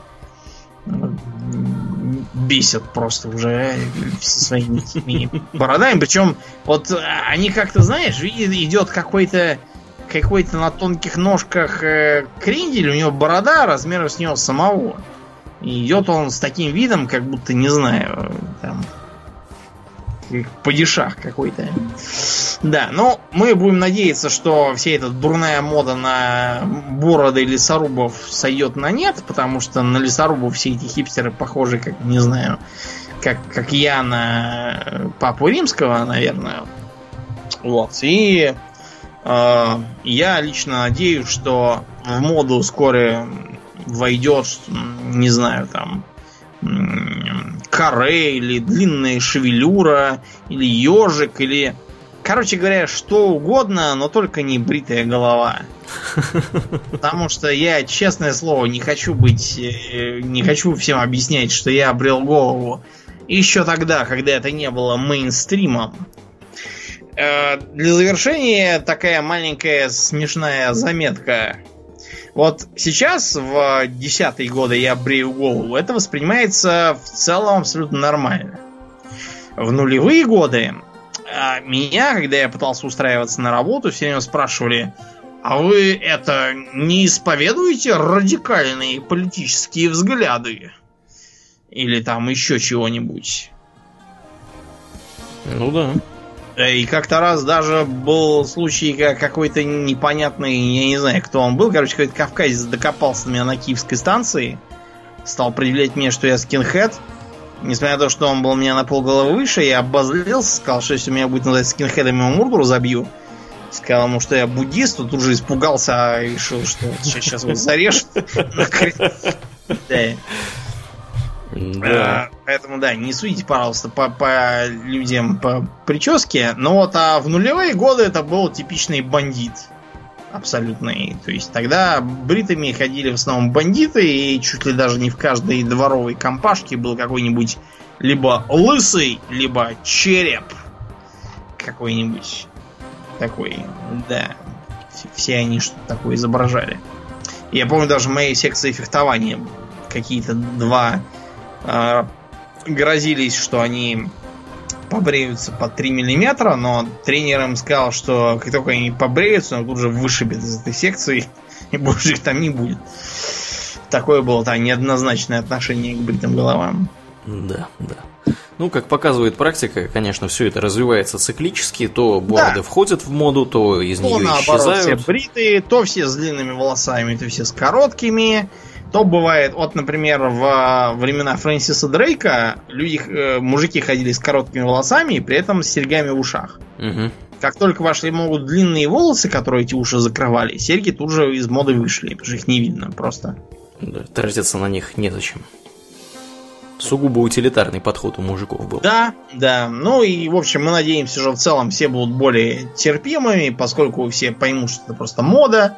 Бесят просто уже со своими бородами. Причем, вот они как-то, знаешь, идет какой-то на тонких ножках крендель, у него борода размером с него самого. И идет он с таким видом, как будто, не знаю, там, падишах какой-то. Да, но мы будем надеяться, что вся эта дурная мода на бороды лесорубов сойдет на нет, потому что на лесорубов все эти хипстеры похожи, как, не знаю, как я на Папу Римского, наверное. Вот, и я лично надеюсь, что в моду вскоре войдет, не знаю, там, каре, или длинная шевелюра, или ежик, или, короче говоря, что угодно, но только не бритая голова. Потому что я, честное слово, не хочу всем объяснять, что я обрел голову еще тогда, когда это не было мейнстримом. Для завершения такая маленькая смешная заметка. Вот сейчас, в 10-е годы, я брею голову, это воспринимается в целом абсолютно нормально. В нулевые годы меня, когда я пытался устраиваться на работу, все время спрашивали: а вы это не исповедуете радикальные политические взгляды? Или там еще чего-нибудь? Ну да. И как-то раз даже был случай, как какой-то непонятный, я не знаю, кто он был, короче, какой-то кавказец докопался до меня на Киевской станции, стал предъявлять мне, что я скинхед. Несмотря на то, что он был у меня на полголовы выше, я обозлился, сказал, что если у меня будет называть скинхедом, я ему морду разобью. Сказал ему, что я буддист, тут уже испугался, решил, что сейчас его зарежет. Да. Поэтому, да, не судите, пожалуйста, по людям по прическе. Но вот в нулевые годы это был типичный бандит. Абсолютный. То есть тогда бритыми ходили в основном бандиты, и чуть ли даже не в каждой дворовой компашке был какой-нибудь либо лысый, либо череп. Какой-нибудь такой. Да. Все они что-то такое изображали. Я помню, даже в моей секции фехтования какие-то два грозились, что они побреются по 3 миллиметра, но тренер им сказал, что как только они побреются, он тут же вышибет из этой секции, и больше их там не будет. Такое было неоднозначное отношение к бритым головам. Да. Ну, как показывает практика, конечно, все это развивается циклически. То бороды входят в моду, то из нее исчезают. То наоборот все бритые, то все с длинными волосами, то все с короткими. То бывает, вот, например, во времена Фрэнсиса Дрейка мужики ходили с короткими волосами и при этом с серьгами в ушах. Угу. Как только вошли в моду длинные волосы, которые эти уши закрывали, серьги тут же из моды вышли, потому что их не видно просто. Да, тратиться на них незачем. Сугубо утилитарный подход у мужиков был. Да. Ну и, в общем, мы надеемся, что в целом все будут более терпимыми, поскольку все поймут, что это просто мода.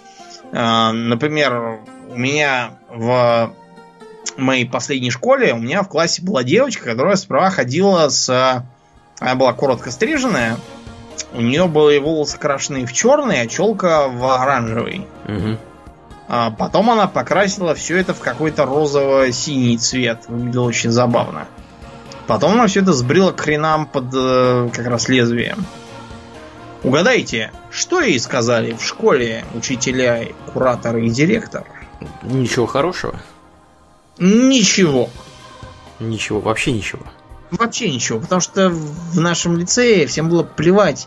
Например, у меня в моей последней школе, у меня в классе была девочка, которая справа ходила она была коротко стриженная, у нее были волосы крашеные в черный, а челка в оранжевый. Угу. А потом она покрасила все это в какой-то розово-синий цвет. Выглядело очень забавно. Потом она все это сбрила к хренам под как раз лезвием. Угадайте, что ей сказали в школе учителя, кураторы и директор? Ничего хорошего? Ничего. Ничего, вообще ничего. Вообще ничего, потому что в нашем лицее всем было плевать,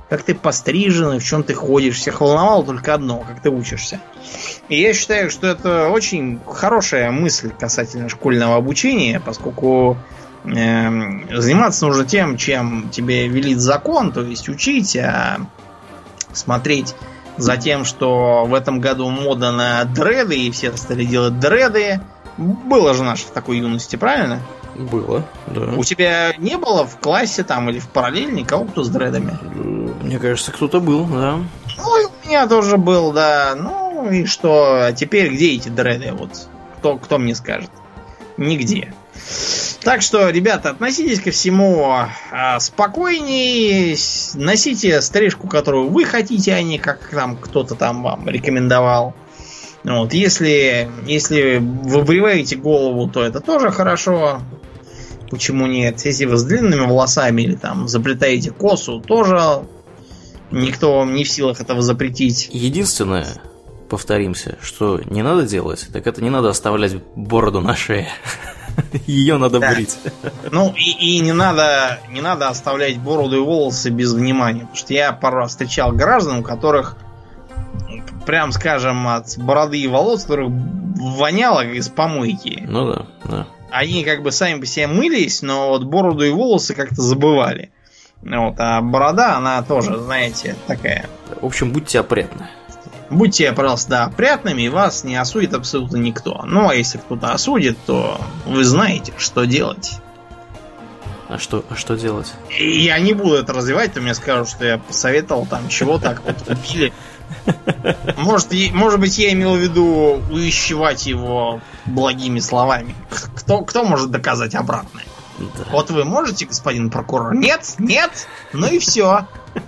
как ты пострижен, в чем ты ходишь. Всех волновало только одно, как ты учишься. И я считаю, что это очень хорошая мысль касательно школьного обучения, поскольку заниматься нужно тем, чем тебе велит закон, то есть учить, а смотреть за тем, что в этом году мода на дреды, и все стали делать дреды. Было же наше в такой юности, правильно? Было, да. У тебя не было в классе там или в параллели никого, кто с дредами? Мне кажется, кто-то был, да. Ну, и у меня тоже был, да. Ну, и что? А теперь где эти дреды? Вот кто мне скажет? Нигде. Так что, ребята, относитесь ко всему спокойнее, носите стрижку, которую вы хотите, а не как там кто-то там вам рекомендовал. Вот, если вы бреете голову, то это тоже хорошо. Почему нет? Если вы с длинными волосами или там заплетаете косу, тоже никто вам не в силах этого запретить. Единственное, повторимся, что не надо делать, так это не надо оставлять бороду на шее. Ее надо брить. Ну и не надо оставлять бороду и волосы без внимания. Потому что я пару раз встречал граждан, у которых, прям скажем, от бороды и волос, которых воняло из помойки. Ну да, да. Они как бы сами по себе мылись, но вот бороду и волосы как-то забывали. Вот, а борода, она тоже, знаете, такая. В общем, будьте опрятны. Будьте, пожалуйста, да, опрятными, и вас не осудит абсолютно никто. Ну, а если кто-то осудит, то вы знаете, что делать. А что делать? И я не буду это развивать, то мне скажут, что я посоветовал там чего так вот убили. Может быть, я имел в виду увещевать его благими словами. Кто может доказать обратное? Да. Вот вы можете, господин прокурор? Нет? Ну и все.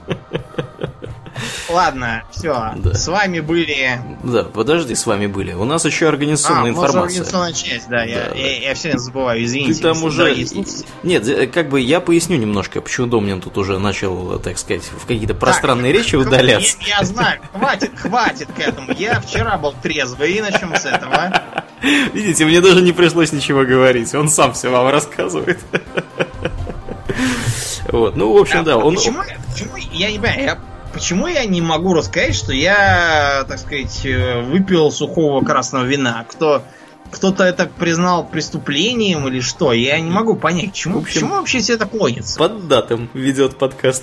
Ладно, все. Да. С вами были... Да, подожди, с вами были. У нас еще организационная информация. Организационная часть, да. Я все время забываю, извините. Ты там уже... Нет, как бы я поясню немножко, почему Домнин тут уже начал, так сказать, в какие-то пространные речи удаляться. Я знаю, хватит к этому. Я вчера был трезвый, и начнем с этого. Видите, мне даже не пришлось ничего говорить. Он сам все вам рассказывает. Вот, ну, в общем, да. Почему? Я не понимаю, почему я не могу рассказать, что я, так сказать, выпил сухого красного вина? Кто-то это признал преступлением или что? Я не могу понять, почему вообще все это клонится. Под датом ведет подкаст.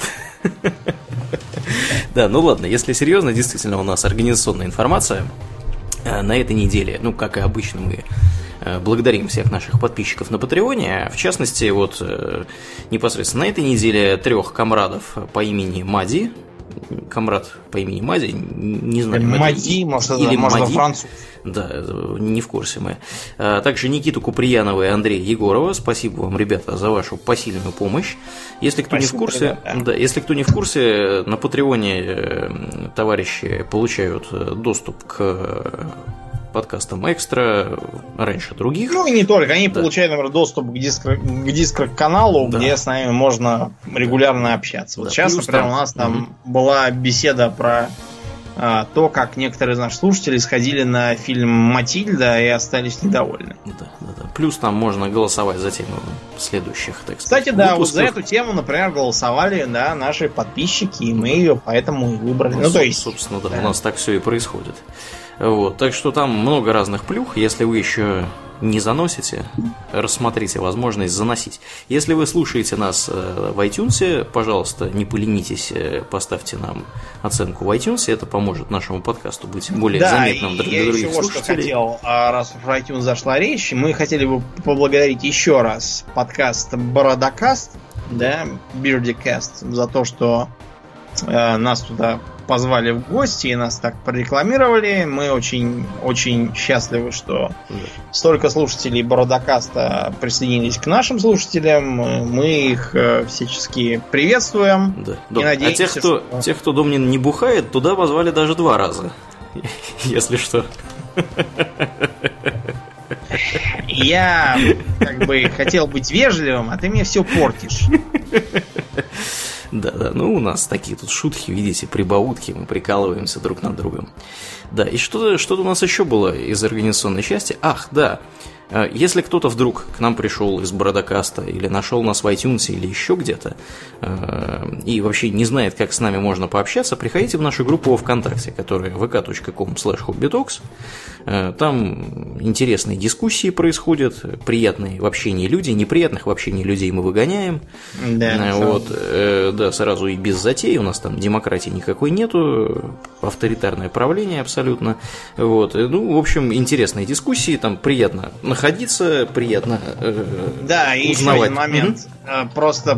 Да, ну ладно, если серьезно, действительно у нас организационная информация на этой неделе. Ну, как и обычно, мы благодарим всех наших подписчиков на Патреоне. В частности, вот непосредственно на этой неделе 3 комрадов по имени Мади. Комрад по имени Мади, не знаю. Мади, или можно француз. Да, не в курсе мы. Также Никиту Куприянова и Андрея Егорова. Спасибо вам, ребята, за вашу посильную помощь. Если кто не в курсе, если кто не в курсе, на Патреоне товарищи получают доступ к подкастам экстра раньше других. Ну и не только. Они получают, например, доступ к Дискорд-каналу, где с нами можно регулярно общаться. Вот сейчас, например, у нас там была беседа про то, как некоторые из наших слушателей сходили на фильм «Матильда» и остались недовольны. Да. Плюс там можно голосовать за тему следующих, так сказать. Кстати, да, вот за эту тему, например, голосовали, да, наши подписчики, и мы ее поэтому и выбрали. Ну, то есть, собственно, да, у нас так все и происходит. Вот, так что там много разных плюх. Если вы еще не заносите, рассмотрите возможность заносить. Если вы слушаете нас в iTunes, пожалуйста, не поленитесь, поставьте нам оценку в iTunes. Это поможет нашему подкасту быть более заметным для других слушателей. Да, я еще вот что хотел, раз в iTunes зашла речь, мы хотели бы поблагодарить еще раз подкаст Бородокаст, да, Beardycast, за то, что нас туда позвали в гости и нас так прорекламировали. Мы очень счастливы, что столько слушателей Бородокаста присоединились к нашим слушателям. Мы их всячески приветствуем. Да. И надеемся, тех, кто Домнин не бухает, туда позвали даже 2 раза. Если что. Я как бы хотел быть вежливым, а ты мне все портишь. Да, ну у нас такие тут шутки, видите, прибаутки, мы прикалываемся друг над другом. Да, и что у нас еще было из организационной части? Ах, да, Если кто-то вдруг к нам пришел из Бородокаста или нашел нас в iTunes или еще где-то и вообще не знает, как с нами можно пообщаться, приходите в нашу группу во ВКонтакте, которая vk.com/hobbytalks. Там интересные дискуссии происходят, приятные в общении люди, неприятных в общении людей мы выгоняем. Да, вот, да, сразу и без затей, у нас там демократии никакой нету, авторитарное правление абсолютно. Вот, ну, в общем, интересные дискуссии, там приятно находиться, приятно да, и узнавать. еще один момент. Просто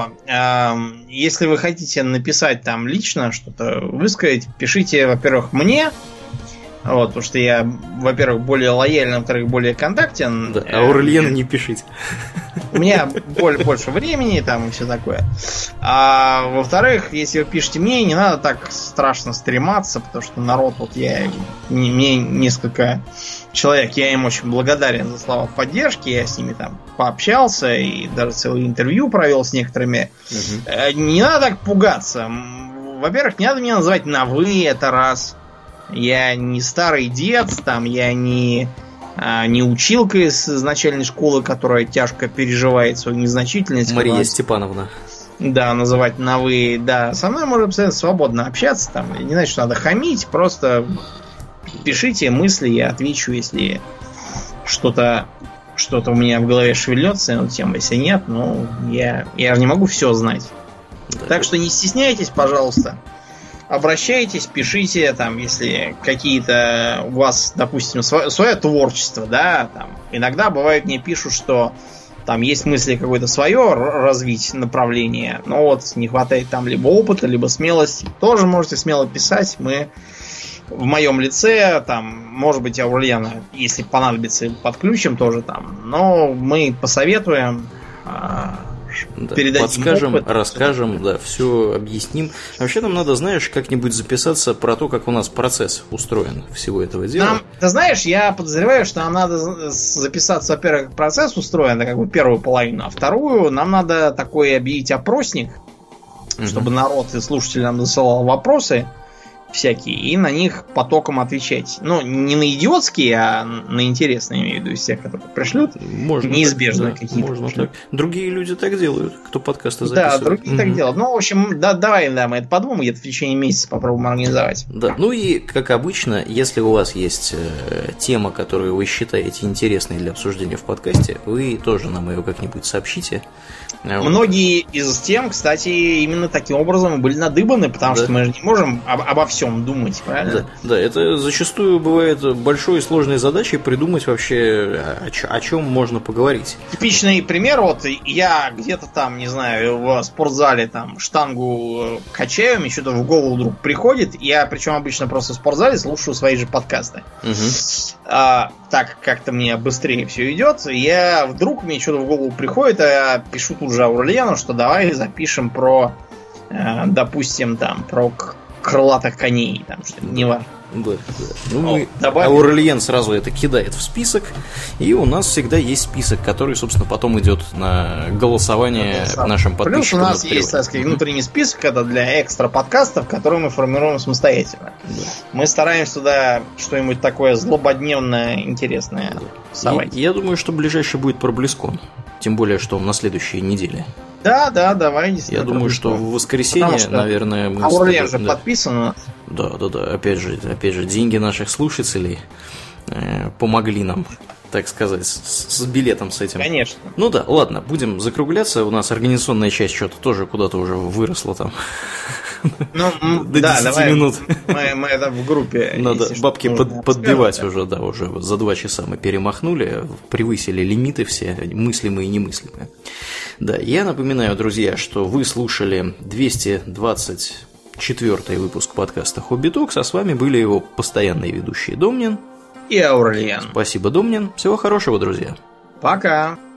если вы хотите написать там лично что-то, высказать, пишите, во-первых, мне. Вот, потому что я, во-первых, более лоялен, во-вторых, более контактен. Да, а Аурлиену не пишите. У меня больше времени там и все такое. А во-вторых, если вы пишете мне, не надо так страшно стрематься, потому что народ, вот мне несколько человек, я им очень благодарен за слова поддержки, я с ними там пообщался и даже целое интервью провел с некоторыми. Не надо так пугаться. Во-первых, не надо меня называть на «вы», это раз. Я не старый дед, там, я не училка из начальной школы, которая тяжко переживает свою незначительность. Мария Степановна. Да, называть на «вы». Да, со мной можно абсолютно свободно общаться. Там, не значит, что надо хамить, просто пишите мысли, я отвечу, если что-то у меня в голове шевельнется на эту тему. Если нет, ну, я же не могу все знать. Да. Так что не стесняйтесь, пожалуйста. Обращайтесь, пишите, там, если какие-то у вас, допустим, свое творчество, да, там, иногда бывает, мне пишут, что там есть мысли какое-то свое развить направление, но вот не хватает там либо опыта, либо смелости. Тоже можете смело писать, мы в моем лице, там, может быть, Аурлиена, если понадобится, подключим тоже там, но мы посоветуем, да, подскажем, опыт, расскажем, да, все объясним. Вообще нам надо, знаешь, как-нибудь записаться про то, как у нас процесс устроен всего этого дела. Ты знаешь, я подозреваю, что нам надо записаться, во-первых, как процесс устроен, как бы первую половину, а вторую нам надо такой объявить опросник, чтобы народ и слушатель нам засылал вопросы всякие, и на них потоком отвечать. Ну, не на идиотские, а на интересные, имею в виду, из тех, которые пришлют. Можно неизбежно так, да, какие-то. Можно так. Другие люди так делают, кто подкасты записывает. Да, другие так делают. Ну, в общем, давай мы это подумаем, где-то в течение месяца попробуем организовать. Да, ну и, как обычно, если у вас есть тема, которую вы считаете интересной для обсуждения в подкасте, вы тоже нам ее как-нибудь сообщите. Многие из тем, кстати, именно таким образом были надыбаны, потому что мы же не можем обо всем думать, правильно? Да, это зачастую бывает большой и сложной задачей придумать вообще, о чем можно поговорить. Типичный пример, вот я где-то там, не знаю, в спортзале там штангу качаю, мне что-то в голову вдруг приходит, я причем обычно просто в спортзале слушаю свои же подкасты. Так как-то мне быстрее все идет, вдруг мне что-то в голову приходит, а я пишу тут же Аурлиену, что давай запишем про, допустим, там, про крылатых коней, там, что не важно. Да. Ну, Аурлиен сразу это кидает в список, и у нас всегда есть список, который, собственно, потом идет на голосование нашим подписчикам. Плюс у нас есть, так сказать, внутренний список, это для экстра подкастов, которые мы формируем самостоятельно. Да. Мы стараемся туда что-нибудь такое злободневное, интересное совать. Я думаю, что ближайший будет про BlizzCon, тем более, что он на следующей неделе. Да, давай. Я думаю, что в воскресенье, наверное, мы... Аурлиен же подписан. Да. Опять же, деньги наших слушателей помогли нам, так сказать, с билетом с этим. Конечно. Ну да, ладно, будем закругляться. У нас организационная часть что-то тоже куда-то уже выросла там. Ну, до 10 минут. Мы это в группе. Надо бабки подбивать уже, да, уже за 2 часа мы перемахнули, превысили лимиты все, мыслимые и немыслимые. Да, я напоминаю, друзья, что вы слушали 224-й выпуск подкаста Hobby Talks, а с вами были его постоянные ведущие Домнин и Аурлиен. Спасибо, Домнин. Всего хорошего, друзья. Пока.